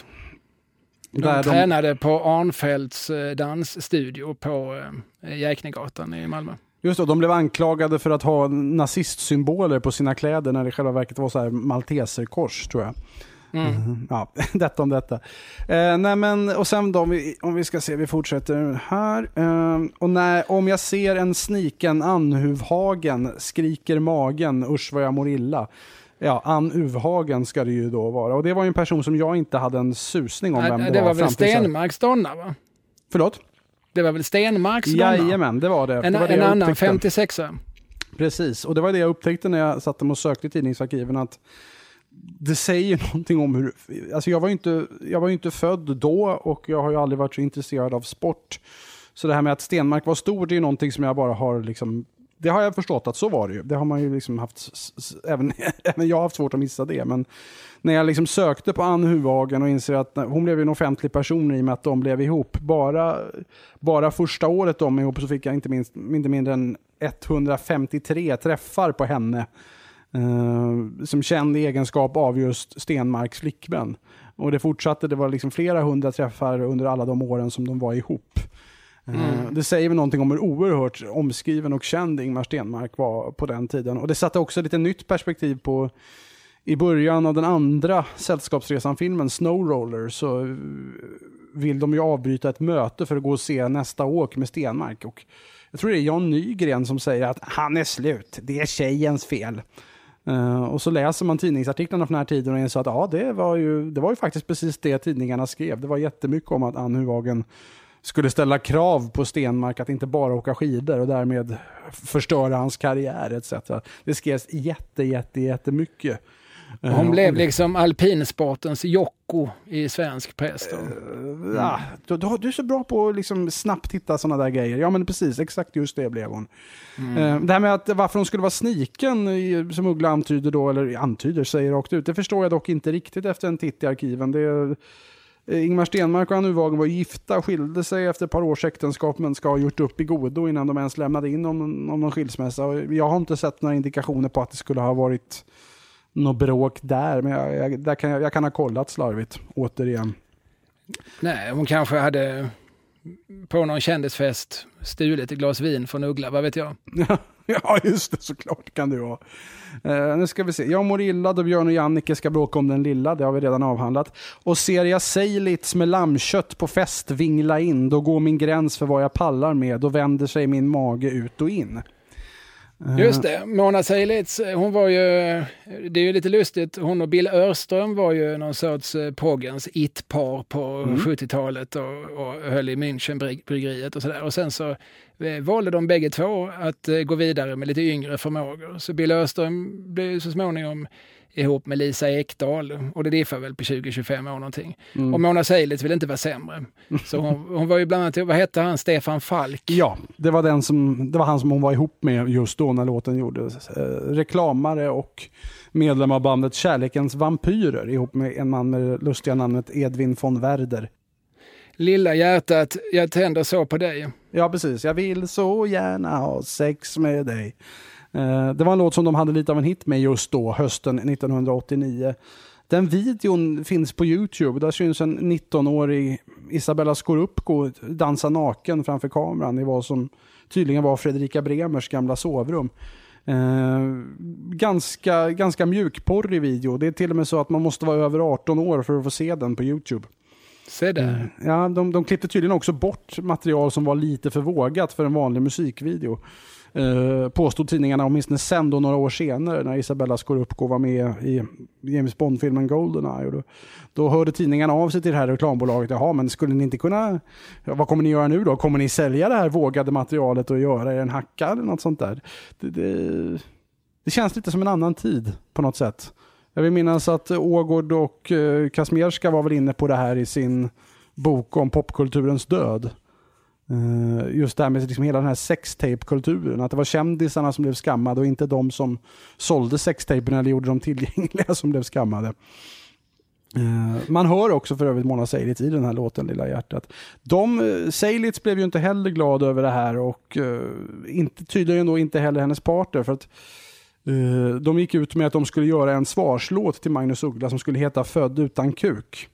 De där tränade de... på Arnfeldts dansstudio på uh, Jäknegatan i Malmö. Just det, de blev anklagade för att ha nazistsymboler på sina kläder när det i själva verket var så här malteserkors, tror jag. Mm. Mm, ja, detta om detta. Eh, nej men, och sen då, om vi, om vi ska se, vi fortsätter här. Eh, och när, om jag ser en sniken Ann Uvhagen, skriker magen, usch vad jag mår illa. Ja, Ann Uvhagen ska det ju då vara. Och det var ju en person som jag inte hade en susning om vem det, det var. var väl Stenmarks donna, va? Förlåt? Det var väl Stenmarks donna? Jajamän, det var det. En, det, var det en annan femtiosex. Precis, och det var det jag upptäckte när jag satt och sökte i tidningsarkiven, att det säger någonting om hur, alltså jag var ju inte, jag var ju inte född då och jag har ju aldrig varit så intresserad av sport. Så det här med att Stenmark var stor, det är ju någonting som jag bara har liksom, det har jag förstått att så var det ju. Det har man ju liksom haft, även, även jag har haft svårt att missa det. Men när jag liksom sökte på Ann Uvhagen och inser att hon blev en offentlig person i och med att de blev ihop. Bara, bara första året de ihop så fick jag inte, minst, inte mindre än etthundrafemtiotre träffar på henne. Uh, som känd egenskap av just Stenmarks flickvän. Och det fortsatte, det var liksom flera hundra träffar under alla de åren som de var ihop. Uh, mm. Det säger väl någonting om hur oerhört omskriven och känd Ingmar Stenmark var på den tiden. Och det satte också lite nytt perspektiv på, i början av den andra Sällskapsresan-filmen Snowroller, så vill de ju avbryta ett möte för att gå och se nästa åk med Stenmark. Och jag tror det är Jan Nygren som säger att han är slut, det är tjejens fel. Uh, och så läser man tidningsartiklarna från den här tiden och inser att ja, det var ju, det var ju faktiskt precis det tidningarna skrev. Det var jättemycket om att Ann Uvhagen skulle ställa krav på Stenmark att inte bara åka skidor och därmed förstöra hans karriär et cetera. Det skrevs jätte, jätte, jättemycket. Hon blev liksom alpinsportens Jocko i svensk press då. Mm. Ja, du, du är så bra på att liksom snabbt hitta sådana där grejer. Ja men precis, exakt just det blev hon. Mm. Det här med att varför hon skulle vara sniken, som Uggla antyder då, eller antyder, säger rakt ut, det förstår jag dock inte riktigt efter en titt i arkiven. Det är, Ingmar Stenmark och Anne Uvagen var gifta, skilde sig efter ett par års äktenskap men ska ha gjort upp i godo innan de ens lämnade in om, om någon skilsmässa. Jag har inte sett några indikationer på att det skulle ha varit något bråk där, men jag, jag, där kan jag, jag kan ha kollat slarvigt återigen. Nej, hon kanske hade på någon kändisfest stulit ett glas vin från Uggla, vad vet jag? Ja, just det, såklart kan det vara. Uh, nu ska vi se. Jag mår illa då Björn och Jannike ska bråka om den lilla, det har vi redan avhandlat. Och ser jag Seilitz med lammkött på fest vingla in, då går min gräns för vad jag pallar med, då vänder sig min mage ut och in. Just det, Mona Seilitz, hon var ju, det är ju lite lustigt, hon och Bill Örström var ju någon sorts proggens it-par på mm. sjuttiotalet och, och höll i Münchenbryggeriet och sådär. Och sen så eh, valde de bägge två att eh, gå vidare med lite yngre förmågor. Så Bill Örström blev så småningom ihop med Lisa Ekdahl och det diffar väl på tjugo till tjugofem år någonting. Mm. Och Mona Seilitz vill inte vara sämre. Så hon, hon var ju bland annat, vad hette han, Stefan Falk? Ja, det var, den som, det var han som hon var ihop med just då när låten gjordes. Eh, reklamare och medlem av bandet Kärlekens Vampyrer ihop med en man med lustiga namnet Edvin von Werder. Lilla hjärtat, jag tänder så på dig. Ja, precis. Jag vill så gärna ha sex med dig. Det var en låt som de hade lite av en hit med just då, hösten nittonhundraåttionio. Den videon finns på YouTube. Där syns en nittonårig Isabella Scorupco dansa naken framför kameran i vad som tydligen var Fredrika Bremers gamla sovrum. Eh, ganska, ganska mjukporrig video. Det är till och med så att man måste vara över arton år för att få se den på YouTube. Se där. Ja, de, de klippte tydligen också bort material som var lite för vågat för en vanlig musikvideo. Uh, påstod tidningarna åtminstone sen då några år senare när Isabella Scorupco var med i James Bond-filmen Goldeneye. Då, då hörde tidningarna av sig till det här reklambolaget. Jaha, men skulle ni inte kunna... Ja, vad kommer ni göra nu då? Kommer ni sälja det här vågade materialet och göra en hacka eller något sånt där? Det, det, det känns lite som en annan tid på något sätt. Jag vill minnas att Ågård och uh, Kazmierska var väl inne på det här i sin bok om popkulturens död. Uh, just där med liksom hela den här sextape-kulturen, att det var kändisarna som blev skammade och inte de som sålde sextaperna eller gjorde dem tillgängliga som blev skammade. Uh, man hör också för övrigt Mona Seilitz i den här låten Lilla hjärtat. De, uh, Seilitz blev ju inte heller glad över det här och uh, inte, tydligen då inte heller hennes partner, för att uh, de gick ut med att de skulle göra en svarslåt till Magnus Uggla som skulle heta Född utan kuk.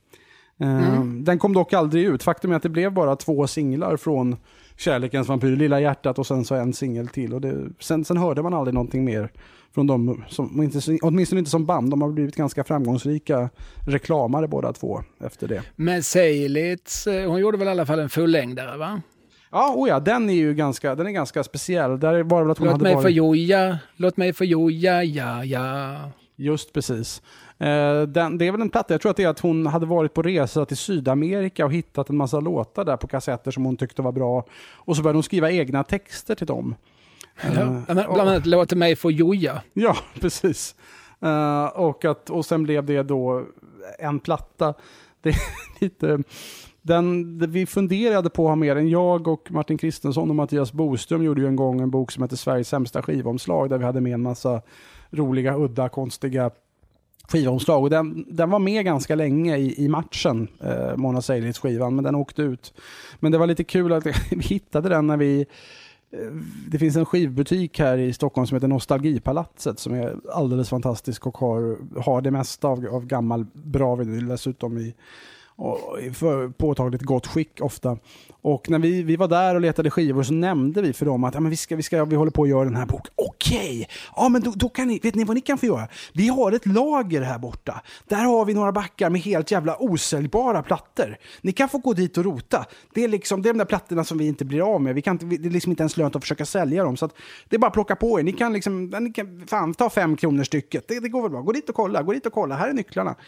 Mm. Den kom dock aldrig ut. Faktum är att det blev bara två singlar från Kärlekens Vampyr, Lilla hjärtat och sen så en singel till. Och det, sen, sen hörde man aldrig någonting mer från dem, som, inte, åtminstone inte som band. De har blivit ganska framgångsrika reklamare båda två efter det. Men Seilitz, hon gjorde väl i alla fall en fullängdare, va? Ja, oh ja, den är ju ganska, den är ganska speciell. Där var det väl att hon låt hade mig varit... få joja, låt mig få joja, ja, ja. Just precis. Uh, den, det är väl en platta, jag tror att det är att hon hade varit på resa till Sydamerika och hittat en massa låtar där på kassetter som hon tyckte var bra. Och så började hon skriva egna texter till dem. Uh, ja, men bland annat låt mig få joja. Ja, precis. Uh, och, att, och sen blev det då en platta. Det är lite... Den, det vi funderade på att ha mer än jag och Martin Kristensson och Mattias Boström gjorde ju en gång en bok som heter Sveriges sämsta skivomslag där vi hade med en massa roliga, udda, konstiga skivomslag. Och den, den var med ganska länge i, i matchen, eh, Mona Seilitz skivan, men den åkte ut. Men det var lite kul att vi hittade den när vi... Eh, det finns en skivbutik här i Stockholm som heter Nostalgipalatset som är alldeles fantastisk och har, har det mesta av, av gammal bra vinyl dessutom i och för påtagligt gott skick ofta. Och när vi, vi var där och letade skivor så nämnde vi för dem att ja, men vi, ska, vi, ska, vi håller på att göra den här boken. Okej, ja men då, då kan ni, vet ni vad ni kan få göra? Vi har ett lager här borta. Där har vi några backar med helt jävla osäljbara plattor. Ni kan få gå dit och rota. Det är liksom det är de där plattorna som vi inte blir av med. Vi kan inte, det är liksom inte ens lönt att försöka sälja dem. Så att det är bara att plocka på er. Ni kan liksom, ni kan fan ta fem kronor stycket. Det, det går väl bra. Gå dit och kolla, gå dit och kolla. Här är nycklarna.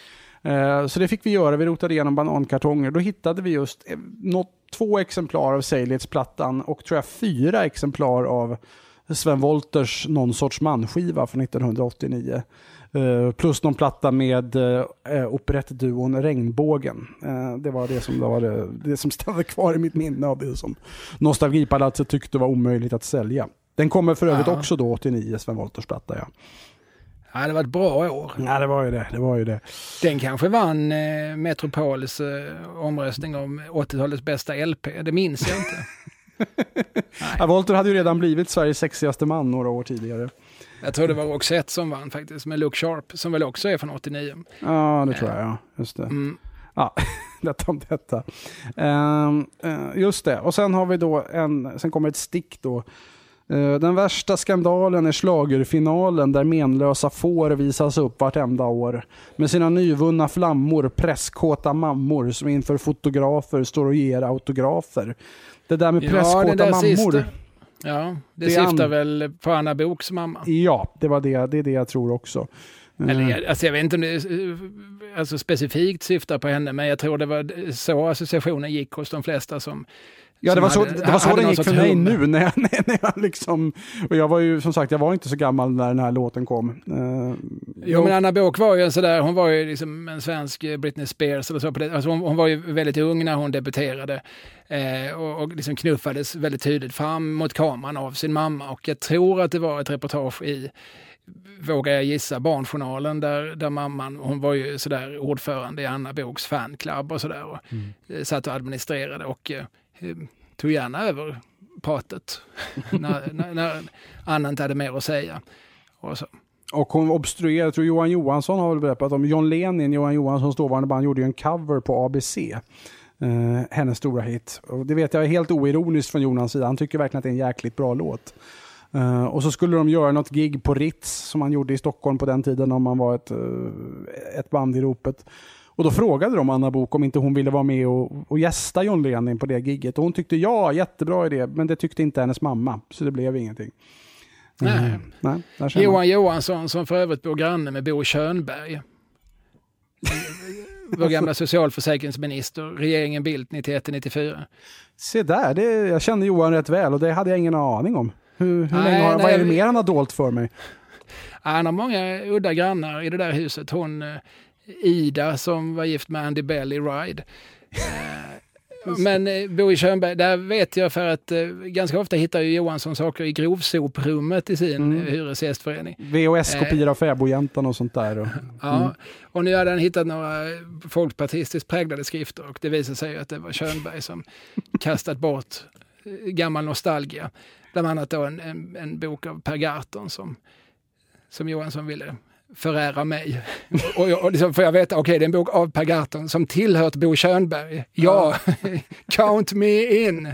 Eh, så det fick vi göra. Vi rotade igenom banankartonger. Då hittade vi just eh, något, två exemplar av Seilitz-plattan och tror jag fyra exemplar av Sven Wollters någon sorts manskiva från nittonhundraåttionio. Uh, plus någon platta med uh, operettduon Regnbågen. Uh, det var det som det var det, det som stannade kvar i mitt minne av det som Nostalgipalatset tyckte var omöjligt att sälja. Den kommer för övrigt ja. också då åttionio, Sven Wollters platta, ja. Ja, det var ett bra år. Ja, det var ju det. det, var ju det. Den kanske vann eh, Metropols eh, omröstning om åttiotalets bästa L P. Det minns jag inte. ja, Wolter hade ju redan blivit Sveriges sexigaste man några år tidigare. Jag tror det var Roxette som vann faktiskt, med Look Sharp, som väl också är från åttionio. Ja, det tror jag, ja. Just det. Mm. Ja, detta om detta. Um, uh, just det. Och sen har vi då en, sen kommer ett stick då. Uh, den värsta skandalen är schlagerfinalen där menlösa får visas upp vartenda år. Med sina nyvunna flammor, presskåta mammor som inför fotografer står och ger autografer. Det där med presskåta ja, där mammor... Sista. Ja, det, det syftar an... väl på Anna Boks mamma. Ja, det var det, det är det jag tror också. Eller, alltså jag vet inte om det alltså specifikt syftar på henne, men jag tror det var så associationen gick hos de flesta som... Ja, det var så, det var så den gick för mig hum. nu när jag, när jag liksom... Och jag var ju, som sagt, jag var inte så gammal när den här låten kom. Uh, jo, men Anna Bok var ju en sådär, hon var ju liksom en svensk Britney Spears eller så på det. Alltså hon, hon var ju väldigt ung när hon debuterade eh, och, och liksom knuffades väldigt tydligt fram mot kameran av sin mamma. Och jag tror att det var ett reportage i, vågar jag gissa, Barnjournalen där, där mamman, hon var ju sådär ordförande i Anna Boks fanclub och sådär och mm. satt och administrerade och eh, tog gärna över pratet när, när, när Anna inte hade mer att säga. Och, så. och hon obstruerade, jag tror Johan Johansson har väl berättat om John Lenin, Johan Johanssons dåvarande band, gjorde ju en cover på A B C. Uh, hennes stora hit. Och det vet jag är helt oironiskt från Jonans sida. Han tycker verkligen att det är en jäkligt bra låt. Uh, och så skulle de göra något gig på Ritz som man gjorde i Stockholm på den tiden om man var ett, uh, ett band i ropet. Och då frågade de Anna Bok om inte hon ville vara med och, och gästa John Lenin på det gigget. Och hon tyckte ja, jättebra idé, men det tyckte inte hennes mamma. Så det blev ingenting. Nej. Mm. Nej, Johan Johansson som för övrigt bor granne med Bo Könberg. Vår gamla socialförsäkringsminister, regeringen Bildt nittioett till nittiofyra. Se där, det, jag känner Johan rätt väl och det hade jag ingen aning om. Hur, hur nej, länge har, nej, vad är det mer han har dolt för mig? Han har många udda grannar i det där huset. Hon... Ida som var gift med Andy Bell i Ride. Men Bo i Könberg, där vet jag för att ganska ofta hittar ju Johansson saker i grovsoprummet i sin mm. hyresgästförening. V H S-kopior av Fäbodjäntan och sånt där. Och, ja, mm. och nu hade han hittat några folkpartistiskt präglade skrifter och det visade sig att det var Könberg som kastat bort gammal nostalgia. Bland annat då en, en, en bok av Per Gahrton som, som Johansson ville förära mig. Och, jag, och liksom, för jag vet, okej, okay, det är en bok av Per Gahrton som tillhört Bo Könberg. Ja, count me in.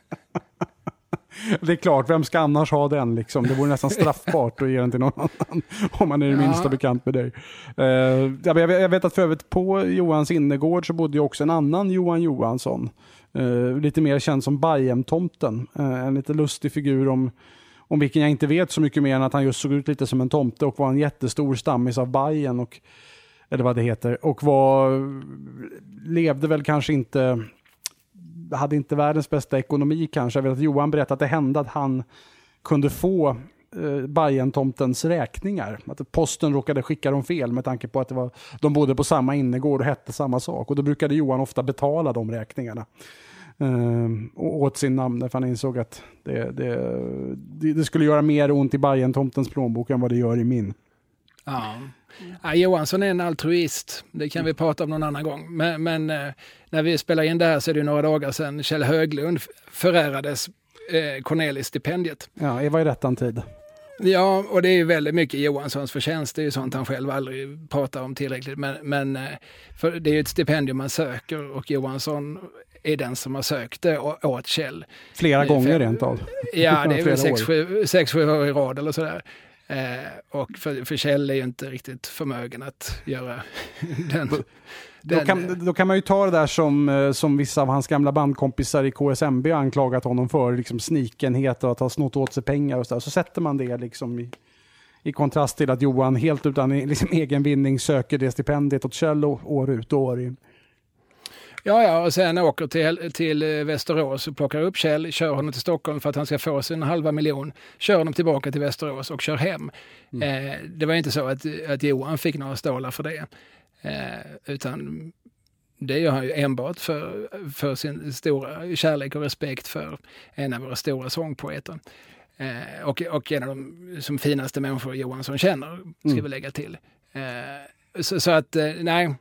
Det är klart, vem ska annars ha den liksom? Det vore nästan straffbart att ge den till någon annan om man är det minsta ja. bekant med dig. Uh, jag, jag vet att för övrigt på Johans innergård så bodde ju också en annan Johan Johansson. Uh, lite mer känd som Bajem-tomten. Uh, en lite lustig figur om om vilken jag inte vet så mycket mer än att han just såg ut lite som en tomte och var en jättestor stammis av Bajen och eller vad det heter och var levde väl kanske inte hade inte världens bästa ekonomi kanske. Jag vet att Johan berättade att det hände att han kunde få eh, Bajen-tomtens räkningar. Att posten råkade skicka dem fel med tanke på att det var, de bodde på samma innergård och hette samma sak och då brukade Johan ofta betala de räkningarna. Uh, och åt sin namn för han insåg att det, det, det, det skulle göra mer ont i Bajen-tomtens plånbok än vad det gör i min. Ja. Ja, Johansson är en altruist, det kan vi prata om någon annan gång. Men, men eh, när vi spelar in det här så är det några dagar sedan Kjell Höglund förärades eh, Cornelis-stipendiet. Ja, det var ju rättan tid. Ja, och det är ju väldigt mycket Johanssons förtjänst. Det är ju sånt han själv aldrig pratar om tillräckligt. Men, men för det är ju ett stipendium man söker och Johansson är den som har sökt det åt Kjell. Flera gånger rent av. Ja, det är väl sex, sju, sex, sju år i rad eller sådär. Eh, och för, för Kjell är ju inte riktigt förmögen att göra den. Då, den då, kan, då kan man ju ta det där som, som vissa av hans gamla bandkompisar i K S M B har anklagat honom för, liksom snikenhet och att ha snott åt sig pengar och så där. Så sätter man det liksom i, I kontrast till att Johan helt utan liksom egen vinning söker det stipendiet åt Kjell år ut och år in. Ja, ja, och sen åker till, till Västerås och plockar upp Kjell, kör honom till Stockholm för att han ska få sin halva miljon, kör honom tillbaka till Västerås och kör hem. Mm. Eh, det var inte så att, att Johan fick några stålar för det, eh, utan det gör han ju enbart för, för sin stora kärlek och respekt för en av våra stora sångpoeter. Eh, och, och en av de som finaste människor Johansson känner, ska mm. vi lägga till. Eh, så, så att, eh, nej...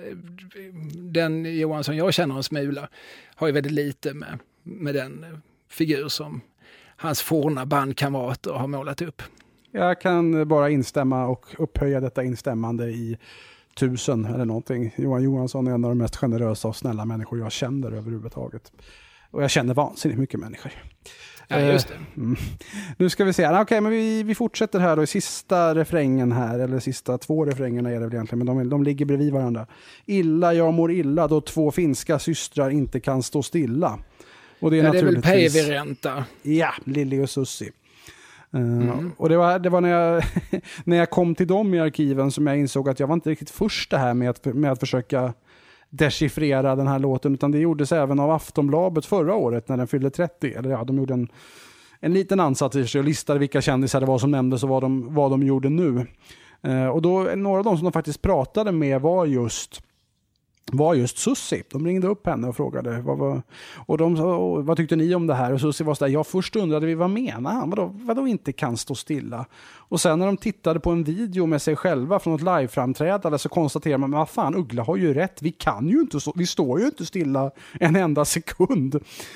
Den Johansson jag känner en smula har ju väldigt lite med, med den figur som hans forna bandkamrater har målat upp. Jag kan bara instämma och upphöja detta instämmande i tusen eller någonting. Johan Johansson är en av de mest generösa och snälla människor jag känner överhuvudtaget. Och jag känner vansinnigt mycket människor. Ja, just det. Mm. Nu ska vi se. Okej, okay, men vi, vi fortsätter här då i sista refrängen här, eller sista två refrängerna är det väl egentligen, men de, de ligger bredvid varandra. Illa, jag mår illa då två finska systrar inte kan stå stilla. Och det är, ja, naturligtvis... det är väl Päivi-Renta. Ja, Lilly och Sussi. Uh, mm. Och det var, det var när, jag, när jag kom till dem i arkiven som jag insåg att jag var inte riktigt först det här med att, med att försöka dechiffrera den här låten, utan det gjordes även av Aftonbladet förra året när den fyllde trettio. Eller ja, de gjorde en, en liten ansats i sig och listade vilka kändisar det var som nämndes och vad de, vad de gjorde nu. Uh, och då, några av dem som de faktiskt pratade med var just var just Sussi. De ringde upp henne och frågade vad, var, och de sa, vad tyckte ni om det här? Och Sussi var så där, jag först undrade vi vad menar han? Vadå, vadå inte kan stå stilla? Och sen när de tittade på en video med sig själva från ett liveframträdande så konstaterade man, men vad fan, Uggla har ju rätt. Vi kan ju inte, vi står ju inte stilla en enda sekund.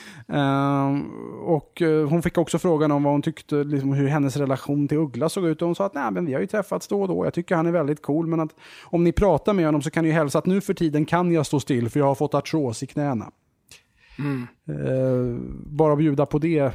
Uh, och uh, hon fick också frågan om vad hon tyckte, liksom, hur hennes relation till Uggla såg ut, och hon sa att nej, men vi har ju träffats då och då, jag tycker han är väldigt cool, men att om ni pratar med honom så kan ni ju hälsa att nu för tiden kan jag stå still för jag har fått artros i knäna. Mm. Uh, bara bjuda på det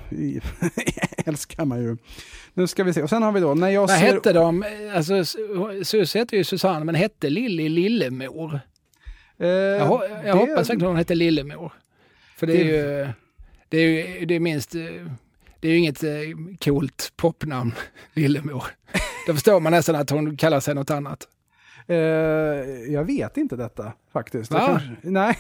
älskar man ju. Nu ska vi se, och sen har vi då när jag vad ser... hette de? Alltså, Sus hette ju Susanne, men hette Lilly Lillemor? Uh, jag ho- jag det... hoppas verkligen hon hette Lillemor, för det är det... ju Det är ju det är minst, det är ju inget coolt popnamn, Lillemor. Då förstår man nästan att hon kallar sig något annat. Uh, jag vet inte detta faktiskt. Va? Kanske, nej.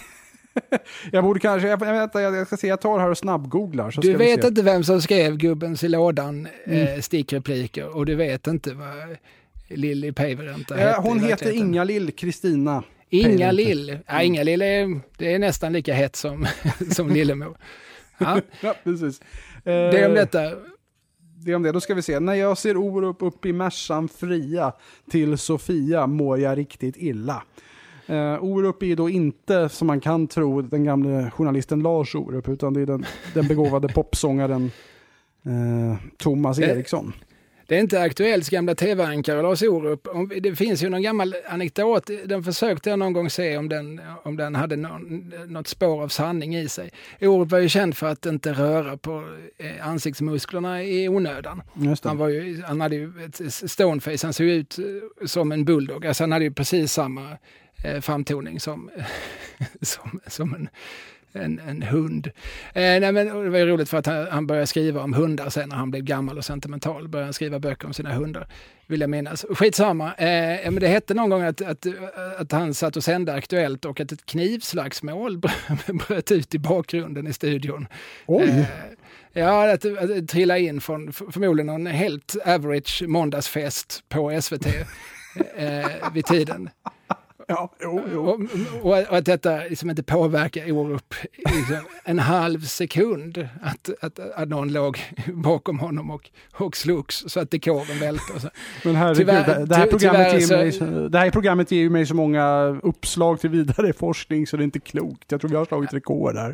Jag borde kanske, jag, vänta, jag ska se, jag tar här och snabbgooglar. Så du ska vet vi se. Inte vem som skrev Gubbens i lådan mm. eh, stickrepliker, och du vet inte vad Lilly Päivi-Renta uh, hette. Hon heter Inga-Lill Kristina. Inga-Lill. Ja, Inga-Lill är, det är nästan lika hett som, som Lillemor. Ja. Ja, precis. Det är om detta. Det är om det. Då ska vi se. När jag ser Orup upp i Märsan fria till Sofia mår jag riktigt illa. Uh, Orup är då inte, som man kan tro, den gamla journalisten Lars Orup, utan det är den, den begåvade popsångaren uh, Thomas det, Eriksson. Det är inte Aktuellts gamla tv-ankare Lars Orup. Det finns ju någon gammal anekdot. Den försökte jag någon gång se om den, om den hade någon, något spår av sanning i sig. Orup var ju känd för att inte röra på ansiktsmusklerna i onödan. Han, var ju, han hade ju ett stoneface. Han såg ut som en bulldog. Alltså han hade ju precis samma eh, framtoning som, som, som en... En, en hund. Eh, nej, men det var ju roligt för att han, han började skriva om hundar sen när han blev gammal och sentimental. Började han skriva böcker om sina hundar, vill jag minnas. Skitsamma. Eh, men det hette någon gång att, att, att han satt och sände Aktuellt och att ett knivslagsmål bröt ut i bakgrunden i studion. Oj! Eh, ja, att, att, att trilla in från förmodligen någon helt average måndagsfest på S V T eh, vid tiden. Ja, jo, jo. Och, och, och att detta liksom inte påverkar Orup liksom en halv sekund att, att, att någon låg bakom honom och, och slogs så att dekoren välte. Men herregud, tyvärr, det, här programmet ger mig, så, det här programmet ger ju mig så många uppslag till vidare forskning så det är inte klokt. Jag tror vi har slagit rekord där.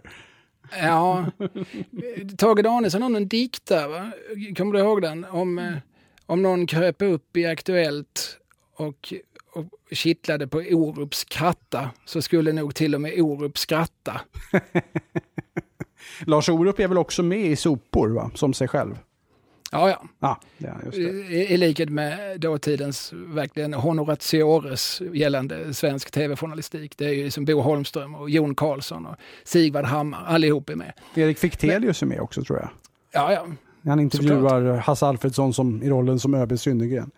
Ja, Tage Danielsson har en dikt där, va? Kommer du ihåg den? Om, om någon kröp upp i Aktuellt och och kittlade på Orups kratta så skulle nog till och med Orup skratta. Lars Orup är väl också med i Sopor, va? Som sig själv? Ja, ja. Ah, ja just det. I, I likhet med dåtidens verkligen honoratiores gällande svensk tv-journalistik. Det är ju som Bo Holmström och Jon Karlsson och Sigvard Hammar. Allihop är med. Erik Fichtelius är med också, tror jag. Ja, ja. Han intervjuar Såklart. Hasse Alfredsson som, i rollen som Ö B Synnergren.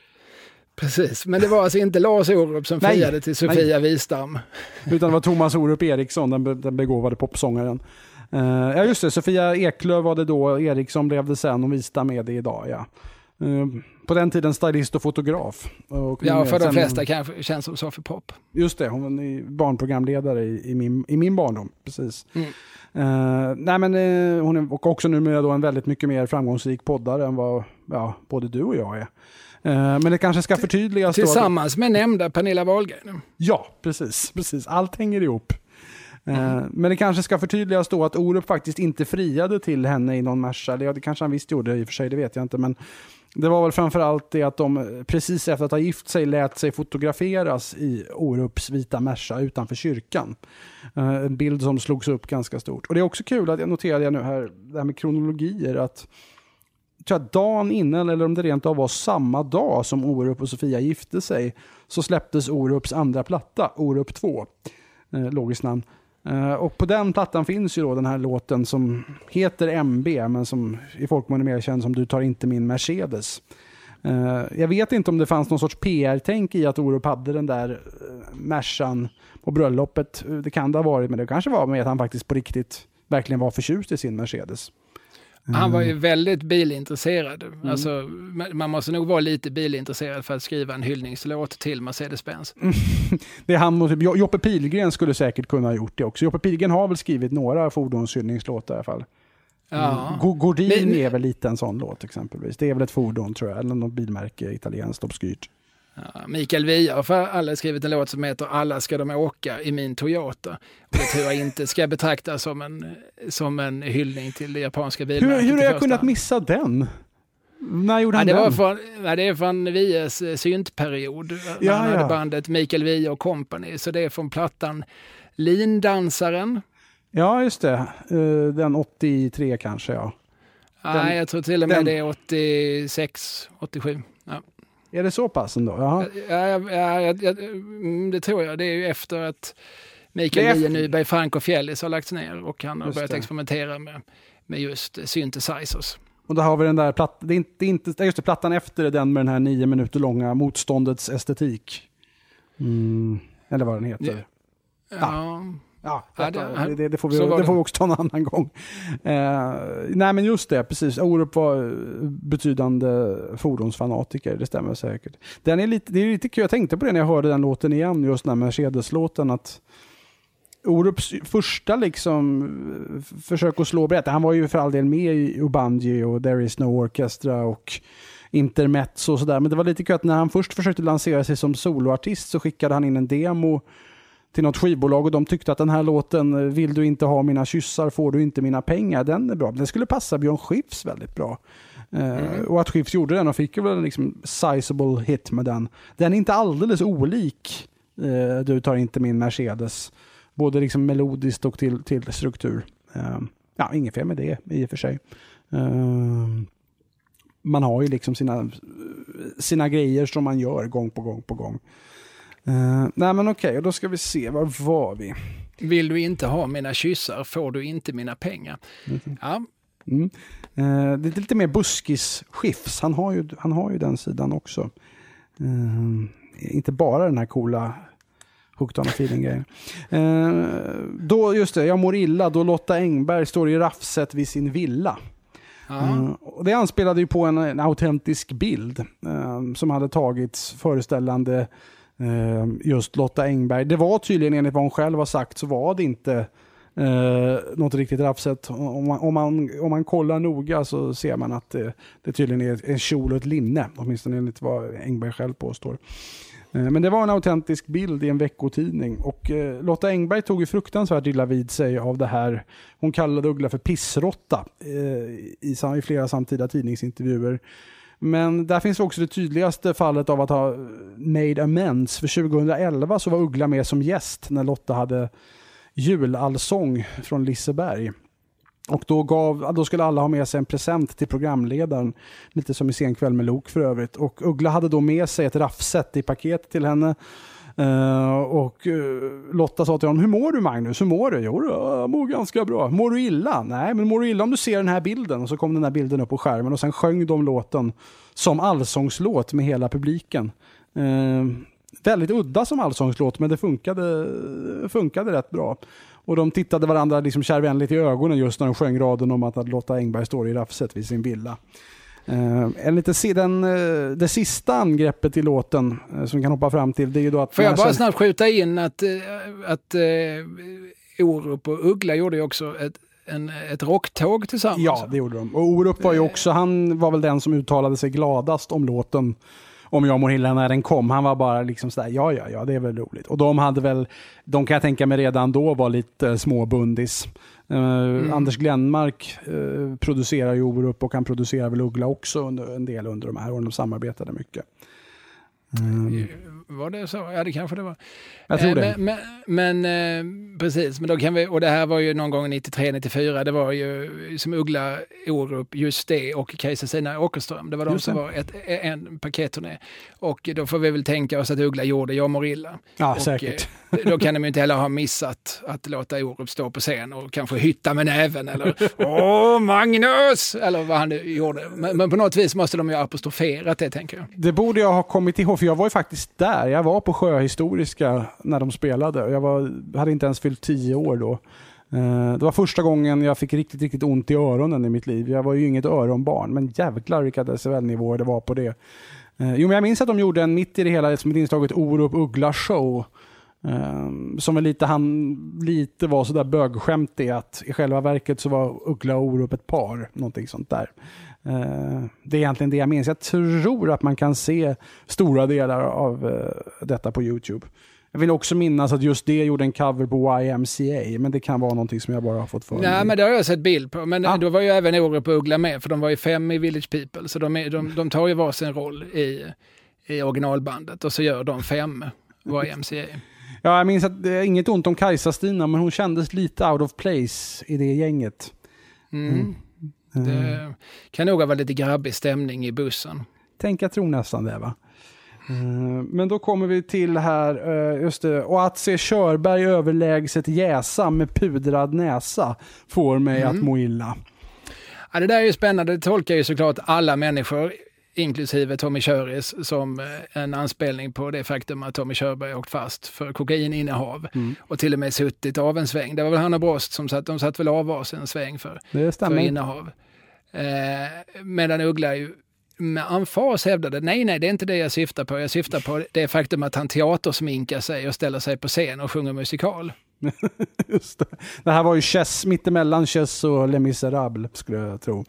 Precis, men det var alltså inte Lars Orup som nej, friade till Sofia nej. Wistam. Utan det var Thomas Orup Eriksson, den, be, den begåvade popsångaren. Uh, ja just det, Sofia Eklöf var det då, Eriksson blev det sen och Wistam med det idag, ja. Uh, på den tiden stylist och fotograf. Och ja, för de sen, flesta kanske känns som Sofie Pop. Just det, hon var barnprogramledare i, i, min, i min barndom, precis. Mm. Uh, nej men uh, hon är och också numera då en väldigt mycket mer framgångsrik poddare än vad ja, både du och jag är. Uh, men det kanske ska förtydligas tillsammans då, med nämnda Pernilla Wahlgren. Ja, precis, precis. Allt hänger ihop. Mm. Uh, men det kanske ska förtydligas då att Orup faktiskt inte friade till henne i någon Merca. Det, det kanske han visst gjorde i och för sig, det vet jag inte, men det var väl framförallt det att de precis efter att ha gift sig lät sig fotograferas i Orups vita Merca utanför kyrkan. Uh, en bild som slogs upp ganska stort. Och det är också kul att jag noterade nu här, det här med kronologier, att jag tror att dagen innan, eller om det rent av var samma dag som Orup och Sofia gifte sig, så släpptes Orups andra platta, Orup två, uh, logiskt namn. Uh, och på den plattan finns ju då den här låten som heter M B, men som i folkmun är mer känd som Du tar inte min Mercedes. Uh, jag vet inte om det fanns någon sorts P R-tänk i att Orup hade den där uh, Mercan på bröllopet. Uh, det kan det ha varit, men det kanske var med att han faktiskt på riktigt verkligen var förtjust i sin Mercedes. Mm. Han var ju väldigt bilintresserad. Mm. Alltså, man måste nog vara lite bilintresserad för att skriva en hyllningslåt till Mercedes-Benz. Mm. Det är han och typ, Joppe Pilgren skulle säkert kunna ha gjort det också. Joppe Pilgren har väl skrivit några fordonshyllningslåtar i alla fall. Ja. Mm. Gordini Men, är väl lite en sån låt exempelvis. Det är väl ett fordon tror jag, eller något bilmärke italienskt obskyrt. Ja, Mikael Wiehe har för alla skrivit en låt som heter Alla ska de åka i min Toyota. Och det tror jag inte ska betraktas som en, som en hyllning till det japanska bilmärket. Hur, hur har jag kunnat missa den? När gjorde han ja, det den? Var från, ja, det är från Wiehes syntperiod. När ja, han hade ja. bandet Mikael Wiehe och Company. Så det är från plattan Lindansaren. Ja, just det. Uh, den åttiotre kanske, ja. Den, Nej, jag tror till och med den, det är åttiosex, åttiosju. Ja. Är det så pass ändå? Ja, ja, ja, ja, ja, det tror jag. Det är ju efter att Mikael Wiehe Nyberg, Frank och Fjällis har lagts ner och han har just börjat det. experimentera med, med just synthesizers. Och då har vi den där plattan, det är inte, inte, just det, plattan efter den med den här nio minuter långa Motståndets estetik. Mm. Eller vad den heter. Ja. ja. Ja, ja det, det, det, får vi, det får vi också ta en annan gång. Eh, nej men just det, precis. Orup var betydande fordonsfanatiker, det stämmer säkert. Den är lite, det är lite kul, jag tänkte på det när jag hörde den låten igen, just den här Mercedes-låten, att Orups första liksom försök att slå brett, han var ju för all del med i Ubangi och There is no orchestra och Intermezzo och sådär, men det var lite kul att när han först försökte lansera sig som soloartist så skickade han in en demo till något skivbolag och de tyckte att den här låten Vill du inte ha mina kyssar får du inte mina pengar, den är bra. Den skulle passa Björn Skifs väldigt bra. Mm. Uh, och att Skifs gjorde den och fick väl en liksom sizable hit med den. Den är inte alldeles olik uh, Du tar inte min Mercedes. Både liksom melodiskt och till, till struktur. Uh, ja, inget fel med det i och för sig. Uh, man har ju liksom sina, sina grejer som man gör gång på gång på gång. Uh, nej men okej, okay, och då ska vi se, var var vi? Vill du inte ha mina kyssar får du inte mina pengar. Mm. Ja. Mm. Uh, det är lite mer buskis Skifs, han har ju, han har ju den sidan också. Uh, inte bara den här coola hooked on a feeling-grejen. Uh, då, just det, jag mår illa, då Lotta Engberg står i raffset vid sin villa. Uh, och det anspelade ju på en, en autentisk bild uh, som hade tagits föreställande Uh, just Lotta Engberg. Det var tydligen, enligt vad hon själv har sagt, så var det inte uh, något riktigt raffset. Om man, om, man, om man kollar noga så ser man att det, det tydligen är en kjol och ett linne, åtminstone enligt vad Engberg själv påstår. Uh, men det var en autentisk bild i en veckotidning och uh, Lotta Engberg tog ju fruktansvärt illa vid sig av det här. Hon kallade Uggla för pissrotta uh, i, i flera samtida tidningsintervjuer. Men där finns också det tydligaste fallet av att ha made amends. För tjugohundraelva så var Uggla med som gäst när Lotta hade julallsång från Liseberg. Och då, gav, då skulle alla ha med sig en present till programledaren. Lite som i Sen kväll med Lok för övrigt. Och Uggla hade då med sig ett raffset i paket till henne. Uh, och uh, Lotta sa till honom, hur mår du Magnus? Hur mår du? Jo, jag mår ganska bra. Mår du illa? Nej, men mår du illa om du ser den här bilden? Och så kom den här bilden upp på skärmen och sen sjöng de låten som allsångslåt med hela publiken. Uh, väldigt udda som allsångslåt, men det funkade, funkade rätt bra. Och de tittade varandra liksom kärvänligt i ögonen just när de sjöng raden om att Lotta Engberg står i raffset vid sin villa. Uh, en lite, den, uh, det sista angreppet i låten uh, som vi kan hoppa fram till, det är ju då att... Får jag bara sen... snabbt skjuta in att, uh, att uh, Orup och Uggla gjorde ju också ett, en, ett rocktåg tillsammans. Ja, det gjorde de. Och Orup var ju också, han var väl den som uttalade sig gladast om låten Om jag mår illa när den kom. Han var bara liksom sådär, ja, ja, ja, det är väl roligt. Och de hade väl, de kan jag tänka mig redan då var lite småbundis. Uh, mm. Anders Glenmark uh, producerar ju Orup och han producerar väl Uggla också under, en del under de här åren. De samarbetade mycket. Mm. Var det så? Ja, det kanske det var. Jag tror eh, det. Men, men, men eh, precis, men då kan vi, och det här var ju någon gång nittiotre nittiofyra, det var ju som Uggla, Orup, just det, och Kajsa-Stina Åkerström. Det var de som var ett, en paketturné. Och då får vi väl tänka oss att Uggla gjorde Jag mår illa. Ja, och, säkert. Eh, då kan de ju inte heller ha missat att låta Orup stå på scen och kanske hytta med näven eller åh Magnus! Eller vad han nu gjorde. Men, men på något vis måste de ju apostroferat det, tänker jag. Det borde jag ha kommit ihåg, för jag var ju faktiskt där. Jag var på Sjöhistoriska när de spelade. Jag var, hade inte ens fyllt tio år då. Uh, det var första gången jag fick riktigt, riktigt ont i öronen i mitt liv. Jag var ju inget öronbarn, men jävlar vilka decibelnivåer det var på det. Uh, jo, men jag minns att de gjorde en mitt i det hela som ett inslaget Orup Uggla show. Uh, som väl lite, han, lite var sådär bögskämt i att i själva verket så var Uggla och Orup ett par. Någonting sånt där. Uh, det är egentligen det jag minns. Jag tror att man kan se stora delar av uh, detta på YouTube. Jag vill också minnas att just det gjorde en cover på Y M C A, men det kan vara någonting som jag bara har fått för mig. Nej, men det har jag sett bild på. Men ah. då var ju även Orup och Uggla med, för de var ju fem i Village People, så de, är, de, de tar ju varsin roll i, i originalbandet och så gör de fem Y M C A. Ja, jag minns att det är inget ont om Kajsa-Stina, men hon kändes lite out of place i det gänget. Mm. Mm. Det kan nog vara lite grabbig stämning i bussen. Tänk, jag tror nästan det, va? Mm. Men då kommer vi till här, just det, och att se Körberg överlägset jäsa med pudrad näsa får mig mm. att må illa. Ja, det där är ju spännande. Det tolkar ju såklart alla människor, inklusive Tommy Köris, som en anspelning på det faktum att Tommy Körberg åkt fast för kokaininnehav mm. och till och med suttit av en sväng. Det var väl Hanna Brost som satt, de satt väl av varsin en sväng för, för innehav. Eh, medan Uggla ju med emfas hävdade, nej, nej, det är inte det jag syftar på. Jag syftar på det faktum att han teatersminkar sig och ställer sig på scen och sjunger musikal. Just det. Det här var ju Chess, mittemellan Chess och Les Misérables, skulle jag tro.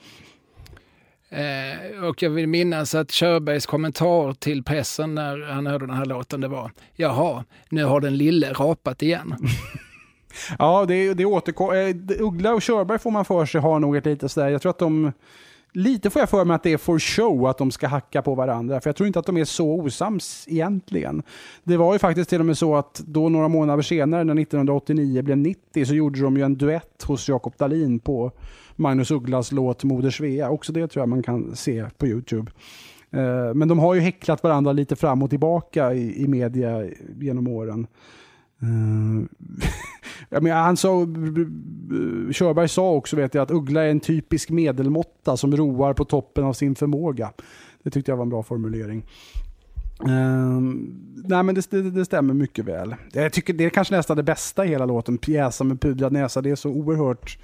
Eh, och jag vill minnas att Körbergs kommentar till pressen när han hörde den här låten, det var, jaha, nu har den lille rapat igen. Ja, det, det återkommer. Uggla och Körberg får man för sig ha nog ett lite sådär. Jag tror att de, lite får jag för mig att det är for show att de ska hacka på varandra. För jag tror inte att de är så osams egentligen. Det var ju faktiskt till och med så att då några månader senare när nittonhundraåttionio blev nittio så gjorde de ju en duett hos Jakob Dahlin på Magnus Ugglas låt Moder Svea. Också det tror jag man kan se på YouTube. Men de har ju häcklat varandra lite fram och tillbaka i, i media genom åren. Uh, jag menar, han sa, Körberg sa också, vet jag, att Uggla är en typisk medelmåtta som roar på toppen av sin förmåga. Det tyckte jag var en bra formulering. Uh, nej, men det, det, det stämmer mycket väl. Jag tycker det är kanske nästan det bästa i hela låten, pjäsa med pudrad näsa. Det är så oerhört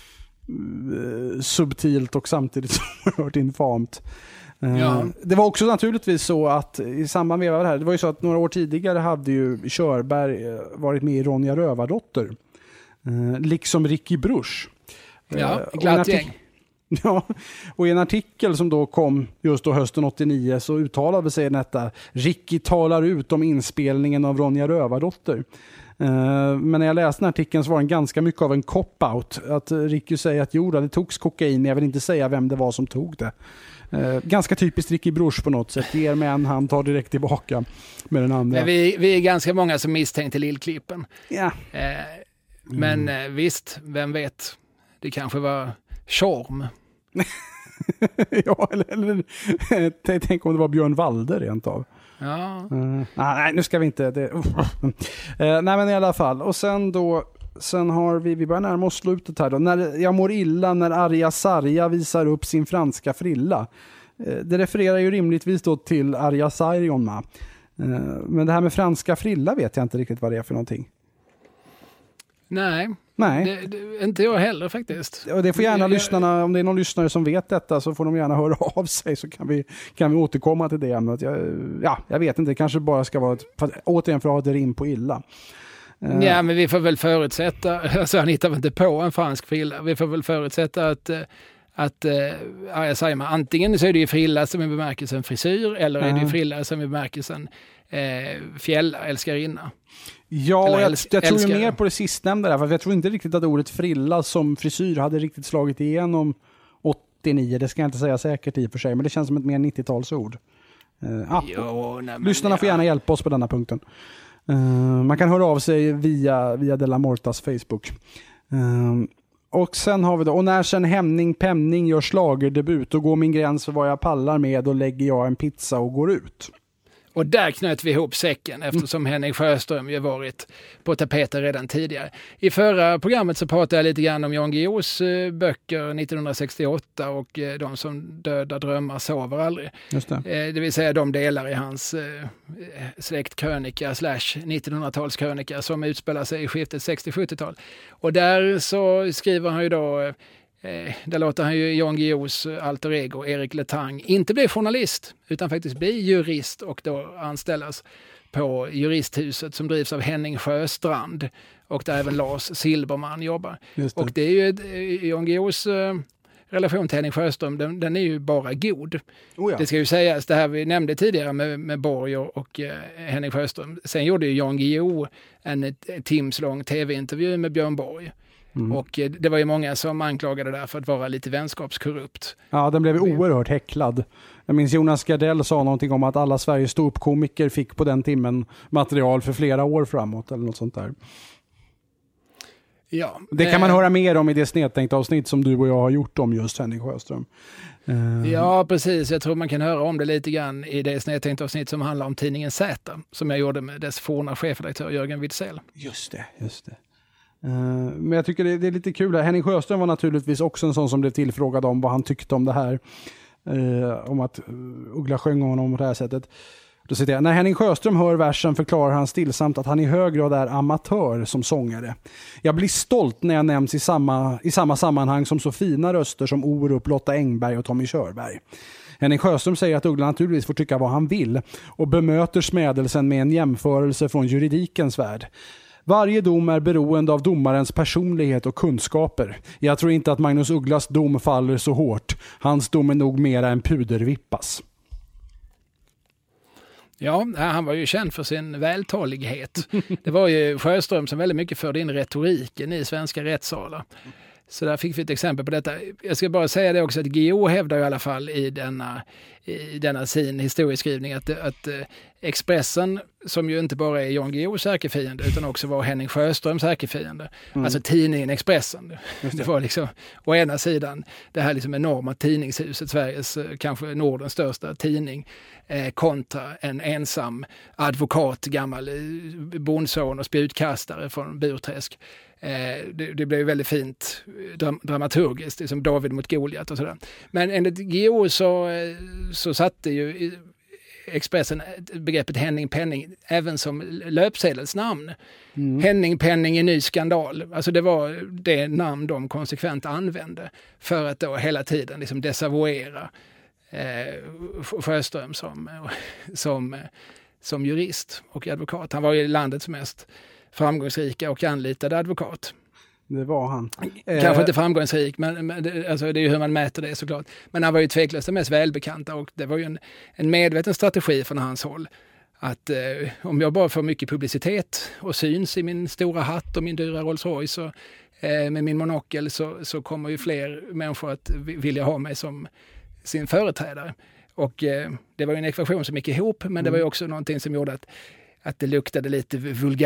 uh, subtilt och samtidigt så oerhört infamt. Ja. Det var också naturligtvis så att i samband med det här, det var ju så att några år tidigare hade ju Körberg varit med i Ronja Rövardotter, liksom Ricky Bruch. Ja, glatt gäng. Ja, och i en artikel som då kom just då hösten åttionio så uttalade sig detta: Ricky talar ut om inspelningen av Ronja Rövardotter. Men när jag läste den artikeln så var den ganska mycket av en cop-out. Att Ricky säger att jo, det togs kokain, jag vill inte säga vem det var som tog det. Uh, ganska typiskt Ricky Bruch på något sätt. Ger med en hand, tar direkt tillbaka med den andra. Men vi, vi är ganska många som misstänkte Lillklippen. Ja. Uh, men mm. uh, visst, vem vet? Det kanske var Tjorm. Ja, eller, eller tänk om det var Björn Walder rent av. Ja. Uh, nej, nu ska vi inte. Det, uh. Uh, nej, men i alla fall. Och sen då, sen har vi, vi börjar närma oss slutet här då. När jag mår illa när Arja Sarja visar upp sin franska frilla. Uh, det refererar ju rimligtvis då till Arja Saijonmaa. Uh, men det här med franska frilla vet jag inte riktigt vad det är för någonting. Nej, Nej. Det, det, inte jag heller faktiskt. Och det får gärna jag, lyssnarna, om det är någon lyssnare som vet detta så får de gärna höra av sig så kan vi, kan vi återkomma till det ämnet. Jag, ja, jag vet inte, det kanske bara ska vara ett, återigen för att ha ett rim på illa. Ja, men vi får väl förutsätta, alltså han hittar väl inte på en fransk frilla, vi får väl förutsätta att att äh, jag säger man, antingen så är det ju frilla som är bemärkelsen frisyr eller är det ju frilla som är bemärkelsen eh, fjäll, älskarinna. Ja, jag, älsk- jag tror ju älskare. mer på det sistnämnda där, för jag tror inte riktigt att ordet frilla som frisyr hade riktigt slagit igenom åttionio, det ska jag inte säga säkert i och för sig, men det känns som ett mer nittiotalsord. Uh, ah, jo, nej, lyssnarna ja. får gärna hjälpa oss på denna punkten. Uh, man kan höra av sig via, via Della Mortas Facebook. Uh, och sen har vi då, och när sen Henning Penning gör slagerdebut och går min gräns för vad jag pallar med och lägger jag en pizza och går ut. Och där knöt vi ihop säcken eftersom Henning Sjöström ju varit på tapeten redan tidigare. I förra programmet så pratade jag lite grann om Jan Guillous böcker nittonhundrasextioåtta och de som döda drömmar sover aldrig. Just det. Det vill säga de delar i hans släktkrönika slash nittonhundratalskrönika som utspelar sig i skiftet sextio-sjuttiotal. Och där så skriver han ju då där låter han ju Jan Guillous alter ego Erik Letang inte bli journalist utan faktiskt bli jurist och då anställas på juristhuset som drivs av Henning Sjöstrand och där även Lars Silberman jobbar. Det. Och det är ju Jan Guillous relation till Henning Sjöström, den, den är ju bara god. Oh ja. Det ska ju sägas, det här vi nämnde tidigare med, med Borg och eh, Henning Sjöström. Sen gjorde ju Jan Guillou en, en timslång tv-intervju med Björn Borg. Mm. Och det var ju många som anklagade där för att vara lite vänskapskorrupt. Ja, den blev oerhört häcklad. Jag minns Jonas Gardell sa någonting om att alla Sveriges ståuppkomiker fick på den timmen material för flera år framåt eller något sånt där. Ja, det kan man höra mer om i det snedtänkta avsnitt som du och jag har gjort om just Henning Sjöström. Uh. Ja, precis. Jag tror man kan höra om det lite grann i det snedtänkta avsnitt som handlar om tidningen Z som jag gjorde med dess forna chefredaktör Jörgen Widsell. Just det, just det. Uh, men jag tycker det, det är lite kul. Henning Sjöström var naturligtvis också en sån som blev tillfrågad om vad han tyckte om det här. Uh, om att Uggla sjöng honom på det här sättet. Då citerar jag, när Henning Sjöström hör versen förklarar han stillsamt att han i hög grad är amatör som sångare. Jag blir stolt när jag nämns i samma, i samma sammanhang som så fina röster som Orup, Lotta Engberg och Tommy Körberg. Henning Sjöström säger att Uggla naturligtvis får tycka vad han vill och bemöter smädelsen med en jämförelse från juridikens värld. Varje dom är beroende av domarens personlighet och kunskaper. Jag tror inte att Magnus Ugglas dom faller så hårt. Hans dom är nog mera en pudervippas. Ja, han var ju känd för sin vältalighet. Det var ju Sjöström som väldigt mycket förde in retoriken i svenska rättssalar. Så där fick vi ett exempel på detta. Jag ska bara säga det också att Guillou hävdar i alla fall i denna, i denna sin historieskrivning att, att Expressen, som ju inte bara är Jan Guillous ärkefiende utan också var Henning Sjöströms ärkefiende. Mm. Alltså tidningen Expressen. Det. det var liksom å ena sidan det här liksom enorma tidningshuset, Sveriges, kanske Nordens största tidning, eh, kontra en ensam advokat, gammal bondson och spjutkastare från Burträsk. Eh, det, det blev väldigt fint dram- dramaturgiskt, liksom David mot Goliat och sådär. Men enligt Guillou så, så satte ju Expressen begreppet Henning Penning även som löpsedelsnamn. Mm. Henning Penning i ny skandal. Alltså det var det namn de konsekvent använde för att då hela tiden liksom desavouera eh, Sjöström som, som, som jurist och advokat. Han var ju landets mest framgångsrika och anlitade advokat. Det var han. Kanske eh. inte framgångsrik, men, men det, alltså det är ju hur man mäter det såklart. Men han var ju tveklöst den mest välbekanta och det var ju en, en medveten strategi från hans håll. Att eh, om jag bara får mycket publicitet och syns i min stora hatt och min dyra Rolls Royce och, eh, med min monokel så, så kommer ju fler människor att vilja ha mig som sin företrädare. Och eh, det var ju en ekvation som gick ihop, men mm. det var ju också någonting som gjorde att att det luktade lite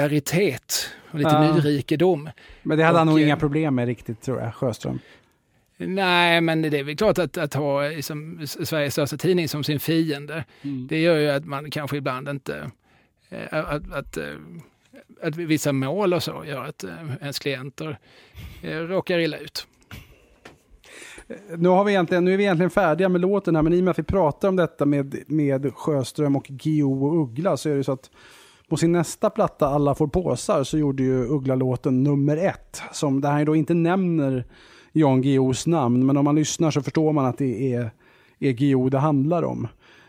vulgaritet och lite ja. nyrikedom. Men det hade och, han nog inga problem med riktigt, tror jag, Sjöström. Nej, men det är väl klart att, att ha liksom, Sveriges största tidning som sin fiende. Mm. Det gör ju att man kanske ibland inte... Att, att, att, att vissa mål och så gör att ens klienter råkar illa ut. Nu, har vi egentligen, nu är vi egentligen färdiga med låten här, men i och med att vi pratar om detta med, med Sjöström och Guillou och Uggla, så är det så att på sin nästa platta Alla får påsar så gjorde ju Uggla låten nummer ett, som där han då inte nämner Jan Guillous namn, men om man lyssnar så förstår man att det är, är Guillou det handlar om.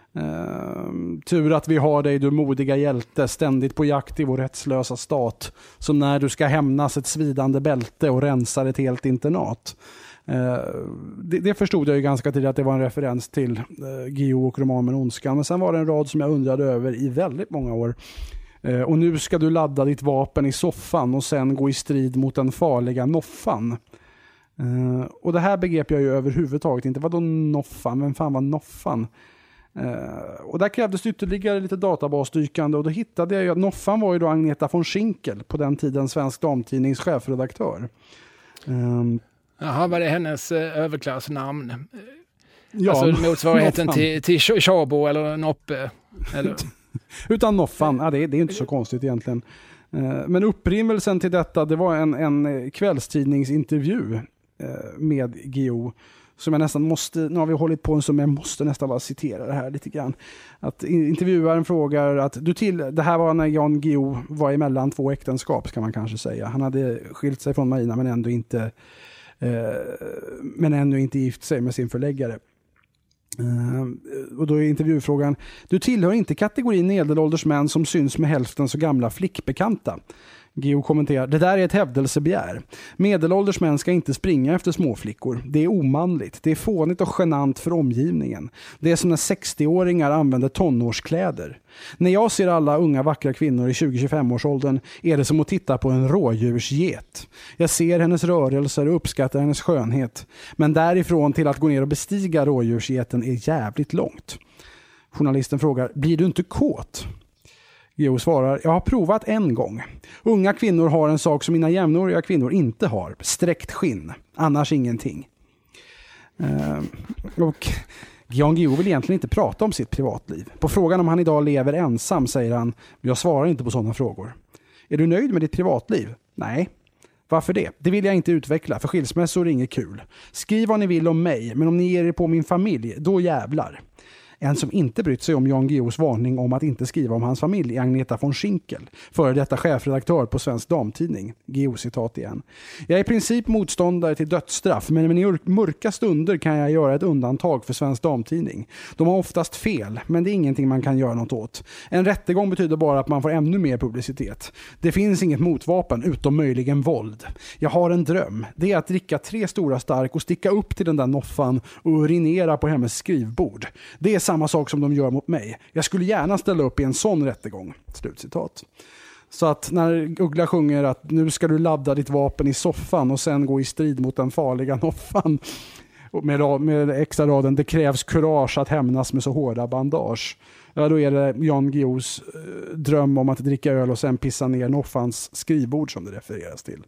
Uh, tur att vi har dig, du modiga hjälte, ständigt på jakt i vår rättslösa stat, som när du ska hämnas ett svidande bälte och rensar ett helt internat. Uh, det, det förstod jag ju ganska tidigt att det var en referens till uh, Guillou och romanen Ondskan, men sen var det en rad som jag undrade över i väldigt många år. Uh, och nu ska du ladda ditt vapen i soffan och sen gå i strid mot den farliga noffan. Uh, och det här begrep jag ju överhuvudtaget inte. Vad då noffan? Vem fan var noffan? Uh, och där krävdes ytterligare lite databasdykande, och då hittade jag ju att noffan var ju då Agneta von Schinkel, på den tiden Svensk Damtidnings chefredaktör. Uh, Jaha, var det hennes eh, överklassnamn? Ja, alltså motsvarigheten till, till Tjabo eller Noppe? Eller? Utan noffan, ja, det, är, det är inte så konstigt egentligen. Uh, men upprimmelsen till detta, det var en, en kvällstidningsintervju uh, med Guillou, som jag nästan måste, nu har vi hållit på en som jag måste nästan bara citera det här lite grann. Att intervjuaren frågar att du till, det här var när Jan Guillou var emellan två äktenskap, kan man kanske säga. Han hade skilt sig från Marina men ändå inte eh, men ännu inte gift sig med sin förläggare. Uh, och då är intervjufrågan: du tillhör inte kategorin medelålders män som syns med hälften så gamla flickbekanta. Guillou kommenterar: det där är ett hävdelsebegär. Medelålders män ska inte springa efter småflickor. Det är omanligt. Det är fånigt och genant för omgivningen. Det är som när sextioåringar använder tonårskläder. När jag ser alla unga vackra kvinnor i tjugo till tjugofem års åldern är det som att titta på en rådjursget. Jag ser hennes rörelser och uppskattar hennes skönhet. Men därifrån till att gå ner och bestiga rådjursgeten är jävligt långt. Journalisten frågar: blir du inte kåt? Guillou svarar: jag har provat en gång. Unga kvinnor har en sak som mina jämnåriga kvinnor inte har. Sträckt skinn. Annars ingenting. Uh, och Jan Guillou vill egentligen inte prata om sitt privatliv. På frågan om han idag lever ensam säger han: jag svarar inte på sådana frågor. Är du nöjd med ditt privatliv? Nej. Varför det? Det vill jag inte utveckla, för skilsmässor är inget kul. Skriv vad ni vill om mig, men om ni ger er på min familj, då jävlar. En som inte brytt sig om Jan Guillous varning om att inte skriva om hans familj är Agneta von Schinkel, före detta chefredaktör på Svensk Damtidning. Guillou citat igen. Jag är i princip motståndare till dödsstraff, men i mörka stunder kan jag göra ett undantag för Svensk Damtidning. De har oftast fel, men det är ingenting man kan göra något åt. En rättegång betyder bara att man får ännu mer publicitet. Det finns inget motvapen utom möjligen våld. Jag har en dröm. Det är att dricka tre stora stark och sticka upp till den där noffan och urinera på hennes skrivbord. Det är samma sak som de gör mot mig. Jag skulle gärna ställa upp i en sån rättegång. Slutcitat. Så att när Uggla sjunger att nu ska du ladda ditt vapen i soffan och sen gå i strid mot den farliga noffan, och med, med extra raden: det krävs kurage att hämnas med så hårda bandage. Ja, då är det Jan Guillous eh, dröm om att dricka öl och sen pissa ner noffans skrivbord som det refereras till.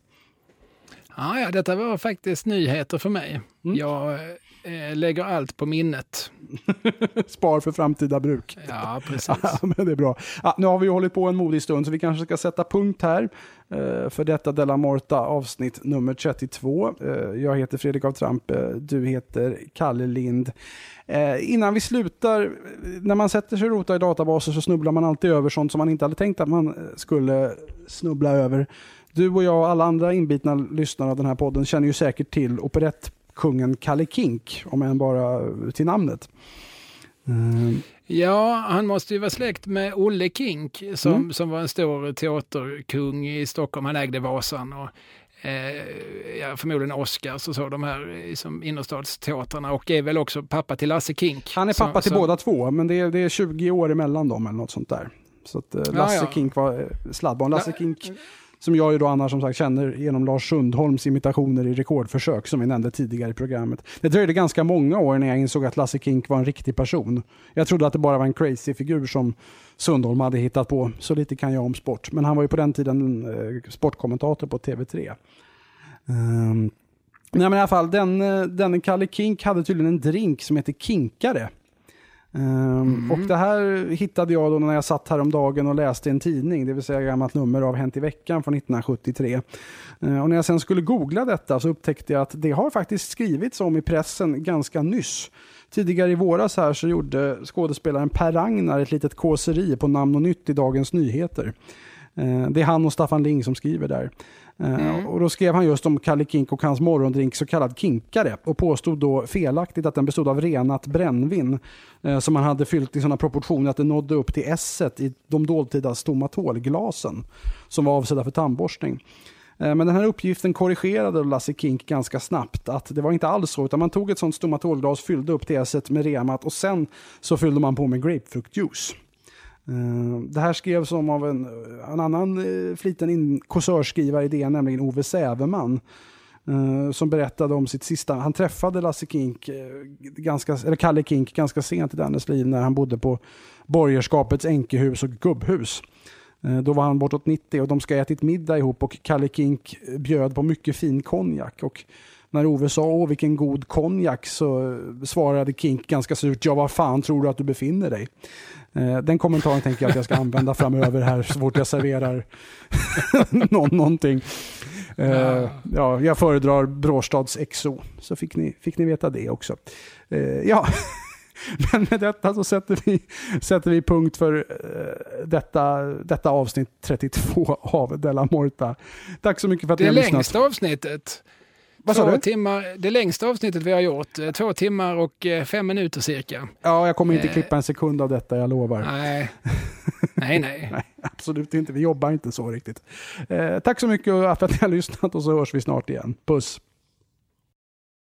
Ja, ja, detta var faktiskt nyheter för mig. Mm. Jag eh, lägger allt på minnet. Spar för framtida bruk. Ja, precis. Ja, men det är bra. Ja, nu har vi hållit på en modig stund, så vi kanske ska sätta punkt här eh, för detta Della Morta avsnitt nummer trettiotvå. Eh, jag heter Fredrik af Trampe, du heter Kalle Lind. Eh, innan vi slutar, när man sätter sig och rotar i databaser så snubblar man alltid över sånt som man inte hade tänkt att man skulle snubbla över. Du och jag och alla andra inbitna lyssnare av den här podden känner ju säkert till operettkungen Kalle Kink, om än bara till namnet. Mm. Ja, han måste ju vara släkt med Olle Kink som, mm. som var en stor teaterkung i Stockholm. Han ägde Vasan och eh, ja, förmodligen Oscars och så, de här liksom, innerstadsteatrarna, och är väl också pappa till Lasse Kink. Han är pappa så, till så... båda två, men det är, det är tjugo år emellan dem eller något sånt där. Så att eh, Lasse ja, ja. Kink var eh, sladdbarn. Lasse Kink, som jag ju då annars som sagt känner genom Lars Sundholms imitationer i Rekordförsök som vi nämnde tidigare i programmet. Det dröjde ganska många år när jag insåg att Lasse Kink var en riktig person. Jag trodde att det bara var en crazy figur som Sundholm hade hittat på. Så lite kan jag om sport. Men han var ju på den tiden eh, sportkommentator på T V tre. Um, Nej, men i alla fall, den, den Kalle Kink hade tydligen en drink som heter Kinkare. Um, mm. Och det här hittade jag då när jag satt här om dagen och läste en tidning, det vill säga ett gammalt nummer av Hänt i veckan från nittonhundrasjuttiotre. Uh, och när jag sen skulle googla detta så upptäckte jag att det har faktiskt skrivits om i pressen ganska nyss. Tidigare i våras här så gjorde skådespelaren Per Ragnar ett litet kåseri på Namn och Nytt i Dagens Nyheter. Uh, det är han och Staffan Ling som skriver där. Mm. Och då skrev han just om Kalle Kink och hans morgondrink så kallad Kinkare och påstod då felaktigt att den bestod av renat brännvin eh, som man hade fyllt i sådana proportioner att det nådde upp till esset i de dåtida stomatolglasen som var avsedda för tandborstning. Eh, men den här uppgiften korrigerade Lasse Kink ganska snabbt att det var inte alls så, utan man tog ett sådant stomatolglas, fyllde upp till esset med renat och sen så fyllde man på med grapefruktjuice. Det här skrevs om av en, en annan uh, fliten in, kåsörskrivare i D N, nämligen Ove Säverman, uh, som berättade om sitt sista. Han träffade Lasse Kink, uh, ganska, eller Kalle Kink ganska sent i dennes liv när han bodde på borgerskapets enkehus och gubbhus. Uh, då var han bortåt nittio och de ska ätit middag ihop och Kalle Kink bjöd på mycket fin konjak. Och när Ove sa åh vilken god konjak så svarade Kink ganska surt, ja vad fan tror du att du befinner dig? Den kommentaren tänker jag att jag ska använda framöver här så fort jag serverar Nå- någonting. Uh, ja, jag föredrar Bråstads X O, så fick ni, fick ni veta det också. Uh, ja, men med detta så sätter vi, sätter vi punkt för uh, detta, detta avsnitt trettiotvå av Della Morta. Tack så mycket för att ni har lyssnat. Det längsta avsnittet. Vad sa två du? Timmar, det längsta avsnittet vi har gjort, två timmar och fem minuter cirka. Ja, jag kommer inte eh. klippa en sekund av detta, jag lovar. Nej, nej, nej. nej absolut inte, vi jobbar inte så riktigt. Eh, tack så mycket för att ni har lyssnat och så hörs vi snart igen. Puss!